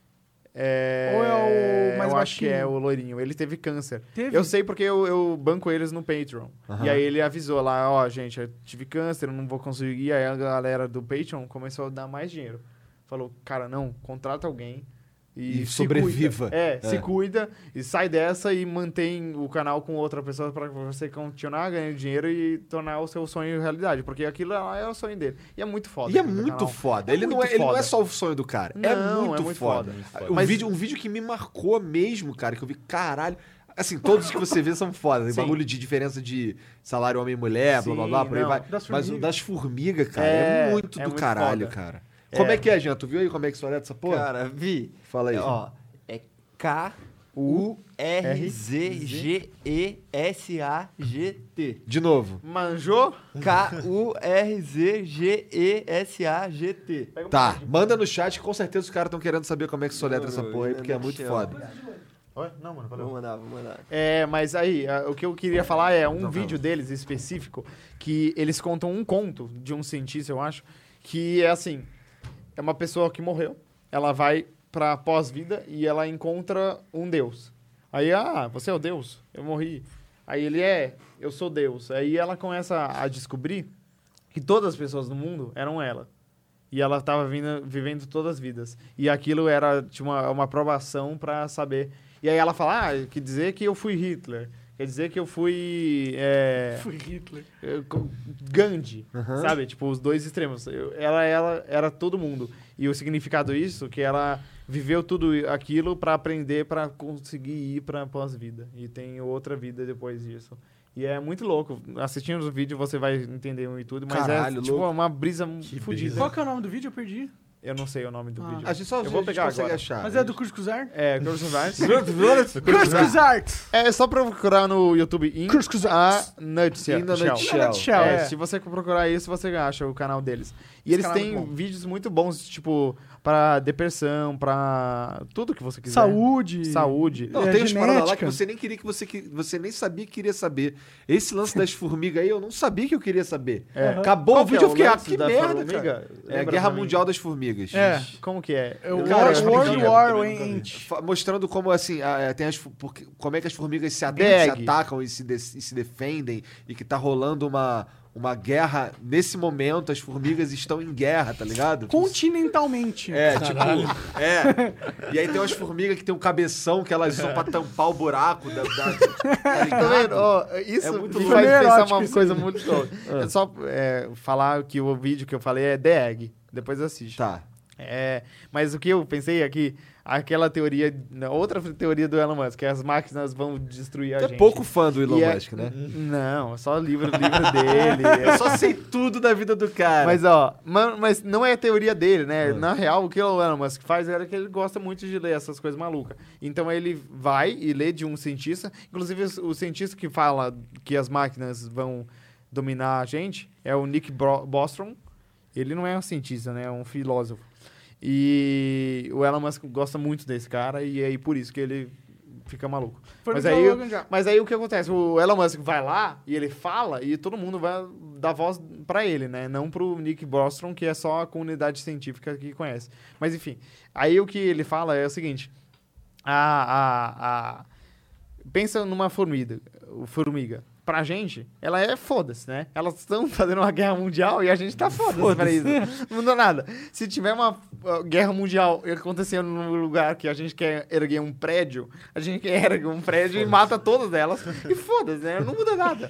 É... Ou é o mais Eu acho que é baixinho? o loirinho. Ele teve câncer. Teve? Eu sei porque eu, eu banco eles no Patreon. Aham. E aí ele avisou lá, ó, gente, eu tive câncer, eu não vou conseguir. Aí a galera do Patreon começou a dar mais dinheiro. Falou, cara, não, contrata alguém e, E se sobreviva. cuida. É, É. se cuida e sai dessa e mantém o canal com outra pessoa pra você continuar ganhando dinheiro e tornar o seu sonho realidade. Porque aquilo lá é o sonho dele. E é muito foda. E é aquele muito canal. foda. É ele, não muito é, ele não é foda. só o sonho do cara. é Não, muito, é muito foda. foda, muito foda. Um, Mas- vídeo, um vídeo que me marcou mesmo, cara, que eu vi, caralho. Assim, todos que você vê são foda. Tem Sim. bagulho de diferença de salário homem e mulher, blá blá Sim, blá, por aí não. vai. Das Mas o formigas. das formigas, cara, é, É, muito é do muito caralho, foda. cara. Como É. é que é, Jean? Tu viu aí como é que soleta essa porra? Cara, vi. Fala aí. Ó, é K U R Z G E S A G T. De novo. Manjou? K U R Z G E S A G T. Tá, manda no chat que com certeza os caras estão querendo saber como é que soletra essa Não, porra aí, ainda porque é não muito chama. foda. Oi? Não, mano, valeu. Vou mandar, vou mandar. É, mas aí, a- o que eu queria falar é um Então, vídeo deles específico que eles contam um conto de um cientista, eu acho, que é assim, é uma pessoa que morreu, ela vai pra pós-vida e ela encontra um deus. Aí, ah, você é o deus? Eu morri. Aí ele é, eu sou Deus. Aí ela começa a descobrir que todas as pessoas do mundo eram ela. E ela estava vivendo todas as vidas. E aquilo era tipo, uma, uma aprovação para saber. E aí ela fala, ah, quer dizer que eu fui Hitler. Quer dizer que eu fui... é, Fui Hitler. eh, co- Gandhi, sabe? Tipo, os dois extremos. Eu- ela, ela era todo mundo. E o significado disso, que ela viveu tudo aquilo para aprender, para conseguir ir para pós-vida. E tem outra vida depois disso. E é muito louco. Assistindo o vídeo você vai entender e tudo, mas Caralho, é tipo louco. uma brisa fodida. Qual que é o nome do vídeo? Eu perdi. Eu não sei o nome do Ah. vídeo. A gente só Eu vou a gente pegar consegue agora. achar. Mas é do Cuscuzar? É, Curse of Arts. Cuscuzar! É só procurar no YouTube In Cuscuz a Arts. Nutshell. In a Nutshell. In a Nutshell, É, é. se você procurar isso, você acha o canal deles. E Esse eles canal é têm muito bom. vídeos muito bons, tipo, pra depressão, pra tudo que você quiser. Saúde. Saúde. Não, É, tem umas paradas lá que genética. você nem queria que você que você nem sabia que queria saber. Esse lance das formigas aí, eu não sabia que eu queria saber. É. Acabou Qual o que é vídeo, eu o fiquei, ah, lance que da merda, formiga? cara. É a Lembra Guerra pra mim? Mundial das Formigas. formigas. É. Como que é? É o Cara, War, as World formigas, War eu também nunca vi. Ant. Fa- Mostrando como, assim, a- é, tem as, fu- porque- como é que as formigas se, at- Bag. se atacam e se, de- e se defendem e que tá rolando uma, uma guerra. Nesse momento, as formigas estão em guerra, tá ligado? Continentalmente. É, tipo. É. E aí tem umas formigas que tem um cabeção que elas usam pra tampar o buraco da. da tá Tá ligado? vendo? Ó, isso É muito me louco. faz Meio pensar erótico uma isso coisa muito louca. É só é, falar que o vídeo que eu falei é The Egg. Depois assiste. Tá. É, mas o que eu pensei aqui, aquela teoria, outra teoria do Elon Musk, que as máquinas vão destruir a Tu é gente. pouco fã do Elon E é- Musk, né? Não, só livro, livro dele. é Eu só sei tudo da vida do cara. Mas, ó, ma- mas não é a teoria dele, né? Na real, o que o Elon Musk faz era que ele gosta muito de ler essas coisas malucas. Então, ele vai e lê de um cientista. Inclusive, o, o cientista que fala que as máquinas vão dominar a gente é o Nick Bro- Bostrom. Ele não é um cientista, né? É um filósofo. E o Elon Musk gosta muito desse cara e aí por isso que ele fica maluco. Foi Mas no aí, Joe Rogan já. mas aí o que acontece? O Elon Musk vai lá e ele fala e todo mundo vai dar voz pra ele, né? Não pro Nick Bostrom, que é só a comunidade científica que conhece. Mas enfim, aí o que ele fala é o seguinte: a, a, a... pensa numa formiga, formiga. Pra gente, ela é foda-se, né? Elas estão fazendo uma guerra mundial e a gente tá foda-se pra isso. Não mudou nada. Se tiver uma uh, guerra mundial acontecendo num lugar que a gente quer erguer um prédio, a gente ergue um prédio e mata todas elas. E foda-se, né? Não muda nada.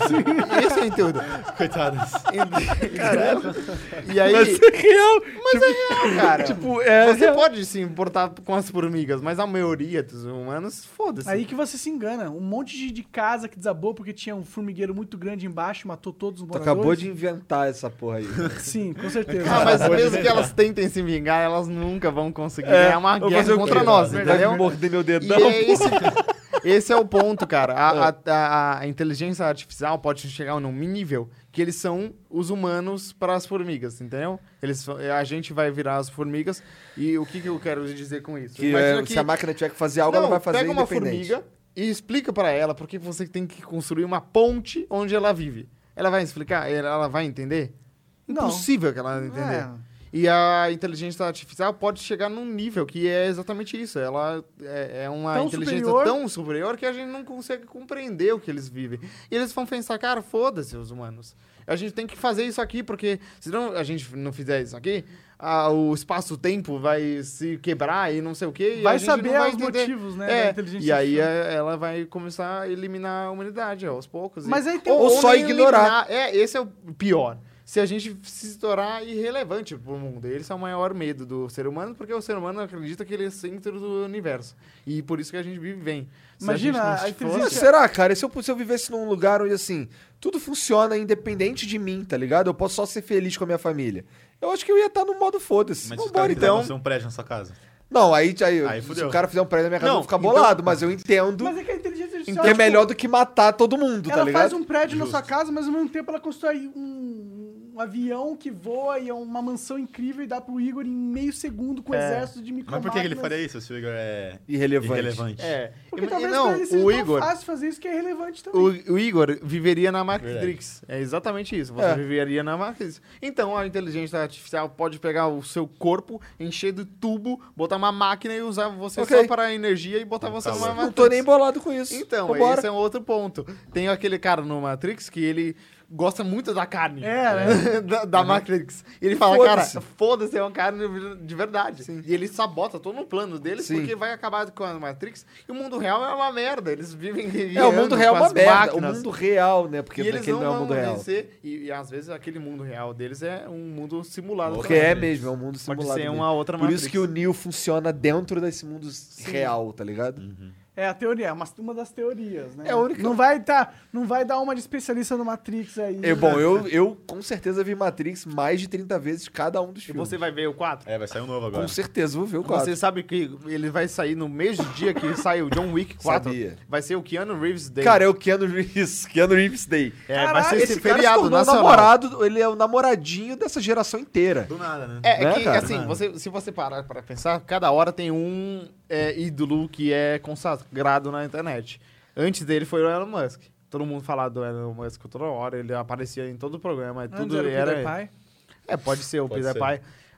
Esse é o intuito. Coitadas. Caralho. E aí... Mas é real. Mas é real, cara. Tipo, é. Você pode se importar com as formigas, mas a maioria dos humanos, foda-se. Aí que você se engana. Um monte de, de casa que desabou porque tinha um formigueiro muito grande embaixo, matou todos os Tu moradores. acabou de inventar essa porra aí. Sim, com certeza. Ah, mas mesmo que elas tentem se vingar, elas nunca vão conseguir ganhar uma vou guerra fazer o contra quê? nós, Vai entendeu? morder meu E dedão. é esse, esse é o ponto, cara. A, a- a- a inteligência artificial pode chegar num nível que eles são os humanos para as formigas, entendeu? Eles, a gente vai virar as formigas. E o que, que eu quero dizer com isso? Que, Imagina é, se a máquina tiver que fazer algo, ela vai fazer pega uma independente. formiga e explica pra ela por que você tem que construir uma ponte onde ela vive. Ela vai explicar? Ela ela vai entender? Não. Impossível que ela vai entender. É. E a inteligência artificial pode chegar num nível que é exatamente isso. Ela é, é uma Tão inteligência superior. tão superior que a gente não consegue compreender o que eles vivem. E eles vão pensar, cara, foda-se os humanos. A gente tem que fazer isso aqui, porque se não, a gente não fizer isso aqui, a- o espaço-tempo vai se quebrar e não sei o quê. E Vai a gente saber não vai os entender. motivos, né, da É, inteligência e aí artificial. é, ela vai começar a eliminar a humanidade aos poucos. e- Mas aí tem ou, Ou só nem ignorar. eliminar. É, esse é o pior. Se a gente se tornar irrelevante pro mundo. Esse é o maior medo do ser humano, porque o ser humano acredita que ele é centro do universo. E por isso que a gente vive bem. Se Imagina, a, a gente não inteligência- Mas será, cara? E se eu, se eu vivesse num lugar onde, assim, tudo funciona independente de mim, tá ligado? Eu posso só ser feliz com a minha família. Eu acho que eu ia estar no modo foda-se. Mas se o Vambora, cara então. então você um prédio na sua casa. Não, aí, aí, Aí se fudeu. o cara fizer um prédio na minha casa, eu Não, vou ficar então- bolado, mas eu entendo Mas é que a inteligência artificial... que é tipo, melhor do que matar todo mundo, ela tá ligado? faz um prédio na Justo. sua casa, mas ao mesmo tempo ela constrói um, um avião que voa e é uma mansão incrível e dá pro Igor em meio segundo com um É. exército de micro Mas por que que ele faria isso se o Igor é Irrelevante. irrelevante? É. Porque E- talvez não, pra ele seja o tão Igor, fácil fazer isso que é relevante também. o, o Igor viveria na Matrix. É exatamente isso. Você É. viveria na Matrix. Então a inteligência artificial pode pegar o seu corpo, encher de tubo, botar uma máquina e usar você Ok. só para a energia e botar você Tá numa louco. Matrix. Não tô nem bolado com isso. Então, Vambora. esse é um outro ponto. Tem aquele cara no Matrix que ele gosta muito da carne. É, né? da da Matrix. E ele fala, Foda-se. cara, foda-se, é uma carne de verdade. E ele sabota todo o plano deles Sim. porque vai acabar com a Matrix. E o mundo real é uma merda. Eles vivem É, o mundo real é com uma as merda. máquinas. O mundo real, né? Porque E eles aquele não não é o vão mundo real. vencer. E, e às vezes aquele mundo real deles é um mundo simulado. Porque também. é mesmo, é um mundo Pode simulado. ser mesmo. uma outra Por isso Matrix. que o Neo funciona dentro desse mundo real, tá ligado? É a teoria, é uma, uma das teorias, né? É a única- Não vai, tá, não vai dar uma de especialista no Matrix aí. É, bom, eu, eu com certeza vi Matrix mais de trinta vezes cada um dos E filmes. você vai ver o quatro? É, vai sair um novo agora. Com certeza, vou ver o quatro. Você sabe que ele vai sair no mesmo dia que sai o John Wick quatro? Sabia. Vai ser o Keanu Reeves Day. Cara, é o Keanu Reeves, Keanu Reeves Day. é, Caralho, vai ser esse Esse cara se feriado tornou o nacional. namorado, ele é o namoradinho dessa geração inteira. Do nada, né? É, é Né, que, cara? assim, você, se você parar pra pensar, cada hora tem um é, ídolo que é consagrado na internet. Antes dele foi o Elon Musk. Todo mundo falava do Elon Musk toda hora, ele aparecia em todo o programa. Antes Tudo era o era, PewDiePie. É, pode ser o Pode PewDiePie.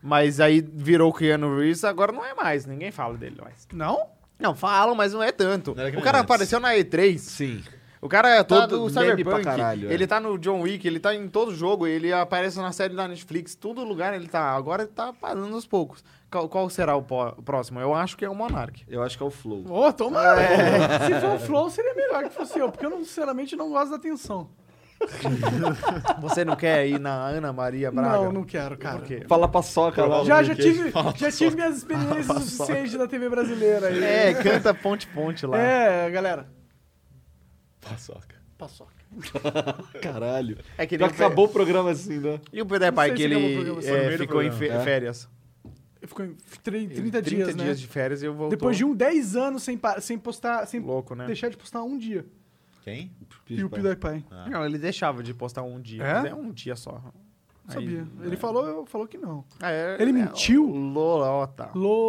Mas aí virou o Keanu Reeves, agora não é mais. Ninguém fala dele mais. Não? Não, falam, mas não é tanto. Não era que O nem cara antes. apareceu na E três. Sim. O cara tá Todo no meme pra Cyberpunk, caralho, é. ele tá no John Wick, ele tá em todo jogo, ele aparece na série da Netflix, todo lugar ele tá. Agora ele tá parando aos poucos. Qual, qual será o, pó- o próximo? Eu acho que é o Monark. Eu acho que é o Flow. Ô, tomara. Se for o Flow, seria melhor que fosse eu, porque eu, não, sinceramente, não gosto da atenção. Você não quer ir na Ana Maria Braga? Não, não quero, cara. Por quê? Fala paçoca lá. Já, já Queijo, tive, fala já tive minhas experiências suficientes da T V brasileira aí. É, canta ponte-ponte lá. É, galera. Paçoca. Paçoca. Caralho. É que Já nem o Pe- acabou o programa assim, né? E o PewDiePie, sei que se acabou o ele programa, só é, no meio do ficou em programa. fe- É. férias. Ficou em trinta, trinta dias, né? de férias e eu voltou. Depois de um dez anos sem, pa- sem postar, sem Louco, né? deixar de postar um dia. Quem? E o PewDiePie. Ah. Não, ele deixava de postar um dia. É? Mas é um dia só. Não sabia. Aí- Ele falou, falou que não. Ah, é- Ele é mentiu? o Lorota.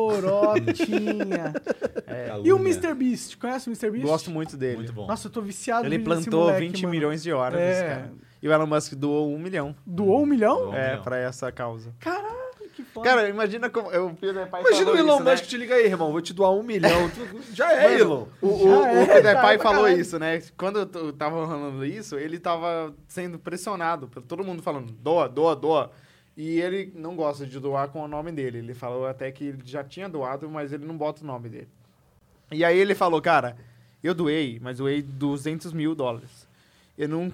Lorotinha. É. E o Calúnia. mister Beast? Conhece o mister Beast? Gosto muito dele. Muito bom. Nossa, eu tô viciado Ele no vídeo desse plantou moleque, vinte mano. milhões de horas, É. esse cara. E o Elon Musk doou um milhão. Doou um milhão? Doou. Um é, milhão. pra essa causa. Caralho, que foda. Cara, imagina como... Eu, o PewDiePie Imagina falou o Elon isso, né? Musk te liga aí, irmão. Vou te doar um milhão. Tu- Já é, Elon. O, o, Já o é, PewDiePie já é pra falou caralho. isso, né? Quando eu t- tava falando isso, ele tava sendo pressionado por todo mundo falando, doa, doa, doa. E ele não gosta de doar com o nome dele. Ele falou até que ele já tinha doado, mas ele não bota o nome dele. E aí ele falou, cara, eu doei, mas doei duzentos mil dólares. Eu não...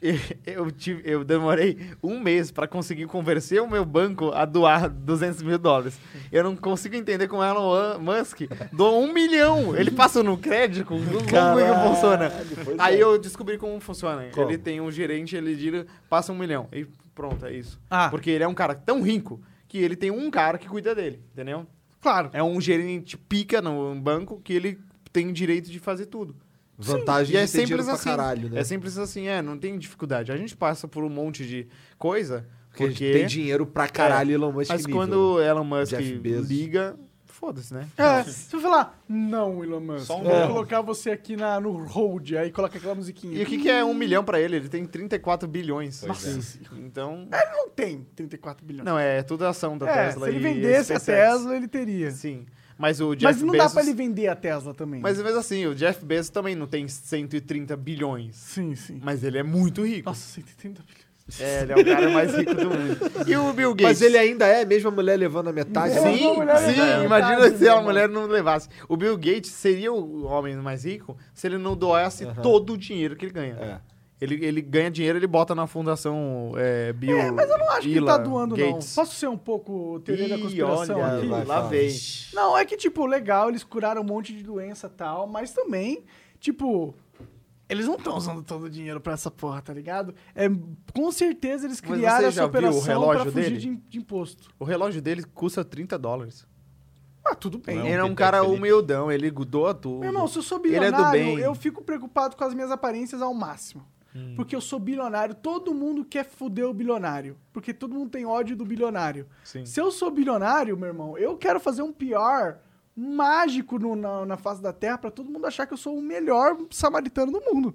Eu, tive, eu demorei um mês pra conseguir convencer o meu banco a doar duzentos mil dólares. Eu não consigo entender como Elon Musk doou um milhão. Ele passa no crédito, não sei como é que funciona. Aí eu descobri como funciona. Como? Ele tem um gerente, ele diz, passa um milhão. E pronto, é isso. Ah. Porque ele é um cara tão rico que ele tem um cara que cuida dele, entendeu? Claro. É um gerente pica no banco que ele tem o direito de fazer tudo. Vantagem E é de ter dinheiro simples pra assim. caralho, né? É simples assim, é, não tem dificuldade. A gente passa por um monte de coisa, Porque, porque... tem dinheiro pra caralho, Elon Musk Mas nível. quando Elon Musk Jeff Bezos. liga, foda-se, né? É, se eu falar, não, Elon Musk, Só um vou milhão. colocar você aqui na, no hold, aí coloca aquela musiquinha. E o que, que é um milhão pra ele? Ele tem trinta e quatro bilhões. Pois Nossa. Então... Ele não tem trinta e quatro bilhões. Não, é tudo ação da é, Tesla se ele e vendesse a SpaceX. Tesla, ele teria. Sim. Mas o Jeff Mas não Bezos... dá pra ele vender a Tesla também. Mas mesmo assim, o Jeff Bezos também não tem cento e trinta bilhões. Sim, sim. Mas ele é muito rico. Nossa, cento e trinta bilhões. É, ele é o cara mais rico do mundo. E o Bill Gates? Mas ele ainda é, mesmo a mulher levando a metade. É, né? uma Sim, mulher sim, levando imagina metade, se meu a irmão. mulher não levasse. O Bill Gates seria o homem mais rico se ele não doasse todo o dinheiro que ele ganha. É. Ele, ele ganha dinheiro, ele bota na fundação é, Bill É, mas eu não acho que ele Ila tá doando, Gates. não. Posso ser um pouco teoria da Ih, conspiração olha, aqui? vai, lá fala. vem. Não, é que, tipo, legal, eles curaram um monte de doença e tal, mas também, tipo, eles não estão usando todo o dinheiro pra essa porra, tá ligado? É, com certeza eles Mas criaram você essa já viu o operação pra relógio fugir dele? de, de imposto. O relógio dele custa trinta dólares. Ah, tudo bem. Não, ele é um Peter cara Felipe. humildão, ele doa tudo. Meu irmão, se eu sou Ele é do bilionário, bem. eu fico preocupado com as minhas aparências ao máximo. Hum. Porque eu sou bilionário, todo mundo quer foder o bilionário. Porque todo mundo tem ódio do bilionário. Sim. Se eu sou bilionário, meu irmão, eu quero fazer um P R mágico no- na, na face da Terra pra todo mundo achar que eu sou o melhor samaritano do mundo.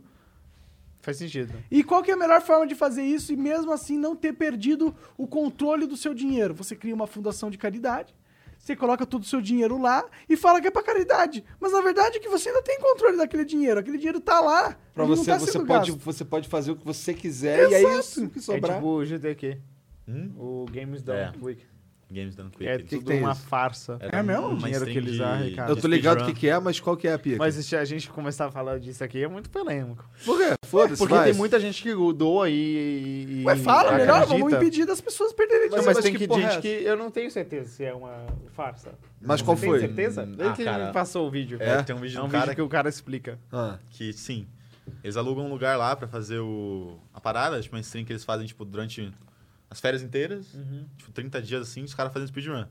Faz sentido. E qual que é a melhor forma de fazer isso e mesmo assim não ter perdido o controle do seu dinheiro? Você cria uma fundação de caridade, você coloca todo o seu dinheiro lá e fala que é pra caridade. Mas na verdade é que você ainda tem controle daquele dinheiro. Aquele dinheiro tá lá. Pra ele não você, tá você sendo pode, gasto. você pode fazer o que você quiser e é Exato. isso que É sobrar. tipo o G T Q. Hum? O Games É. Done Quick. Games dando quick. É Eles- que tudo tem uma isso? farsa. Era É mesmo? uma O dinheiro stream que eles de- arrecadam. Eu de tô ligado o speedrun. que, que é, mas qual que é a pica? Mas se a gente começar a falar disso aqui, é muito polêmico. Por quê? Foda-se, Porque vai. tem muita gente que doa e. e Ué, fala, melhor, acredita. vamos impedir das pessoas perderem Não, dinheiro. mas, mas tem que que porra é gente essa? que eu não tenho certeza se é uma farsa. Mas Você qual tem foi? certeza? Hum, Ele ah, que cara, me passou o vídeo. É, É? tem um vídeo É de um um vídeo cara que o cara explica. Ah, que, sim, eles alugam um lugar lá pra fazer o, a parada, tipo, uma stream que eles fazem, tipo, durante as férias inteiras, tipo, trinta dias assim, os caras fazendo speedrun.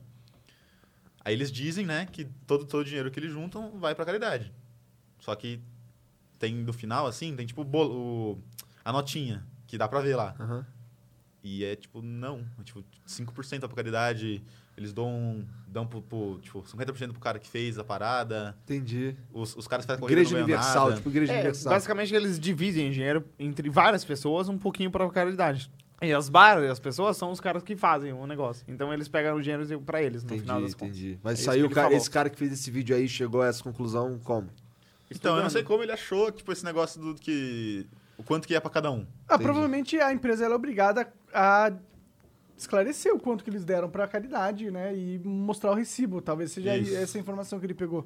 Aí eles dizem, né, que todo, todo o dinheiro que eles juntam vai pra caridade. Só que tem, no final, assim, tem, tipo, o bolo, o- a notinha, que dá pra ver lá. aham. E é, tipo, não. É, tipo, cinco por cento pra caridade, eles dão, dão pro, pro, tipo, cinquenta por cento pro cara que fez a parada. Entendi. Os, os caras que fazem corrida Igreja não ganham Universal, nada. tipo Igreja É, Universal. basicamente eles dividem dinheiro entre várias pessoas, um pouquinho pra caridade. E as bares, as pessoas, são os caras que fazem o negócio. Então eles pegam o dinheiro pra eles, no Entendi, final das contas. entendi. Mas É isso isso aí, que o ele cara, falou. esse cara que fez esse vídeo aí chegou a essa conclusão como? Então, eu não sei como ele achou, tipo, esse negócio do que... O quanto que é pra cada um. Ah, provavelmente a empresa ela é obrigada a esclarecer o quanto que eles deram pra caridade, né? E mostrar o recibo. Talvez seja Isso. essa a informação que ele pegou.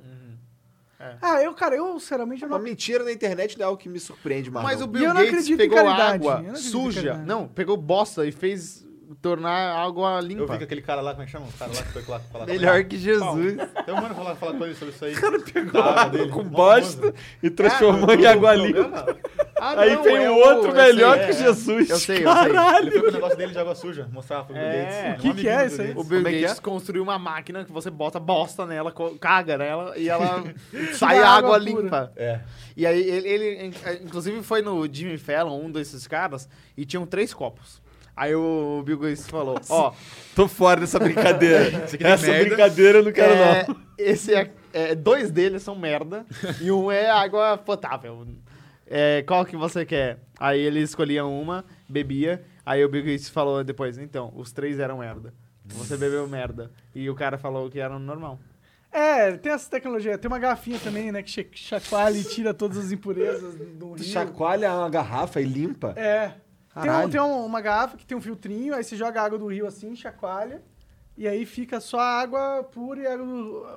É. Ah, eu, cara, eu, sinceramente, eu Uma não... mentira na internet não é algo que me surpreende mais. Mas não. o E Bill eu não Gates acredito em pegou caridade. Eu água não acredito em suja. caridade. Não, pegou bosta e fez tornar água limpa. Eu vi que aquele cara lá, como é que chama? O cara lá que foi lá falar com ele. Melhor que Jesus. Tem um mano falar, falar com ele sobre isso aí. O cara pegou água com bosta e transformou em água limpa. Ah, Aí não, tem é um o- outro eu melhor sei, que é, Jesus. Eu sei, eu sei. Ele foi com o negócio dele de água suja, mostrar pro Bill É. Gates. Que Um que é amiguinho isso do aí? Bill O Gates. Bill Como é que Gates é? construiu uma máquina que você bota bosta nela, co- caga nela e ela sai Tira água, água limpa. É. E aí ele, ele, inclusive, foi no Jimmy Fallon, um desses caras, e tinham três copos. Aí o Bill Gates falou, ó, Tô fora dessa brincadeira. Esse aqui tem Essa merda. brincadeira eu não quero é, não. esse é, é, dois deles são merda e um é água potável. É, qual que você quer? Aí ele escolhia uma, bebia, aí o Bill Gates falou depois, então, os três eram merda. Você bebeu merda. E o cara falou que era normal. É, tem essa tecnologia. Tem uma garrafinha também, né? Que cha- chacoalha e tira todas as impurezas do rio. Tu chacoalha uma garrafa e limpa? É. Tem, um- Caralho. tem um- uma garrafa que tem um filtrinho, aí você joga a água do rio assim, chacoalha, e aí fica só a água pura e a água do,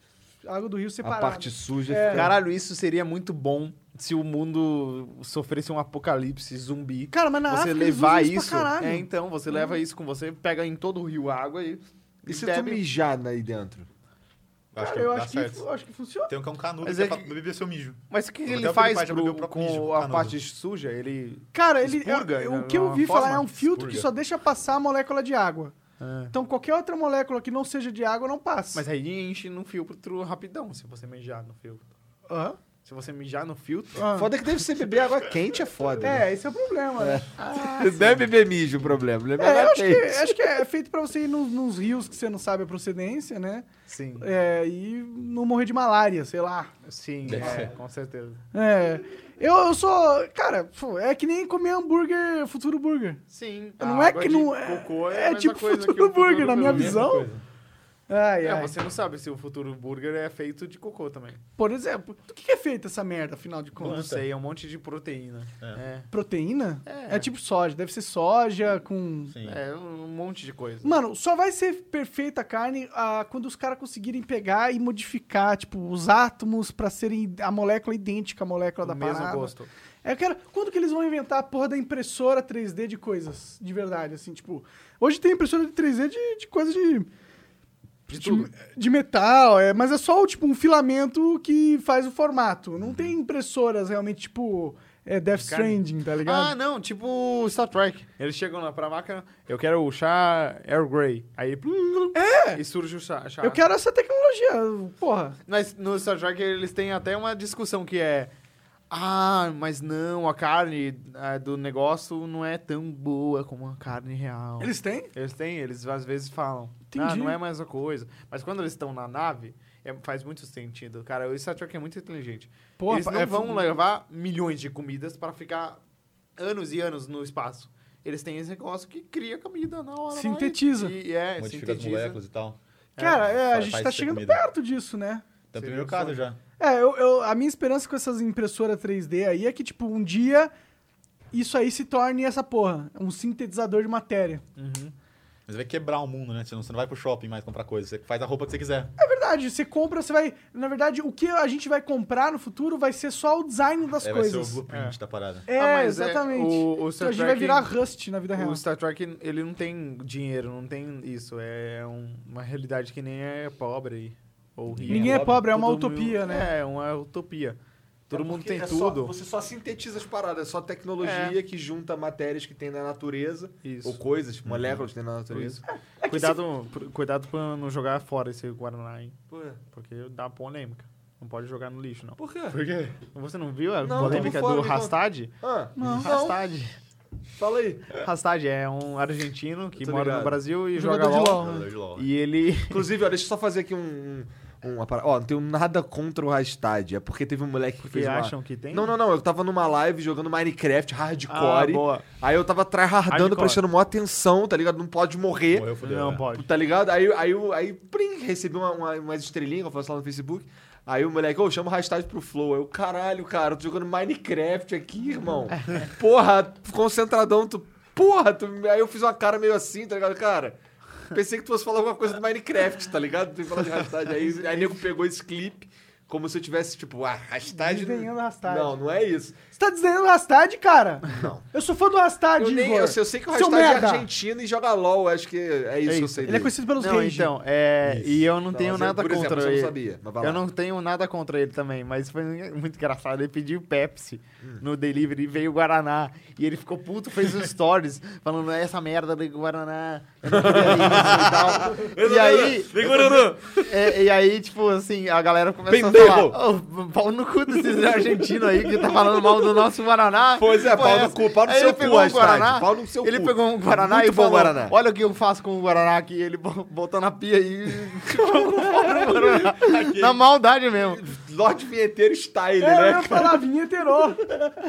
a água do rio A separada. parte suja É. fica... Caralho, isso seria muito bom se o mundo sofresse um apocalipse zumbi. Cara, mas na Você África eles levar usam isso. pra caralho. É, então, você leva isso com você, pega em todo o rio água e. E se tu bebe. mijar aí dentro? Acho que Eu dá acho que, certo. eu acho que funciona. Tem um que é um canudo Mas que é é pra que- beber seu mijo. Mas o que, que Até ele o faz Felipe já pro- bebeu o próprio mijo, com o a canudo. parte suja? Ele. Cara, ele, Expurga, eu- né, o que eu uma ouvi falar é forma? um filtro que Expurga. só deixa passar a molécula de água. É. Então qualquer outra molécula que não seja de água não passa. Mas aí enche no filtro rapidão, se você mijar no filtro. Hã? Se você mijar no filtro. Ah. Foda que deve ser beber água quente, é foda. né? É, esse é o problema, né? Você deve beber mijo o problema. Lembra É, eu água acho que, quente. acho que é feito pra você ir nos, nos rios que você não sabe a procedência, né? Sim. É, e não morrer de malária, sei lá. Sim, Deve é, ser. com certeza. É. Eu, eu sou. Cara, pô, é que nem comer hambúrguer, futuro burger. Sim. Não a é água que de não é- Cocô é, é a mesma tipo coisa futuro que o futuro burger, na minha burger. visão. Ai, É, ai. você não sabe se o futuro burger é feito de cocô também. Por exemplo, do que que é feita essa merda, afinal de Não contas? sei, é um monte de proteína. É. Proteína? É. É tipo soja. Deve ser soja com. Sim. É, um monte de coisa. Mano, só vai ser perfeita a carne ah, quando os caras conseguirem pegar e modificar, tipo, os átomos pra serem a molécula idêntica à molécula o da mesmo parada. gosto. É, eu quero. Quando que eles vão inventar a porra da impressora três D de coisas? De verdade, assim, tipo. Hoje tem impressora de três D de, de coisa de. De de, tudo. de metal, é, mas é só tipo um filamento que faz o formato. Não tem impressoras realmente, tipo, é, Death De carne. Stranding, tá ligado? Ah, não, tipo Star Trek. Eles chegam lá pra máquina, eu quero o chá Earl Grey. Aí, É! e surge o chá. chá. Eu quero essa tecnologia, porra. Mas no Star Trek eles têm até uma discussão que é... Ah, mas não, a carne ah, do negócio não é tão boa como a carne real. Eles têm? Eles têm, eles às vezes falam. Entendi. Ah, não é mais a coisa. Mas quando eles estão na nave, é- faz muito sentido. Cara, o Star Trek é muito inteligente. Porra, eles não é- vão levar milhões de comidas para ficar anos e anos no espaço. Eles têm esse negócio que cria comida na hora. lá Sintetiza. E, e é, Modifica as sintetiza. moléculas e tal. Cara, é, a faz- gente faz tá ser chegando comida. perto disso, né? Tem o Seria primeiro um caso sonho. já. É, eu, eu- a minha esperança com essas impressoras três D aí é que, tipo, um dia isso aí se torne essa porra, um sintetizador de matéria. Uhum. Mas vai quebrar o mundo, né? Você não, você não vai pro shopping mais comprar coisa. Você faz a roupa que você quiser. É verdade, você compra, você vai... Na verdade, o que a gente vai comprar no futuro vai ser só o design das É, vai ser o coisas. blueprint da parada. É, Ah, mas é, exatamente. o- o Então Star a gente vai Trek- virar Rust na vida real. O Star Trek, ele não tem dinheiro, não tem isso. É um- uma realidade que nem é pobre ou rico. Ninguém é pobre, é uma Todo utopia, mundo- né? É, uma utopia. Todo É mundo porque tem é só- tudo. você só sintetiza as paradas, é só tecnologia É. que junta matérias que tem na natureza, Isso. ou coisas, moléculas que tem na natureza. Cuidado, pr- cuidado pra não jogar fora esse Guaraná, hein? Pô, Porque dá polêmica. Não pode jogar no lixo, não. por quê? Por quê? Você não viu a Não, polêmica tô por fora, do então. Rastad? Ah, Não. Rastad. fala aí. Rastad é um argentino que Tô mora ligado. no Brasil e Jogador joga de LOL. LOL. Jogador de LOL. E ele... Inclusive, ó, deixa eu só fazer aqui um, um, uma parada. Ó, não tenho nada contra o Rastad. É porque teve um moleque que Porque fez uma... acham que tem? Não, não, não. Eu tava numa live jogando Minecraft hardcore. Ah, boa. Aí eu tava tryhardando, Hardcore. prestando maior atenção, tá ligado? Não pode morrer. Morreu, fodeu. Não né? pode. Tá ligado? Aí, aí, eu- aí, prim, recebi uma, uma, umas estrelinhas que eu faço lá no Facebook. Aí o moleque, ô, chama o hashtag pro Flow. Aí eu, caralho, cara, eu tô jogando Minecraft aqui, irmão. Porra, concentradão, tu. Porra, tu... aí eu fiz uma cara meio assim, tá ligado? Cara, pensei que tu fosse falar alguma coisa do Minecraft, tá ligado? Tu ia falar de hashtag. Aí, aí o nego pegou esse clipe. Como se eu tivesse, tipo, ah, hashtag. Desdenhando o Rastad. Não, não é isso. Você tá desdenhando o Rastad, cara? Não. Eu sou fã do Rastad, Eu, nem, Igor. eu, sei, eu sei que o Seu hashtag é merda. argentino e joga LOL. Acho que é isso que eu isso. sei Ele é dele. conhecido pelos Não, rage. então, é, e eu não, Não, tenho mas eu, nada por exemplo, contra eu não ele. sabia, mas vai lá. Eu não tenho nada contra ele também, mas foi muito engraçado. Ele pediu Pepsi Hum. no delivery e veio o Guaraná. E ele ficou puto, fez um stories falando essa merda do Guaraná. Eu não queria isso e tal. E aí, Vem, Guaraná! é, e aí, tipo assim, a galera começou Pendejo. a falar: Ô, pau no cu desses argentinos aí que tá falando mal do nosso Guaraná. Pois é, Pô, pau no essa? cu, pau no Aí seu ele cu, pegou um hashtag, Guaraná, pau no seu ele cu. pegou um Guaraná Muito e bom falou: Guaraná. olha o que eu faço com o Guaraná aqui. Ele bo- botou na pia e jogou fora o Guaraná. Na maldade mesmo. Lorde Vinheteiro style, É, eu né, ia cara? falar vinheteiro.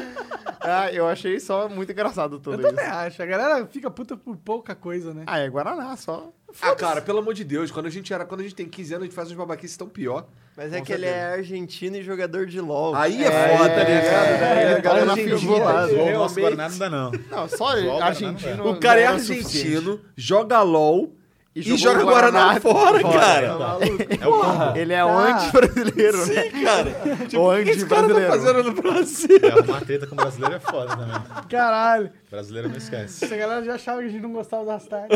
Ah, eu achei só muito engraçado tudo Eu isso. também acho. A galera fica puta por pouca coisa, né? Ah, é Guaraná só. Ah, cara, pelo amor de Deus, quando a gente era, quando a gente tem quinze anos, a gente faz uns babaquices tão pior. Mas é Com que ele é argentino e jogador de LOL. Aí é, É, foda, né, é, cara? é, Ele a galera Argentina, ficou bolado. O nosso realmente- Guaraná não dá, não. Não, só Guaraná argentino. não O cara é já era suficiente. argentino, joga LOL e, jogou joga o Guaraná, fora, cara. Tá maluco? É o combo. Ele é o Tá. anti-brasileiro, né? Sim, cara. Tipo, O o que esse cara tá anti-brasileiro. fazendo no Brasil? É, arrumar treta com o brasileiro é foda também. Caralho. Brasileiro não esquece. Essa galera já achava que a gente não gostava do Rastad.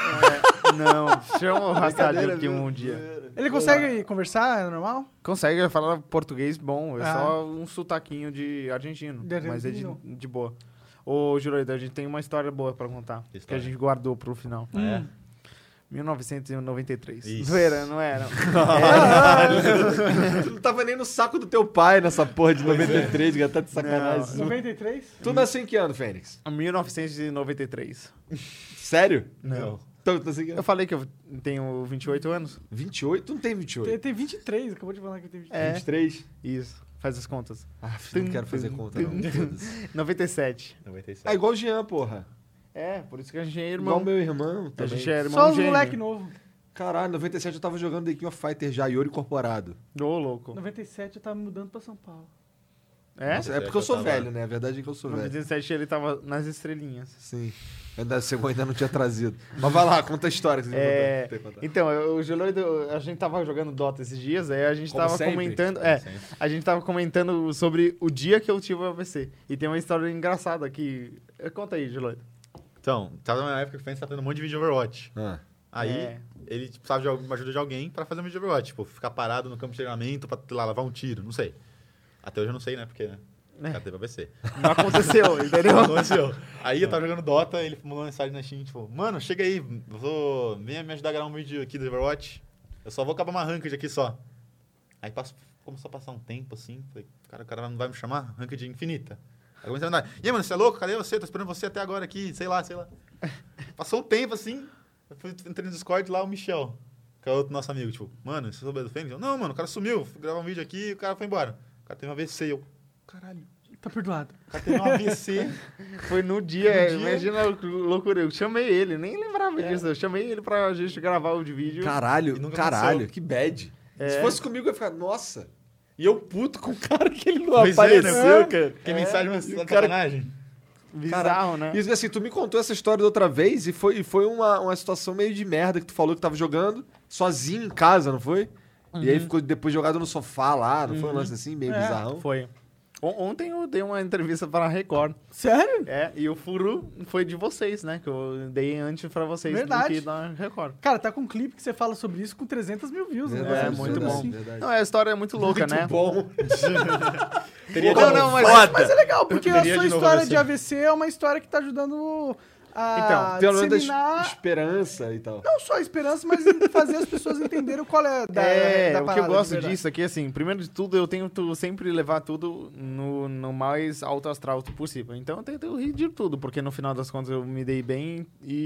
Não, chama o Rastad Brincadeira, aqui viu? um dia. Ele consegue conversar? É normal? Consegue falar português bom, é Ah. só um sotaquinho de argentino. De mas é de, argentino. de boa. Ô, Juroida, a gente tem uma história boa pra contar. Que Que a história? gente guardou pro final. Ah, é? mil novecentos e noventa e três. Isso. Zoeira, não era? Tu não tava nem no saco do teu pai nessa porra de noventa e três, que tá de sacanagem. noventa e três? Tu nasceu em que ano, Fênix? mil novecentos e noventa e três. Sério? Não. Então, tu nasceu em que Eu ano? falei que eu tenho vinte e oito anos. vinte e oito? Tu não tem vinte e Ele oito? tem vinte e três, acabou de falar que ele tem vinte e três. É. vinte e três? Isso, faz as contas. Ah, filho, não quero fazer conta, não. Foda-se. noventa e sete. noventa e sete. É igual o Jean, porra. É, por isso que a gente é Igual irmão. meu irmão A também. gente é irmão Só os gêmeo. moleque novo. Caralho, noventa e sete eu tava jogando The King of Fighter já, Yori Incorporado. Ô, louco. noventa e sete eu tava mudando pra São Paulo. É? É porque eu sou velho, né? A verdade é que eu sou velho. noventa e sete ele tava nas estrelinhas. Sim. Ainda, você ainda não tinha trazido. Mas vai lá, conta a história que você É, contar- ter contado. então, eu- o Geloido, a gente tava jogando Dota esses dias, aí a gente Como tava sempre. comentando. É, Sempre. a gente tava comentando sobre o dia que eu tive o A V C. E tem uma história engraçada que. Conta aí, Geloido. Então, tava na época que o Fênix tava tendo um monte de vídeo de Overwatch. Ah. Aí, É. ele tipo, precisava de alguma ajuda de alguém pra fazer um vídeo de Overwatch. Tipo, ficar parado no campo de treinamento pra, sei lá, lavar um tiro, não sei. Até hoje eu não sei, né? Porque, né? O É. cara teve A V C. Não aconteceu, entendeu? Não aconteceu. Aí eu tava jogando Dota, ele mandou uma mensagem na Steam, tipo, mano, chega aí, eu vou... venha me ajudar a gravar um vídeo aqui do Overwatch. Eu só vou acabar uma ranked aqui só. Aí passo, começou a passar um tempo assim, falei, cara, o cara não vai me chamar? Ranked infinita. Aí comecei a mandar, e aí, mano, você é louco? Cadê você? Tô esperando você até agora aqui, sei lá, sei lá. Passou o tempo assim, eu fui, entrei no Discord lá, o Michel, que é outro nosso amigo, tipo, mano, você soube do Fênix? Eu, não, mano, o cara sumiu, fui gravar um vídeo aqui e o cara foi embora. O cara teve um A V C, eu, caralho. Tá perdoado. O cara teve um A V C. Foi no dia, No dia? imagina a loucura. Eu chamei ele, nem lembrava disso. Eu chamei ele pra gente gravar o vídeo. Caralho, E nunca caralho, aconteceu. que bad. É. Se fosse comigo, eu ia ficar, nossa. E eu puto com o cara que ele não Pois é, apareceu, né? cara. Que mensagem, mas E o uma cara- sacanagem. Bizarro, né? Isso assim, tu me contou essa história da outra vez e foi, e foi uma, uma situação meio de merda que tu falou que tava jogando sozinho em casa, não foi? E aí ficou depois jogado no sofá lá, não foi um lance assim, meio É. bizarrão? Foi. On- Ontem eu dei uma entrevista para a Record. Sério? É, e o furo foi de vocês, né? Que eu dei antes pra vocês Verdade. do que da Record. Cara, tá com um clipe que você fala sobre isso com trezentos mil views, né? Verdade, É, Um muito absurdo bom. assim. Verdade. Não, a história é muito louca, Muito né? bom. Teria Não, não, mas- Foda. Mas é legal, porque a Teria sua de novo história A V C. de A V C é uma história que tá ajudando a Então, Pelo menos disseminar... esperança e tal. Não só a esperança, mas fazer as pessoas entenderem qual é da, é, da o que parada, eu de gosto verdade. disso aqui, assim, primeiro de tudo, eu tento sempre levar tudo no, no mais alto astral possível. Então eu tento rir de tudo, porque no final das contas eu me dei bem e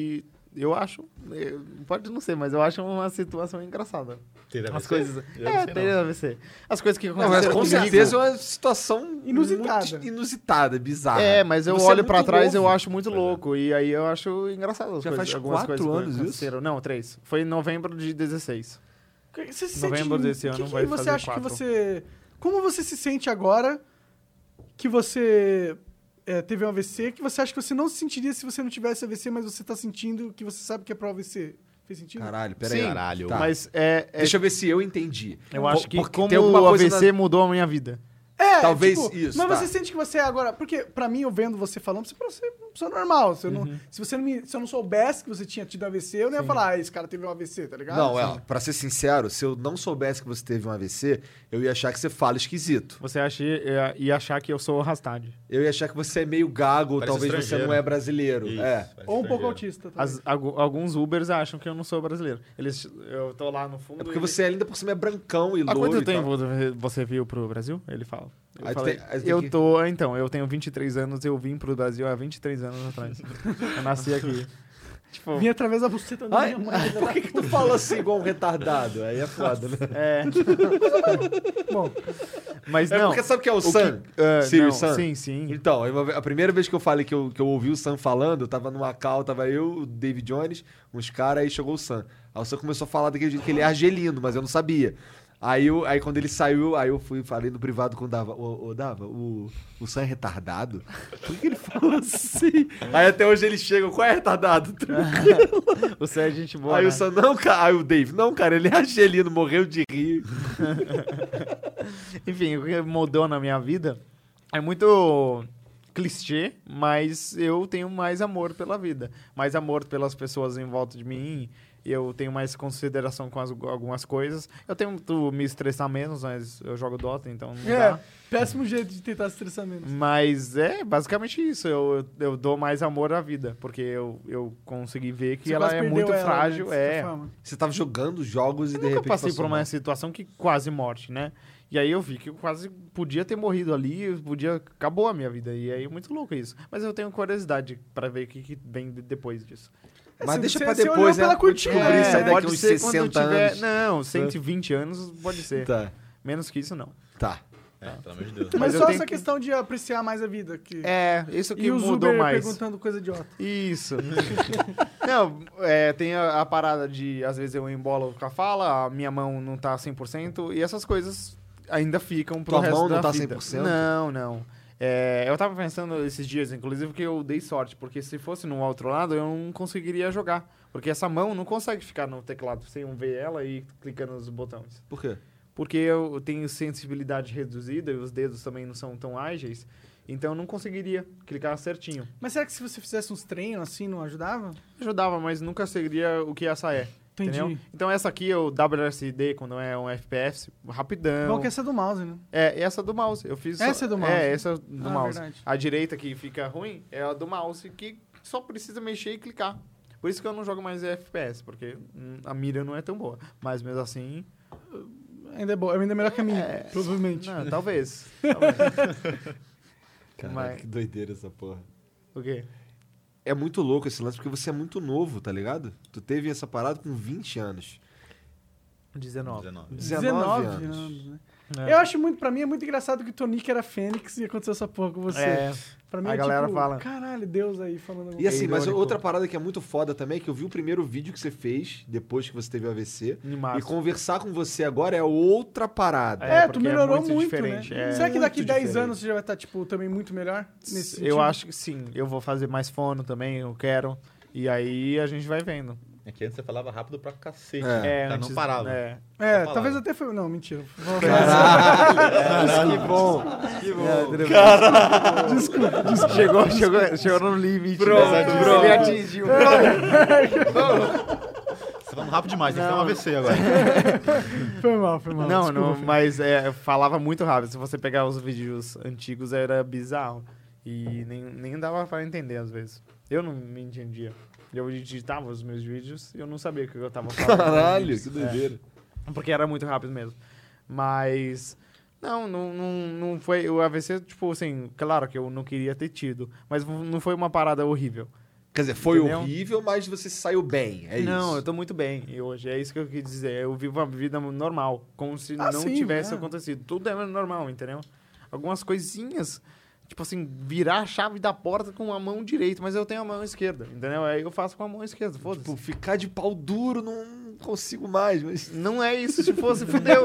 eu acho... eu- Pode não ser, mas eu acho uma situação engraçada. Ter As A V C? coisas... Eu não É, sei, ter não. A V C. As coisas que Não, mas aconteceram com comigo- certeza é uma situação Inusitada. muito inusitada, bizarra. É, mas eu Você é olho pra muito trás e eu novo. acho muito louco. E aí eu acho engraçado as Já coisas, faz algumas quatro coisas que anos isso? aconteceram. Não, três. Foi em novembro de dezesseis. Você se Novembro sente, desse que ano que vai você fazer acha quatro. que você... Como você se sente agora que você é, teve um A V C, que você acha que você não se sentiria se você não tivesse A V C, mas você tá sentindo que você sabe que é pro A V C? Fez sentido? Caralho, peraí. Sim, Caralho. Tá. Mas é... é- Deixa eu ver se eu entendi. eu acho que Porque como tem alguma o coisa A V C na- mudou a minha vida. É, Talvez tipo, isso, Mas tá. você sente que você é agora... Porque, pra mim, eu vendo você falando, você parece uma pessoa normal. Se eu, não, se você não me, se eu não soubesse que você tinha tido A V C, eu não ia falar, ah, esse cara teve um A V C, tá ligado? Não, Assim. é, pra ser sincero, se eu não soubesse que você teve um A V C, eu ia achar que você fala esquisito. Você acha, ia, ia achar que eu sou o Rastad. Eu ia achar que você é meio gago, ou Parece talvez você estrangeiro. não é brasileiro. Isso, É. parece Ou um pouco estrangeiro. autista. Também. As- algu- alguns Ubers acham que eu não sou brasileiro. Eles, eu tô lá no fundo. É porque e você ainda por cima é brancão e Há louro quanto e tal. tempo você- você veio pro Brasil? Ele fala. Eu Aí tu falei, tem- aí tu tem eu que- tô, então, eu tenho vinte e três anos, eu vim pro Brasil há vinte e três anos atrás. Eu nasci aqui. Tipo, Vim através da buceta da Ai, minha mãe. por que, que tu fala assim igual um retardado? Aí é foda, né? é. Bom, Mas É não. porque sabe o que é o, o que- Sam? é, Sirius não, Sam? Sim, sim. Então, eu- a primeira vez que eu falei que eu, que eu ouvi o Sam falando, eu tava numa cal, tava eu, o David Jones, uns caras, aí chegou o Sam. Aí o Sam começou a falar daquele jeito que ele é argelino, mas eu não sabia. Aí, eu, aí quando ele saiu, aí eu fui falei no privado com o Dava, ô, ô Dava, o, o Sam é retardado? Por que ele fala assim? Aí até hoje ele chega, qual é retardado? Você é gente boa. Aí né? o Sam, não, cara, aí o Dave, não, cara, ele é argelino, morreu de rir. Enfim, o que mudou na minha vida é muito clichê, mas eu tenho mais amor pela vida. Mais amor pelas pessoas em volta de mim. Eu tenho mais consideração com as- algumas coisas. Eu tento me estressar menos, mas eu jogo Dota, então não é, dá. péssimo jeito de tentar se estressar menos. Mas é basicamente isso. Eu, eu dou mais amor à vida, porque eu, eu consegui ver que Você ela quase é perdeu muito ela, frágil. né, de certa É. forma. Você tava jogando jogos e Eu de nunca repente passei passou por uma mal. situação que quase morte, né? E aí eu vi que eu quase podia ter morrido ali, eu podia acabou a minha vida. E aí é muito louco isso. Mas eu tenho curiosidade pra ver o que, que vem de- depois disso. Mas Você- deixa você- pra você depois, olhou né? pela cortina, Descobrir né? isso aí daqui pode uns ser quando sessenta tiver... anos. Não, cento e vinte anos pode ser. Tá, Menos que isso, não. tá. É, pelo amor de Deus. Mas, Mas eu só tenho essa que- questão de apreciar mais a vida. Que... É, isso que e os mudou Uber mais. perguntando coisa idiota. Isso. não, é, tem a, a parada de, às vezes eu embolo com a fala, a minha mão não tá cem por cento, e essas coisas ainda ficam pro Tua resto mão não da tá vida. cem por cento? Não, não. É, eu tava pensando esses dias, inclusive, que eu dei sorte, porque se fosse no outro lado, eu não conseguiria jogar. Porque essa mão não consegue ficar no teclado sem um ver ela e clicando nos botões. Por quê? Porque eu tenho sensibilidade reduzida e os dedos também não são tão ágeis, então eu não conseguiria clicar certinho. Mas será que se você fizesse uns treinos assim, não ajudava? Ajudava, mas nunca seria o que essa é. Entendi. Entendeu? Então essa aqui é o W S D, quando é um F P S, rapidão. Bom que essa é do mouse, né? É, essa do mouse. Eu fiz Essa só- é do mouse. É, essa é do Ah, mouse. verdade. A direita que fica ruim é a do mouse, que só precisa mexer e clicar. Por isso que eu não jogo mais F P S, porque hum, a mira não é tão boa. Mas mesmo assim... Ainda é boa, ainda é melhor que a minha, É. provavelmente. Não, talvez. talvez. Caralho, Mas- que doideira essa porra. O quê? É muito louco esse lance, porque você é muito novo, tá ligado? Tu teve essa parada com vinte anos. dezenove. dezenove. dezenove anos. né? É. Eu acho muito, pra mim é muito engraçado que o Tonic era Fênix e aconteceu essa porra com você. É, Pra mim a é galera tipo, fala. caralho, Deus aí falando alguma E assim, mas irônico. outra parada que é muito foda também, é que eu vi o primeiro vídeo que você fez, depois que você teve o A V C, em e março. conversar com você agora é outra parada. É, É, tu porque é melhorou muito muito, diferente, né? é. Será que daqui Muito dez diferente. anos você já vai estar, tipo, também muito melhor? Nesse sentido? Eu acho que sim. Eu vou fazer mais fono também, eu quero. E aí a gente vai vendo. É que antes você falava rápido pra cacete. É. É, É, não antes- parava. É. É, Só talvez falava. até foi... Não, mentira. Caralho, que bom. Que bom. Desculpa, chegou, chegou, chegou no limite. Pronto, né? pronto. Ele atingiu. Você tá falando rápido demais, tem que ter um Não. A V C agora. Foi mal, foi mal. Não, desculpa, não, filho. mas é, falava muito rápido. Se você pegar os vídeos antigos, era bizarro. E nem, nem dava pra entender, às vezes. Eu não me entendia. Eu digitava os meus vídeos e eu não sabia o que eu tava falando. Caralho, nos que vídeos. doideira. É, porque era muito rápido mesmo. Mas... Não, não, não, não foi... O A V C, tipo assim... Claro que eu não queria ter tido. Mas não foi uma parada horrível. Quer dizer, foi Entendeu? horrível, mas você saiu bem, é não, isso. eu tô muito bem e hoje. É isso que eu quis dizer. Eu vivo uma vida normal, como se Ah, não sim, tivesse é. acontecido. Tudo é normal, entendeu? Algumas coisinhas, tipo assim, virar a chave da porta com a mão direita, mas eu tenho a mão esquerda, entendeu? Aí eu faço com a mão esquerda, foda-se. Tipo, ficar de pau duro não consigo mais, mas... Não é isso, se fosse, fudeu.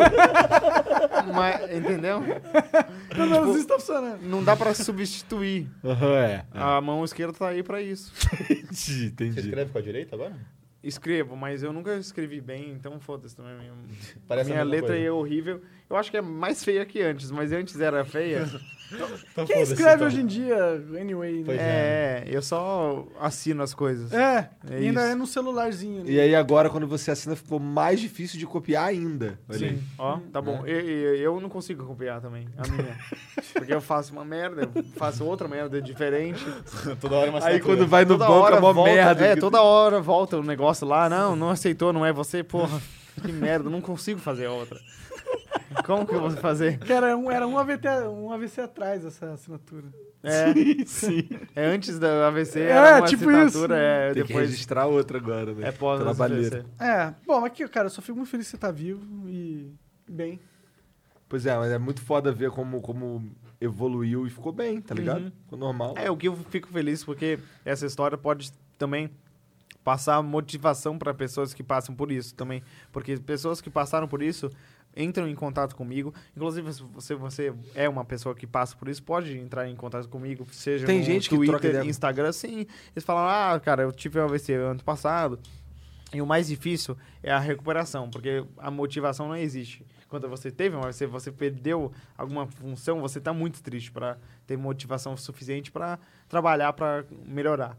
Mas, entendeu? Pelo menos isso tá funcionando. Não dá pra substituir. Aham, é. A mão esquerda tá aí pra isso. Entendi, Você entendi. escreve com a direita agora? Escrevo, mas eu nunca escrevi bem, então foda-se também. Minha, Parece a minha mesma letra coisa. é horrível. Eu acho que é mais feia que antes, mas antes era feia. Então, Quem foda-se, escreve então. hoje em dia, anyway, Pois né? É, eu só assino as coisas. É, É e ainda isso. é no celularzinho. Né? E aí agora, quando você assina, ficou mais difícil de copiar ainda. Olha aí. Sim, ó, tá bom. Eu, eu, eu não consigo copiar também, a minha. Porque eu faço uma merda, eu faço outra merda diferente. Toda hora é uma Aí assinatura. quando vai no Toda banco hora é mó volta, merda. É, toda hora volta o negócio lá. Não, não aceitou, não é você, porra. Que merda, não consigo fazer outra. Como que eu vou fazer? Cara, era um, era um, A V T, um A V C atrás essa assinatura. É, sim. É antes da A V C, É, era uma tipo assinatura, isso. é, Tem que depois registrar outra agora, né? é pós Trabalheira. A V C. É, bom, aqui, cara, eu só fico muito feliz que você tá vivo e bem. Pois é, mas é muito foda ver como, como evoluiu e ficou bem, tá ligado? Uhum. Ficou normal. É, o que eu fico feliz porque essa história pode também passar motivação para pessoas que passam por isso também. Porque pessoas que passaram por isso entram em contato comigo. Inclusive, se você, você é uma pessoa que passa por isso, pode entrar em contato comigo, seja Tem no gente que Twitter, troca ideia. Instagram, sim. Eles falam, ah, cara, eu tive A V C ano passado. E o mais difícil é a recuperação, porque a motivação não existe. Quando você teve uma A V C, você perdeu alguma função, você está muito triste para ter motivação suficiente para trabalhar, para melhorar.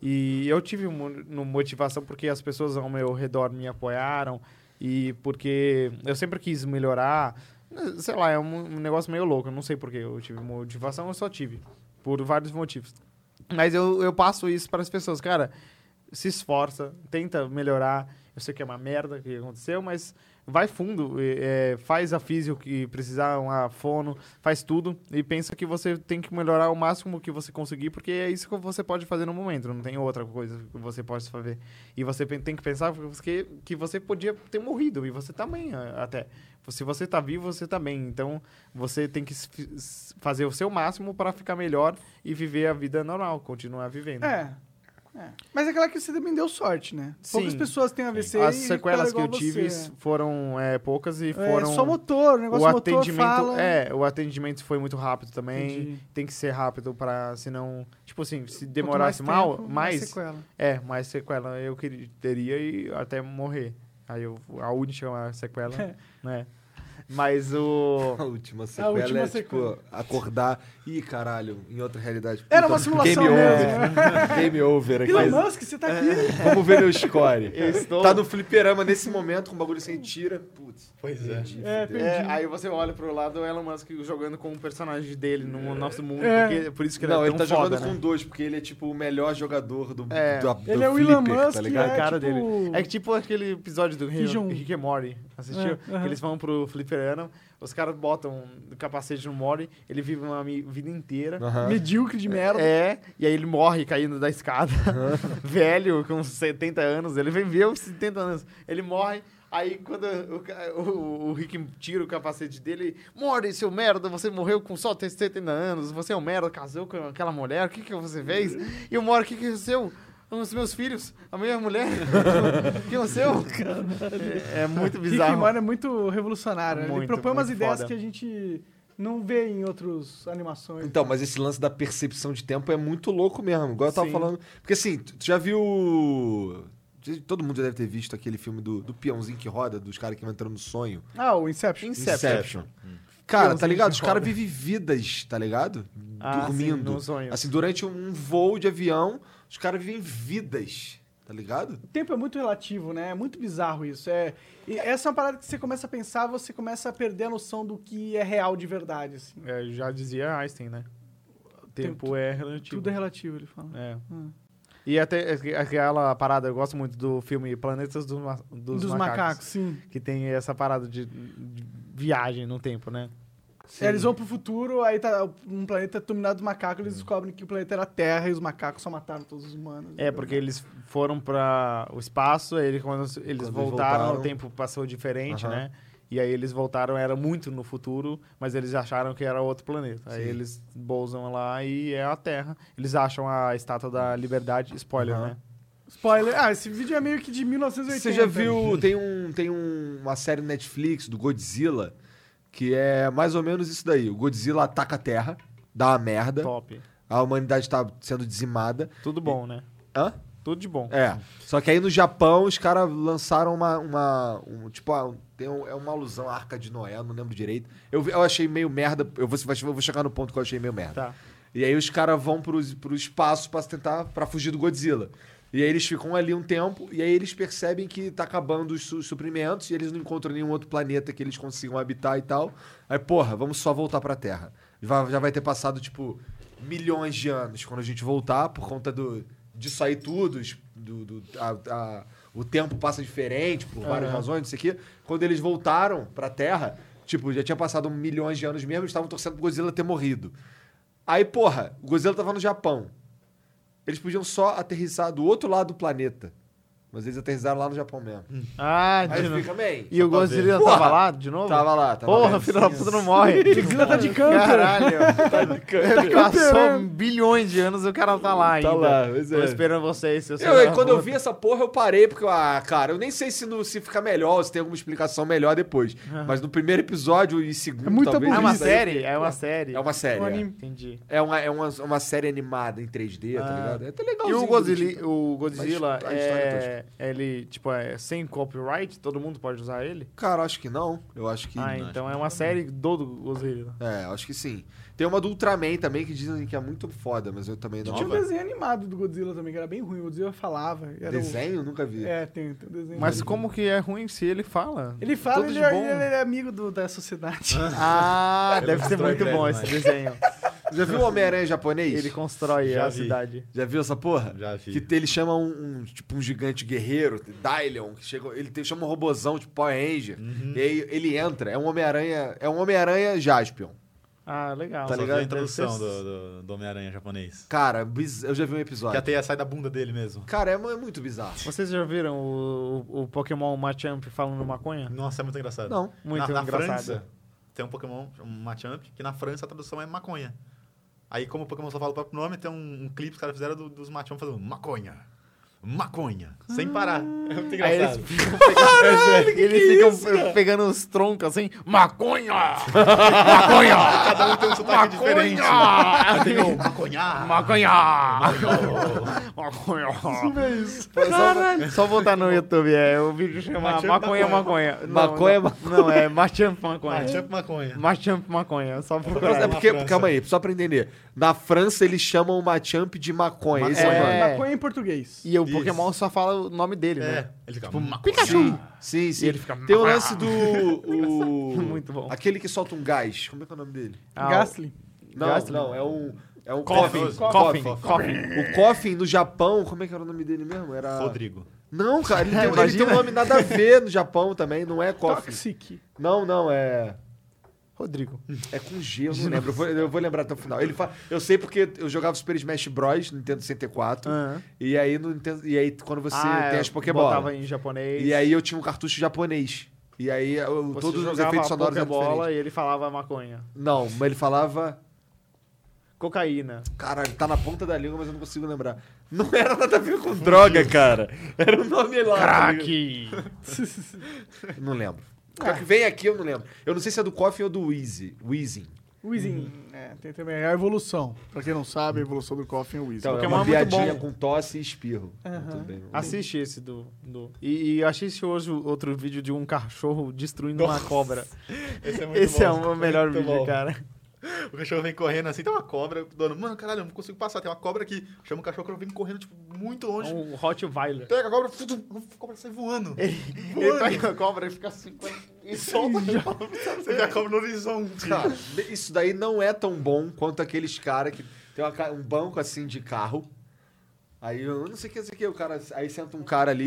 E eu tive mo- no motivação porque as pessoas ao meu redor me apoiaram e porque eu sempre quis melhorar. Sei lá, é um, um negócio meio louco. Eu não sei por que eu tive motivação, eu só tive. Por vários motivos. Mas eu, eu passo isso para as pessoas. Cara, se esforça, tenta melhorar. Eu sei que é uma merda que aconteceu, mas vai fundo, é, faz a físio que precisar, uma fono, faz tudo e pensa que você tem que melhorar o máximo que você conseguir, porque é isso que você pode fazer no momento, não tem outra coisa que você pode fazer. E você tem que pensar que, que você podia ter morrido, e você também até. Se você tá vivo, você tá bem. Então, você tem que fazer o seu máximo para ficar melhor e viver a vida normal, continuar vivendo. É. É. Mas é aquela que você também deu sorte, né? Poucas Sim. pessoas têm A V C As e sequelas que eu recuperam tive igual você. foram é, poucas e É foram... só motor, o negócio o motor atendimento fala... é o atendimento foi muito rápido também. Entendi. Tem que ser rápido para senão, tipo assim, se Quanto demorasse mais mal, tempo, mais sequela. é mais sequela eu queria, teria e até morrer. Aí eu, a última sequela, né? Mas o A última sequela última é, sequela. tipo, acordar... Ih, caralho, em outra realidade. Era Puta, uma simulação Game mesmo. over. Game over aqui. Elon Musk, você tá aqui. Vamos ver meu score. Eu estou- Tá no fliperama nesse momento, com o bagulho sem tira. Putz. Pois é. É, É, perdi. aí você olha pro lado do Elon Musk jogando com o personagem dele no nosso mundo, É. porque, por isso que ele Não, é ele tão tá foda, jogando né? com dois, porque ele é tipo o melhor jogador do, É. do, do Ele é o flipper, Elon Musk, tá ligado? A cara tipo- dele. É que tipo aquele episódio do Rick, John. Rick and Morty. Assistiu? É, aham. Que eles vão pro fliperama, os caras botam o capacete no Morty, ele vive uma mi- vida inteira. Aham. Medíocre de merda. É, e aí ele morre caindo da escada. Velho, com setenta anos. Ele viveu setenta anos. Ele morre. Aí quando o, ca- o, o Rick tira o capacete dele, morre, seu merda, você morreu com só setenta anos, você é um merda, casou com aquela mulher, o que que você fez? E o Morty, o que que aconteceu? Os meus filhos, a minha mulher, o que aconteceu? É, é muito Rick bizarro. and Morty é muito revolucionário. Ele Muito, propõe umas muito ideias foda. que a gente não vê em outras animações. Então, mas esse lance da percepção de tempo é muito louco mesmo. Igual eu tava Sim. falando. Porque assim, tu tu já viu. Todo mundo já deve ter visto aquele filme do, do peãozinho que roda, dos caras que vão entrando no sonho. Ah, o Inception. Inception. Cara, tá Peãozinho ligado? que Os caras roda. vivem vidas, tá ligado? Ah, Dormindo. sim, no sonho. Assim, durante um voo de avião, os caras vivem vidas, tá ligado? O tempo é muito relativo, né? É muito bizarro isso. É, e essa é uma parada que você começa a pensar, você começa a perder a noção do que é real de verdade. Assim. É, já dizia Einstein, né? O tempo é relativo. Tudo é relativo, ele fala. É. Hum. E até aquela parada, eu gosto muito do filme Planetas dos, Ma- dos, Dos Macacos, macacos, sim. que tem essa parada de, de viagem no tempo, né? É, eles vão pro futuro, aí tá um planeta dominado dos macacos, eles descobrem que o planeta era a Terra e os macacos só mataram todos os humanos. É, porque eles foram pra o espaço, aí eles, quando eles eles voltaram, voltaram- o tempo passou diferente, Aham. né? E aí eles voltaram, era muito no futuro, mas eles acharam que era outro planeta. Aí Sim. eles pousam lá e é a Terra. Eles acham a Estátua da Liberdade, spoiler, Aham. né? Spoiler. Ah, esse vídeo é meio que de mil novecentos e oitenta. Você já viu, tem, um, tem um- uma série Netflix do Godzilla, que é mais ou menos isso daí. O Godzilla ataca a Terra, dá uma merda, Top. a humanidade tá sendo dizimada. Tudo bom, né? Hã? Tudo de bom. É. Só que aí no Japão os caras lançaram uma. uma um, tipo, ah, tem um- é uma alusão à Arca de Noé, não lembro direito. Eu, vi- eu achei meio merda. Eu vou, eu vou chegar no ponto que eu achei meio merda. Tá. E aí os caras vão pro, pro espaço pra tentar pra fugir do Godzilla. E aí eles ficam ali um tempo, e aí eles percebem que tá acabando os su- suprimentos, e eles não encontram nenhum outro planeta que eles consigam habitar e tal. Aí, porra, vamos só voltar pra Terra. Já, já vai ter passado, tipo, milhões de anos quando a gente voltar, por conta do, disso aí tudo, os- do, do- a- a- o tempo passa diferente, por várias Aham. razões, não sei o quê. Quando eles voltaram pra Terra, tipo, já tinha passado milhões de anos mesmo, eles estavam torcendo pro Godzilla ter morrido. Aí, porra, o Godzilla tava no Japão. Eles podiam só aterrissar do outro lado do planeta. Mas eles aterrissaram lá no Japão mesmo. Ah, Aí de novo. fica bem. E o pra ver. Godzilla Porra! tava lá de novo? Tava lá, tava Porra, lá. filho da puta não morre. Godzilla tá de camper. Caralho. Tá de camper. Passou camperando. bilhões de anos e o cara tá lá ainda. Tá lá, pois é. Tô esperando vocês, seus Eu, e quando eu vi essa porra, eu parei, porque, ah, cara, eu nem sei se, no, se fica melhor, ou se tem alguma explicação melhor depois. Mas no primeiro episódio e segundo, É muita talvez... É uma burrice. isso aí- série? É uma série. É uma série, Um é. anime. Entendi. É uma, é uma, uma série animada em três D, tá Ah. ligado? É até E legalzinho. o Godzilla, bonitinho. o Godzilla Mas a história é, ele, tipo, é sem copyright? Todo mundo pode usar ele? Cara, acho que não. Eu acho que... Ah, então é uma série do Godzilla. É, acho que sim. Tem uma do Ultraman também, que dizem que é muito foda, mas eu também não... Tinha um Nova? desenho animado do Godzilla também, que era bem ruim. O Godzilla falava. Era o- Desenho? Nunca vi. É, tem, tem um desenho. Mas dele. como que é ruim se ele fala? Ele fala, Tudo ele de é, bom. ele é amigo do- da sociedade. Ah, Ele deve ser constrói muito bom prédio, esse né? desenho. Já viu o Homem-Aranha japonês? Ele constrói Já a vi. cidade. Já viu essa porra? Já vi. Que te- ele chama um, um, tipo um gigante guerreiro, Dylion, que chega, ele te- chama um robozão, tipo Power Ranger. Uhum. E aí ele entra, é um Homem-Aranha, é um Homem-Aranha Jaspion. Ah, legal. Tá Só vi ligado? a introdução Deve ser- do, do, do Homem-Aranha japonês. Cara, biz- eu já vi um Que episódio. a teia sai da bunda dele mesmo. Cara, é, mu- é muito bizarro. Vocês já viram o, o, o Pokémon Machamp falando maconha? Nossa, é muito engraçado. Não. Muito na, na engraçado. França, tem um Pokémon, um Machamp, que na França a tradução é maconha. Aí, como o Pokémon só fala o próprio nome, tem um, um clipe que os caras fizeram do- dos Machamp fazendo maconha. Maconha. Sem parar. É muito Aí eles engraçado. ficam pegando, eles ficam pegando os troncos assim, maconha! Maconha! Cada um tem um sotaque diferente. Maconha! Tem o maconhar. Maconha! Maconha! isso. Só, só botar no YouTube, é, o vídeo chama Machamp Maconha Maconha. Maconha. Não, Maconha, não, não, é Machamp Maconha. Machamp maconha. Machamp Maconha, só É procurar. porque, França. calma aí, só pra entender. Na França eles chamam o Machamp de maconha. Esse é, o É. nome. Maconha em português. E o Isso. Pokémon só fala o nome dele, É, né? ele fica Tipo, maconha. Sim, sim, sim. E ele fica- Tem o lance do... o- Muito bom. Aquele que solta um gás. Como é que é o nome dele? Ah, Gastly. Não, Gastly? não, é um... É um Coffin, Coffin. Coffin, Coffin. O Coffin no Japão, como é que era o nome dele mesmo? Era... Rodrigo. Não, cara, ele tem, ele Imagina. tem um nome nada a ver no Japão também, não é Coffin. Toxic. Não, não, é... Rodrigo. É com G, eu não lembro. Eu vou, eu vou lembrar até o final. Ele fa... Eu sei porque eu jogava Super Smash Bros. no Nintendo sessenta e quatro. Aham. E aí no Nintendo... E aí quando você Ah, tem é, as Pokébola. botava em japonês. E aí eu tinha um cartucho japonês. E aí eu- Você todos os jogava efeitos a sonoros eram Pokébola diferentes. e ele falava maconha. Não, mas ele falava... Cocaína. Caralho, tá na ponta da língua, mas eu não consigo lembrar. Não era nada a ver com droga, cara. Era um nome lá. tá ligado? Crack! Não lembro. Pior que vem aqui, eu não lembro. Eu não sei se é do Coffin ou do Wheezy. Weezing. Weezing. É, tem também a evolução. Pra quem não sabe, a evolução do Coffin é o Weezing. Então, é Pokémon uma é muito piadinha bom. com tosse e espirro. Aham. Tudo bem. Assiste esse do... do... E, e assiste hoje outro vídeo de um cachorro destruindo uma cobra. Esse é muito Esse bom. é o melhor Muito vídeo, bom. cara. O cachorro vem correndo assim, tem uma cobra, o dono, mano, caralho, eu não consigo passar, tem uma cobra aqui. Chama o cachorro, o cachorro vem correndo, tipo, muito longe. Um Rottweiler. Pega a cobra, fudu, a cobra sai voando. Ele, ele pega a cobra e fica assim... E solta. Você vê a cobra no horizonte. Cara, isso daí não é tão bom quanto aqueles caras que tem uma ca- um banco assim de carro. Aí eu não sei o que, não sei o que, o cara. Aí senta um cara ali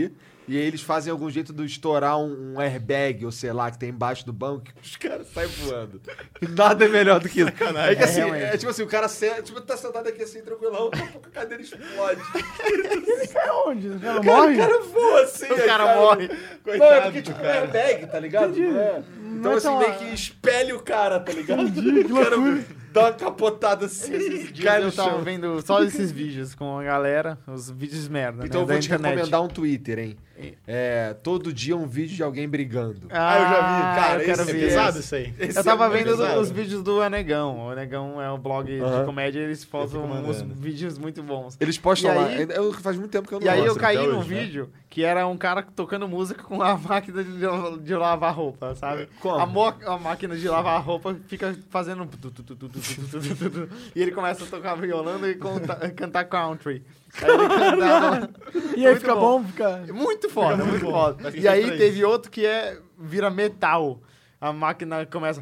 e aí eles fazem algum jeito de estourar um, um airbag, ou sei lá, que tem embaixo do banco, que os caras saem voando. Nada é melhor do que isso. É que assim, É, é, tipo assim, o cara se- tipo, tá sentado aqui assim, tranquilão, daqui a pouco a cadeira explode. Ele cai onde? O cara O morre? cara voa assim. O aí, cara morre. Não, é porque tipo um airbag, tá ligado? Não é? Então é assim, tão- meio que espelha o cara, tá ligado? O cara dá uma capotada assim, Esses dias cai no eu tava chão. vendo só esses vídeos com a galera, os vídeos merda, Então né, eu da vou te internet. recomendar um Twitter, hein? É, todo dia um vídeo de alguém brigando. Ah, eu já vi. Cara, eu quero esse é ver pesado esse. isso aí. Esse Eu tava é muito vendo pesado. os vídeos do Anegão. O Anegão é um blog Aham. de comédia e eles postam fico uns mandando. vídeos muito bons. Eles postam E lá. aí- Eu, faz muito tempo que eu não E aí eu mostro. caí até num hoje, né? vídeo que era um cara tocando música com a máquina de, de lavar roupa, sabe? Como? A, mo- a máquina de lavar roupa fica fazendo... tu, tu, tu, tu, tu, tu, tu, tu, tu, tu, e ele começa a tocar violão e conta- cantar country. Aí ele cantava... E aí Muito fica bom. bom, fica... Muito foda, Fica muito muito bom. foda. Mas E quem aí fez pra teve isso? outro que é... Vira metal. A máquina começa...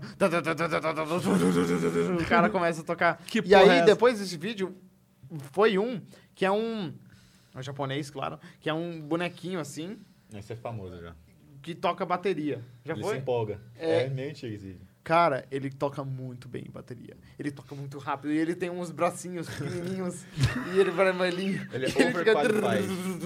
O cara começa a tocar. Que e porra aí, é essa? depois desse vídeo, foi um que é um... Um japonês, claro. Que é um bonequinho assim, Esse é famoso já. que toca bateria. Já Ele foi? se empolga. É. É, meio antigo esse vídeo. Cara, ele toca muito bem bateria. Ele toca muito rápido. E ele tem uns bracinhos pequenininhos. e ele vai malinho. Ele é e overqualified.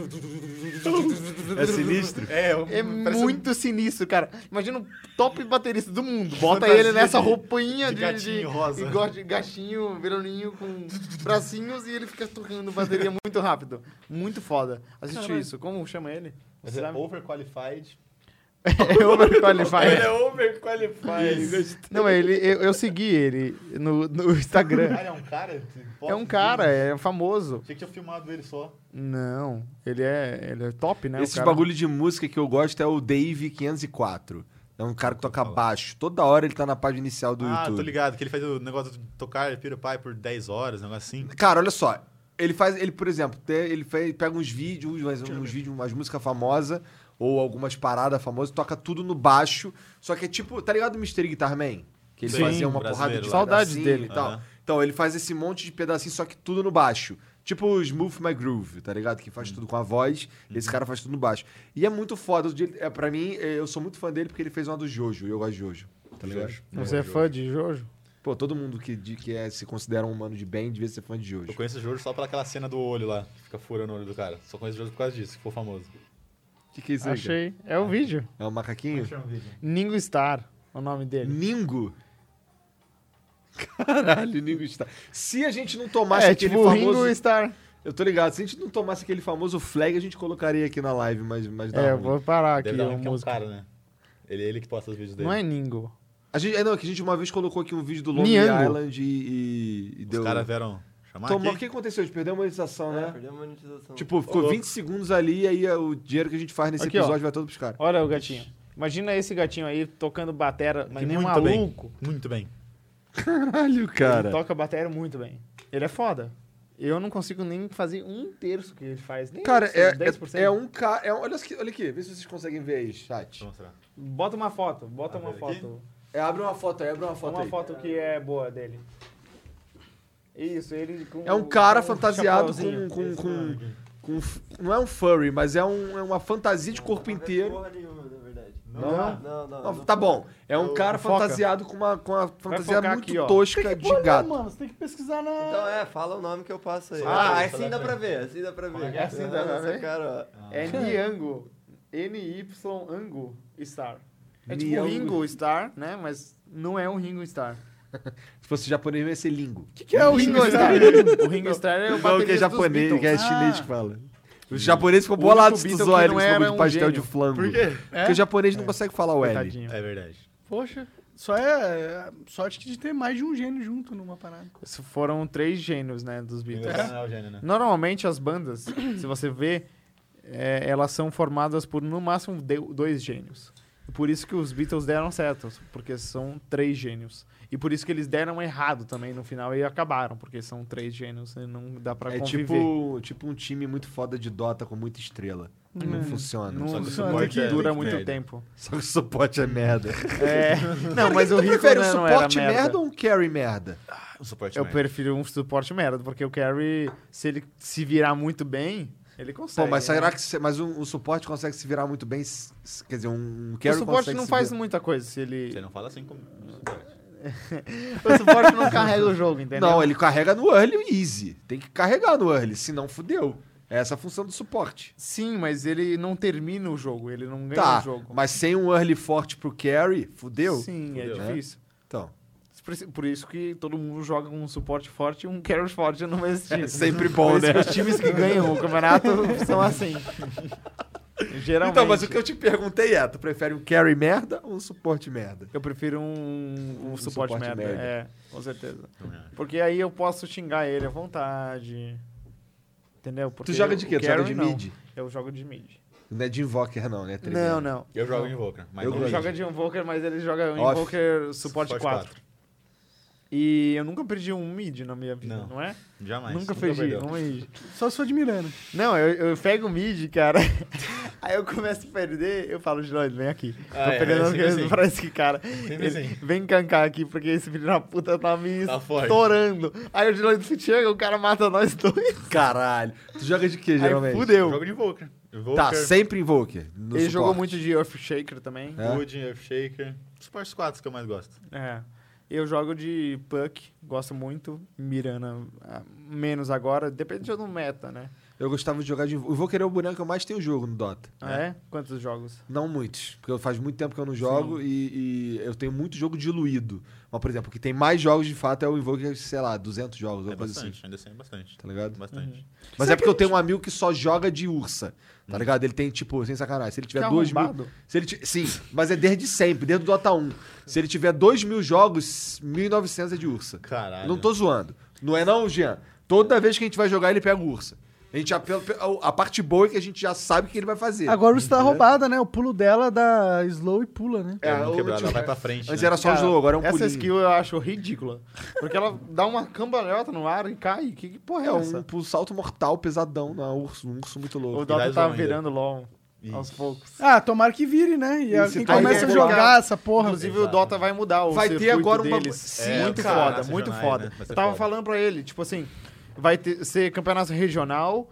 É sinistro? É, É parece um- muito sinistro, cara. Imagina o top baterista do mundo. Bota Fantasia ele nessa de- roupinha de de, gatinho rosa. E gosta de gatinho, veroninho com bracinhos e ele fica tocando bateria muito rápido. Muito foda. Assistiu Caralho. isso. Como chama ele? Mas Você é sabe? overqualified. É overqualified. Ele é overqualified. Não, ele, eu, eu segui ele no, no Instagram. Ah, ele é um cara? É um cara, é famoso. Achei que tinha filmado ele só. Não, ele é, ele é top, né? o Esse cara. bagulho de música que eu gosto é o Dave quinhentos e quatro. É um cara que toca baixo. Toda hora ele tá na página inicial do Ah, YouTube. tô ligado. Que ele faz o negócio de tocar PewDiePie por dez horas, um negócio assim. Cara, olha só. Ele faz, ele, por exemplo, te- ele faz- pega uns vídeos, uns, uns vídeos, umas músicas famosas, ou algumas paradas famosas, toca tudo no baixo. Só que é tipo, tá ligado o mister Guitar Man? Que ele Sim, fazia uma porrada brasileiro de lá. Saudades pedacinho dele. e tal. Aham. Então, ele faz esse monte de pedacinho, só que tudo no baixo. Tipo o Smooth My Groove, tá ligado? Que faz tudo com a voz, esse cara faz tudo no baixo. E é muito foda. Outro dia, É, pra mim, é, eu sou muito fã dele porque ele fez uma do Jojo, e eu gosto de Jojo. Tá ligado? Jojo. Você é fã de Jojo? Pô, todo mundo que, de- que é, se considera um humano de bem devia ser fã de Jojo. Eu conheço o Jojo só pelaquela cena do olho lá, que fica furando o olho do cara. Só conheço o Jojo por causa disso, que ficou famoso. O que, que é isso aí? cara? Achei. É o vídeo. É um macaquinho? Ningo Star, o nome dele. Ningo? Caralho, Ningo está. Se a gente não tomasse É, aquele tipo o famoso. Ringo Star. Eu tô ligado, se a gente não tomasse aquele famoso flag, a gente colocaria aqui na live, mas, mas dá É, eu ruim. vou parar aqui Deve dar a um que é um música. cara, né? Ele é ele que posta os vídeos dele. Não é Ningo. A gente, é, não, que a gente uma vez colocou aqui um vídeo do Lonely Niango. Island e, e, e Os deu. caras vieram chamar Tomou, o aqui. que aconteceu? A gente perdeu a monetização, É, né? perdeu a monetização. Tipo, ficou louco. vinte segundos ali e aí o dinheiro que a gente faz nesse Aqui, ó. episódio vai todo pros caras. Olha o gatinho. Imagina esse gatinho aí tocando batera Mas que nem um muito bem. maluco. Muito bem. Caralho, cara. Ele toca bateria muito bem. Ele é foda. Eu não consigo nem fazer um terço que ele faz. Nem Cara, isso, é, dez por cento. é, é um cara. É, olha, aqui, olha aqui, vê se vocês conseguem ver aí, chat. Vou mostrar. Bota uma foto, bota Ah, uma pera aqui. foto. É, abre uma foto aí, abre uma foto uma aí. foto que é boa dele. Isso, ele com É um cara com fantasiado chapéuzinho. com, com, com, Esse com f- Não é um furry, mas é, um, é uma fantasia de corpo Não vê inteiro. porra nenhuma, na verdade. Não? Não, não. Não, não. tá bom. É um cara Foca. fantasiado com uma, com uma fantasia focar muito aqui, ó. tosca Tem que de olhar, gato. mano. Você tem que pesquisar na... Então é, fala o nome que eu passo aí. Ah, Ah, isso assim dá dá pra pra ver, assim dá pra ver. É assim dá pra Essa ver? cara, ó. É Niango. N Y Ango Star. É tipo Niango. um Ringo Star, né? Mas não é um Ringo Star. Se fosse japonês, ia ser lingo. O que, que é o Ringo Star? O Ringo Star é o Não, que baterista é dos japonês, Beatles. que é Ah. chinês que fala. Os japoneses ficam O bolados único se tu Beatle zoar que eles não com era de um pastel gênio. de flango. Por quê? Porque o japonês não consegue falar o L. Coitadinho. É verdade. Poxa, só é sorte de ter mais de um gênio junto numa parada. Esses foram três gênios, né, dos Beatles. Engraçado não é o gênio, né? Normalmente as bandas, se você vê, é, elas são formadas por no máximo de- dois gênios. E por isso que os Beatles deram certo, porque são três gênios. E por isso que eles deram errado também no final e acabaram, porque são três gênios e não dá pra É conviver. tipo, tipo um time muito foda de Dota com muita estrela. Não funciona. Não, Só que o não suporte é- dura tem que muito ter. tempo. Só que o suporte é merda. É, não, mas o Tu Rico prefere um né, não era suporte merda. merda ou um carry merda? O suporte Eu merda. prefiro um suporte merda, porque o Carry, se ele se virar muito bem, Ele consegue. Pô, mas né? será que se- mas um, um suporte consegue se virar muito bem? s- s- Quer dizer, um O carry suporte consegue não se faz virar- muita coisa se ele... Você não fala assim como... O suporte não carrega o jogo, entendeu? Não, ele carrega no early easy. Tem que carregar no early, senão fudeu. É essa a função do suporte. Sim, mas ele não termina o jogo, ele não ganha Tá, o jogo. mas sem um early forte pro carry, fudeu. Sim, é Fudeu. difícil. Então, Por isso que todo mundo joga com um suporte forte e um carry forte no mesmo time. é sempre bom, Por isso né? que os times que ganham o campeonato são assim. Geralmente. Então, mas o que eu te perguntei é, tu prefere um carry merda ou um suporte merda? Eu prefiro um, um, Um suporte, suporte merda. merda. É, com certeza. Também acho. Porque aí eu posso xingar ele à vontade. Entendeu? Porque Tu joga de quê? o Tu joga carry, de não. mid? Eu jogo de mid. Não é de invoker não, né? Tremendo. Não, não. Eu jogo Invoker, mas Eu não Ele gosto. joga de Invoker, mas ele joga Off. Invoker suporte Suporte quatro. E eu nunca perdi um mid na minha vida, não, Não. é? Jamais. nunca perdi perdeu. um mid. Só se for de Miranda. Não, eu, eu pego o mid, cara. Aí eu começo a perder, eu falo, Giloide, vem aqui. Ah, Tô é, perdendo é sempre que- assim. pra esse cara. Sempre Ele, assim. vem cancar aqui, porque esse filho da puta tá me Tá forte. estourando. Aí o Giloide chega, o cara mata nós dois. Caralho. Tu joga de quê, Aí geralmente? Eu fudeu. jogo de Invoker. Invoker, Tá, sempre invoker. no Ele jogou suporte. muito de Earthshaker também. É? Wood, Earthshaker. Suporte quatro que eu mais gosto. É. Eu jogo de Puck, gosto muito. Mirana, ah, menos agora. Depende do meta, né? Eu gostava de jogar de invoker. O invoker é o boneco que eu mais tenho jogo no Dota. Ah, é? Quantos jogos? Não muitos, porque faz muito tempo que eu não jogo e, e eu tenho muito jogo diluído. Mas, por exemplo, o que tem mais jogos de fato é o Invoker, sei lá, duzentos jogos, É alguma coisa bastante, assim. ainda assim é bastante. Tá ligado? Bastante. Mas é porque eu tenho um amigo que só joga de ursa, tá ligado? Ele tem, tipo, sem sacanagem, se ele tiver Que dois mil... arrombado. Se ele ti- Sim, mas é desde sempre, desde o Dota um. Se ele tiver dois mil jogos, mil e novecentos é de ursa. Caralho. Não tô zoando. Não é não, Jean? Toda vez que a gente vai jogar, ele pega o ursa. A, gente já, a parte boa é que a gente já sabe o que ele vai fazer. Agora está Entendeu? roubada, né? O pulo dela dá slow e pula, né? É, o- quebrada, tipo, ela vai pra frente. Antes né? era só o Cara, slow, agora é um essa pulinho. skill eu acho ridícula. Porque ela dá uma cambalhota no ar e cai. Que, que porra é, É essa? um pulo salto mortal pesadão na urso, um urso muito louco. O Dota Dá tá slow ainda. virando LOL aos Isso. poucos. Ah, tomara que vire, né? E Isso, quem aí começa é a jogar legal. essa porra. Inclusive Exato. o Dota vai mudar o Vai ter circuito agora uma- deles. Sim, É, muito cara. foda, muito Regionais, foda. né? Vai ser Eu tava foda. falando pra ele, tipo assim, vai ter, ser campeonato regional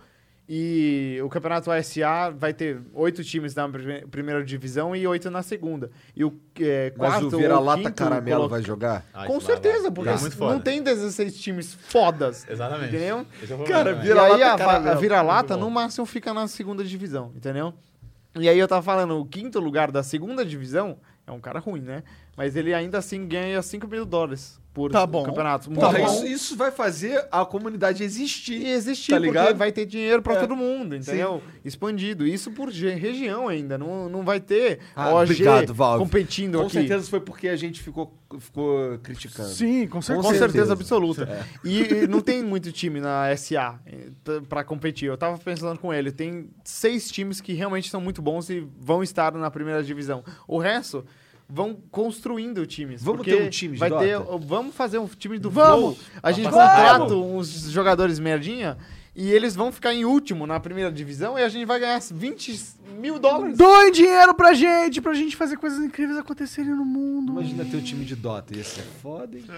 e o campeonato A S A vai ter oito times na prime- primeira divisão e oito na segunda. E o é, Mas quarto o vira-lata ou quinto caramelo colo- vai jogar? Ah, Com isso vai, certeza, vai. porque É muito foda. não tem dezesseis times fodas. Exatamente. Entendeu? Esse é o Cara, problema, vira- E aí Vira-lata a, va- caramelo. a vira-lata Muito bom. no máximo fica na segunda divisão, entendeu? E aí eu tava falando, o quinto lugar da segunda divisão é um cara ruim, né? Mas ele ainda assim ganha cinco mil dólares por Tá bom. campeonato. Muito Porra, bom. isso, isso vai fazer a comunidade existir. E existir, Tá porque ligado? vai ter dinheiro pra É. todo mundo, entendeu? Expandido. Isso por ge- região ainda. Não, não vai ter Ah, O G obrigado, Valve. competindo Com aqui. certeza foi porque a gente ficou, ficou criticando. Sim, com Com certeza. certeza, certeza. absoluta. E, e não tem muito time na S A eh, t- pra competir. Eu tava pensando com ele, tem seis times que realmente são muito bons e vão estar na primeira divisão. O resto vão construindo times. Vamos porque ter um time de vai ter, Dota? Vamos fazer um time do Vamos! Flow. A gente Vamos! contrata uns jogadores merdinha e eles vão ficar em último na primeira divisão e a gente vai ganhar vinte mil dólares. Doem dinheiro pra gente, pra gente fazer coisas incríveis acontecerem no mundo. Imagina ter um time de Dota. Ia ser foda, hein?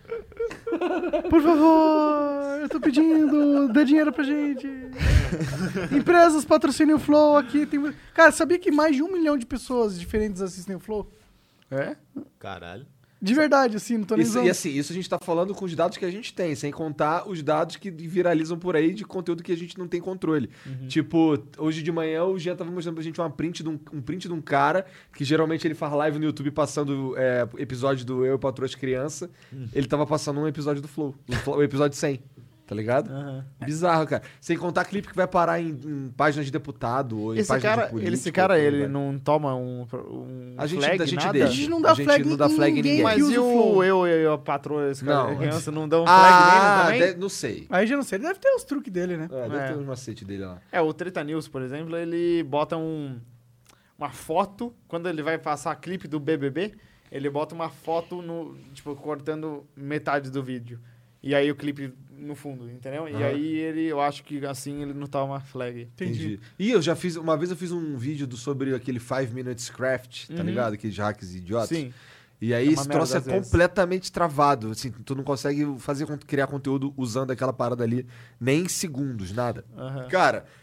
Por favor, eu tô pedindo, dê dinheiro pra gente. Empresas patrocinem o Flow aqui. Tem... Cara, sabia que mais de um milhão de pessoas diferentes assistem o Flow? É? Caralho. De verdade, assim, não tô nem Isso, zoando. e assim, isso a gente tá falando com os dados que a gente tem, sem contar os dados que viralizam por aí de conteúdo que a gente não tem controle. Tipo, hoje de manhã o Jean tava mostrando pra gente uma print de um, um print de um cara que geralmente ele faz live no YouTube passando é, episódio do Eu e Patroa de Criança. Ele tava passando um episódio do Flow, o, Flow- o episódio cem. Tá ligado? Bizarro, cara. Sem contar clipe que vai parar em, em páginas de deputado ou em Esse páginas cara, de político. esse cara, ou por aí ele vai. não toma um, um A gente- flag, a gente nada? deixa. A gente não dá A gente flag, não dá em flag em ninguém. ninguém. Mas que e usa o Flow. eu e a patroa, esse cara, Não. criança, não dão flag Ah, neles também? de- não sei. Aí já não sei, ele deve ter os truques dele, né? É, deve É. ter uns macetes dele lá. É, o Treta News, por exemplo, ele bota um, uma foto, quando ele vai passar clipe do B B B, ele bota uma foto, no, tipo, cortando metade do vídeo. E aí o clipe no fundo, entendeu? E Aham. aí ele, eu acho que assim ele não toma flag. Entendi. E eu já fiz, uma vez eu fiz um vídeo do, sobre aquele five minutes craft, tá Uhum. ligado? Aqueles hacks idiotas. Sim. E aí É uma esse merda troço é às vezes. completamente travado. Assim, tu não consegue fazer, criar conteúdo usando aquela parada ali nem em segundos, nada. Aham. Cara,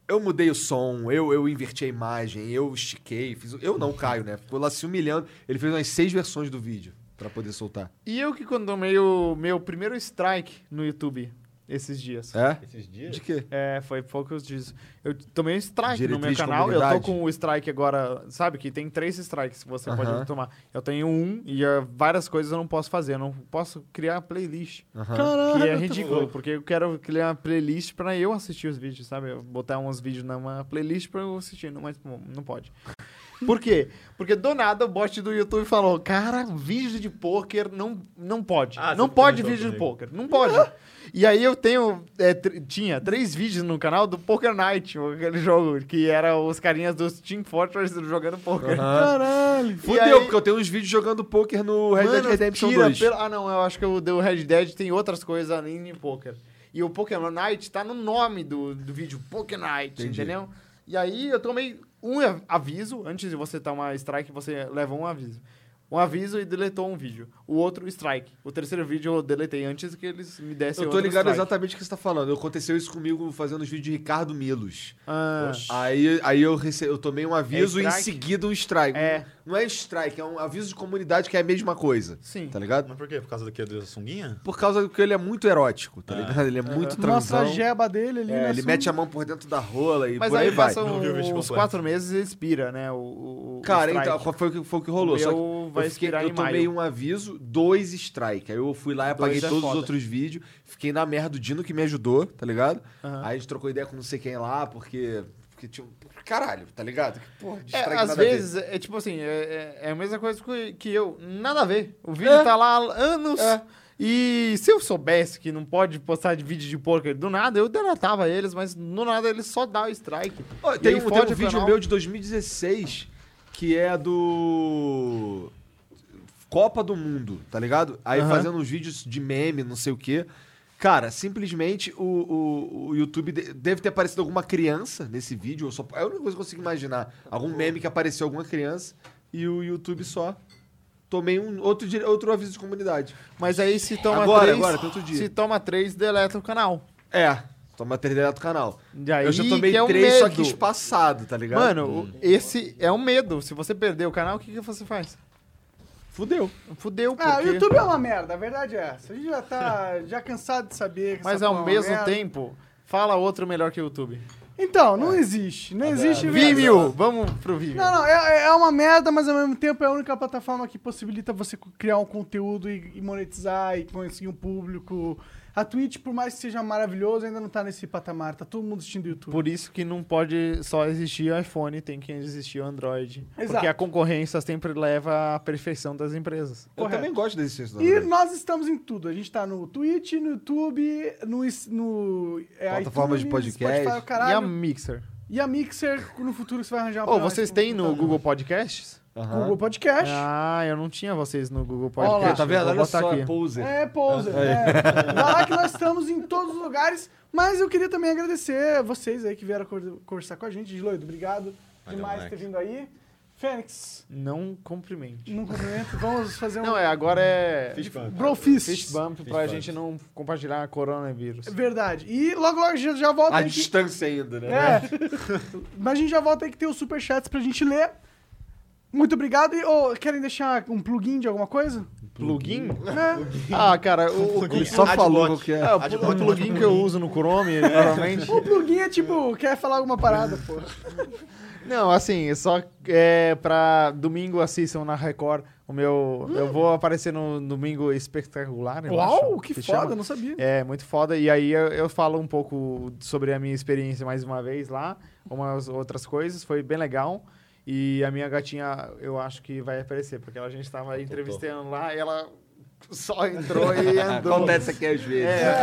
Eu mudei o som, eu, eu inverti a imagem, eu estiquei, fiz. Eu não, Caio, né? Ficou lá se humilhando. Ele fez umas seis versões do vídeo pra poder soltar. E eu que quando tomei o meu primeiro strike no YouTube esses dias. É? Esses dias? De quê? É, foi poucos dias. Eu tomei um strike Diretriz no meu de canal. Eu tô comunidade? com o strike agora, sabe? Que tem três strikes que você Aham. pode tomar. Eu tenho um e uh, várias coisas eu não posso fazer. Eu não posso criar playlist. Aham. Caralho. Que é tá ridículo, porque eu quero criar uma playlist pra eu assistir os vídeos, sabe? Eu botar uns vídeos numa playlist pra eu assistir, não- mas pô, não pode. Por quê? Porque do nada o bot do YouTube falou, cara, vídeo de pôquer não, não pode. Ah, não você pode comentou vídeo de comigo. pôquer, não pode. E aí eu tenho, é, tr- tinha três vídeos no canal do Poker Night, aquele jogo, que era os carinhas dos Team Fortress jogando pôquer. Aham. Caralho. Fudeu, aí- porque eu tenho uns vídeos jogando poker no Red Dead Mano, Redemption tira dois. pelo- Ah, não, eu acho que o do Red Dead tem outras coisas além de poker. E o Pokémon Night tá no nome do, do vídeo, Poker Night, Entendi. entendeu? E aí eu tomei um av- aviso, antes de você tomar strike, você leva um aviso. Um aviso e deletou um vídeo. O outro, strike. O terceiro vídeo eu deletei antes que eles me dessem Eu tô outro ligado strike. exatamente o que você tá falando. Aconteceu isso comigo fazendo os vídeos de Ricardo Milos. Ah, Poxa. Aí, aí eu, rece... eu tomei um aviso É e em strike? seguida um strike. É. Não é strike, é um aviso de comunidade que é a mesma coisa. sim. Tá ligado? Mas por quê? Por causa do que? Da sunguinha? Por causa que ele é muito erótico, tá Ah. ligado? Ele é muito Mostra a transão. jeba dele ali. É, né, ele assim. mete a mão por dentro da rola e Mas por aí aí vai. passam Não vi o vídeo uns completo. quatro meses e expira, né? O, o, o Cara, strike. então, foi o que, foi o que rolou. O Só que meu vai eu, fiquei, expirar eu em tomei maio. um aviso, dois strike. Aí eu fui lá e Dois apaguei é todos foda. os outros vídeos. Fiquei na merda do Dino que me ajudou, tá ligado? Aham. Aí a gente trocou ideia com não sei quem lá, porque... porque tinha um... Caralho, tá ligado? Que porra de É, strike às nada a ver. vezes, é tipo assim, é, é- é a mesma coisa que, que eu. Nada a ver. O vídeo É. tá lá há anos. É. E se eu soubesse que não pode postar de vídeo de poker do nada, eu deletava eles, mas do nada eles só dá o strike. Ó, E tem, aí um, tem fode um o vídeo canal. meu de dois mil e dezesseis que é do Copa do Mundo, tá ligado? Aí Aham. fazendo uns vídeos de meme, não sei o quê. Cara, simplesmente o, o, o YouTube de- deve ter aparecido alguma criança nesse vídeo. Eu só, é a única coisa que eu consigo imaginar. Algum meme que apareceu alguma criança e o YouTube só. Tomei um outro, dire- outro aviso de comunidade. Mas aí se toma Agora, três. agora, tem outro dia. Se toma três, deleta o canal. É, toma três direto do canal. E aí eu já tomei que é o três, só medo. que espaçado, tá ligado? Mano, o- esse é um medo. Se você perder o canal, o que, que você faz? Fudeu. Fudeu, porque... Ah, o YouTube é uma merda, a verdade é essa. A gente já tá já cansado de saber que Mas essa ao porra é uma mesmo merda. tempo, fala outro melhor que o YouTube. Então, não existe. Não existe. Vimeo! Vamos pro Vimeo. Não, não, é, é uma merda, mas ao mesmo tempo é a única plataforma que possibilita você criar um conteúdo e, e monetizar e conseguir um público. A Twitch, por mais que seja maravilhoso, ainda não tá nesse patamar. Tá todo mundo assistindo YouTube. Por isso que não pode só existir o iPhone, tem que existir o Android. Exato. Porque a concorrência sempre leva à perfeição das empresas. Eu Correto. também gosto desse texto. E nós estamos em tudo. A gente tá no Twitch, no YouTube, no, is- no é, Plataformas de iTunes, podcast. Spotify, o E a caralho. Mixer? E a Mixer, no futuro você vai arranjar uma Ô, pra nós vocês pro têm no computador. Google Podcasts? Aham. Google Podcast. Ah, eu não tinha vocês no Google Ó lá, Podcast. Tá vendo? Vou Olha botar só, aqui. é poser. É, Poser. É. Vai lá que nós estamos em todos os lugares. Mas eu queria também agradecer vocês aí que vieram cor- conversar com a gente. Giloido, obrigado Valeu, demais por ter moleque. vindo aí. Fênix, Não cumprimente. num cumprimento. Vamos fazer um Não, é, agora é Fish bump. brofist. fist bump Fist pra bump. gente não compartilhar coronavírus. É verdade. E logo, logo já, já volta A aí que... distância ainda, né? É. Mas a gente já volta aí que tem os superchats pra gente ler. Muito obrigado. E ô, querem deixar um plugin de alguma coisa? Plugin? É. Ah, cara, o, o, Ele só Adblock. falou qual que é. é, o, Adblock. o plugin que eu uso no Chrome, normalmente. O plugin é tipo, quer falar alguma parada, pô. Não, assim, só é pra domingo assistam na Record. O meu. Eu vou aparecer no Domingo Espetacular. eu Uau, acho, que se foda, chama. não sabia. É, muito foda. E aí eu, eu falo um pouco sobre a minha experiência mais uma vez lá, umas outras coisas. Foi bem legal. E a minha gatinha, eu acho que vai aparecer, porque a gente tava entrevistando lá e ela só entrou e andou. Acontece aqui às vezes. É,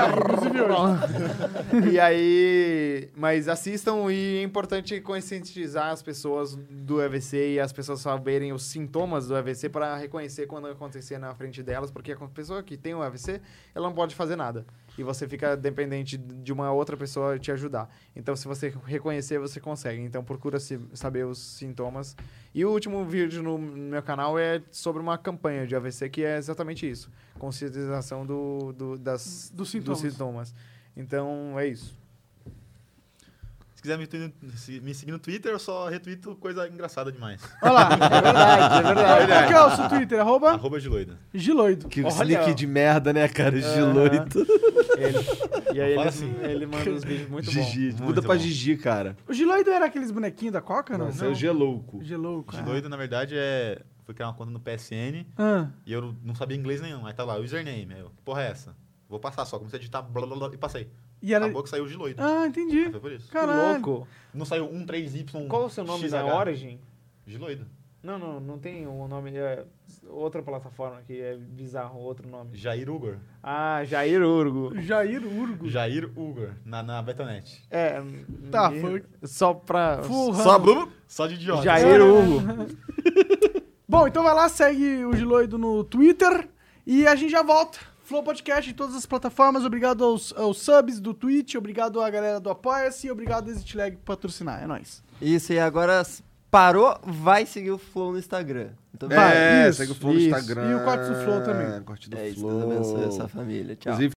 e aí, mas assistam e é importante conscientizar as pessoas do A V C e as pessoas saberem os sintomas do A V C para reconhecer quando acontecer na frente delas, porque a pessoa que tem o A V C, ela não pode fazer nada. E você fica dependente de uma outra pessoa te ajudar. Então, se você reconhecer, você consegue. Então, procura se- saber os sintomas. E o último vídeo no meu canal é sobre uma campanha de A V C, que é exatamente isso. Conscientização do, do, das, Dos sintomas. sintomas. Então, é isso. Se quiser me, tu- se- me seguir no Twitter, eu só retweeto coisa engraçada demais. Olha lá. É verdade, é verdade. Qual que é o seu Twitter? Arroba Arroba Giloida. Giloido. Que Olha. sneak de merda, né, cara? Giloito. Ele, e aí ele, Fala assim. ele manda os vídeos muito bons. Gigi. Muda Muito pra bom. Gigi, cara. O Giloido era aqueles bonequinhos da Coca, não? Nossa, é o Gelouco. Gelouco. Giloida, na verdade, é... Fui criar uma conta no P S N Ah. e eu não sabia inglês nenhum. Aí tá lá, username. Aí eu, que porra é essa? Vou passar só. Comecei a digitar blá, blá, blá, e passei. E era... Acabou que saiu o Giloida. Ah, entendi. Aí foi por isso. Que Caralho. louco. Não saiu um três Y. Qual o seu nome X na H. Origin? Giloida. Não, não, não tem um nome. É outra plataforma que é bizarro, outro nome. Jair Ugor. Ah, Jair Urgo. Jair Urgo. Jair Ugor, na, na Betonet. É. Tá, ninguém- foi. Só pra. Porra. Só Bruno. Só de idiota. Jair Urgo. Bom, então vai lá, segue o Giloido no Twitter e a gente já volta. Flow Podcast em todas as plataformas. Obrigado aos, aos subs do Twitch, obrigado à galera do Apoia-se e obrigado ao ExitLag por patrocinar. É nóis. Isso, e agora parou, vai seguir o Flow no Instagram. Então, Vai, É, isso, segue o Flow no isso. Instagram. E o Corte do Flow também. Corte do é isso, Flow. Deus abençoe essa família. Tchau. Inclusive,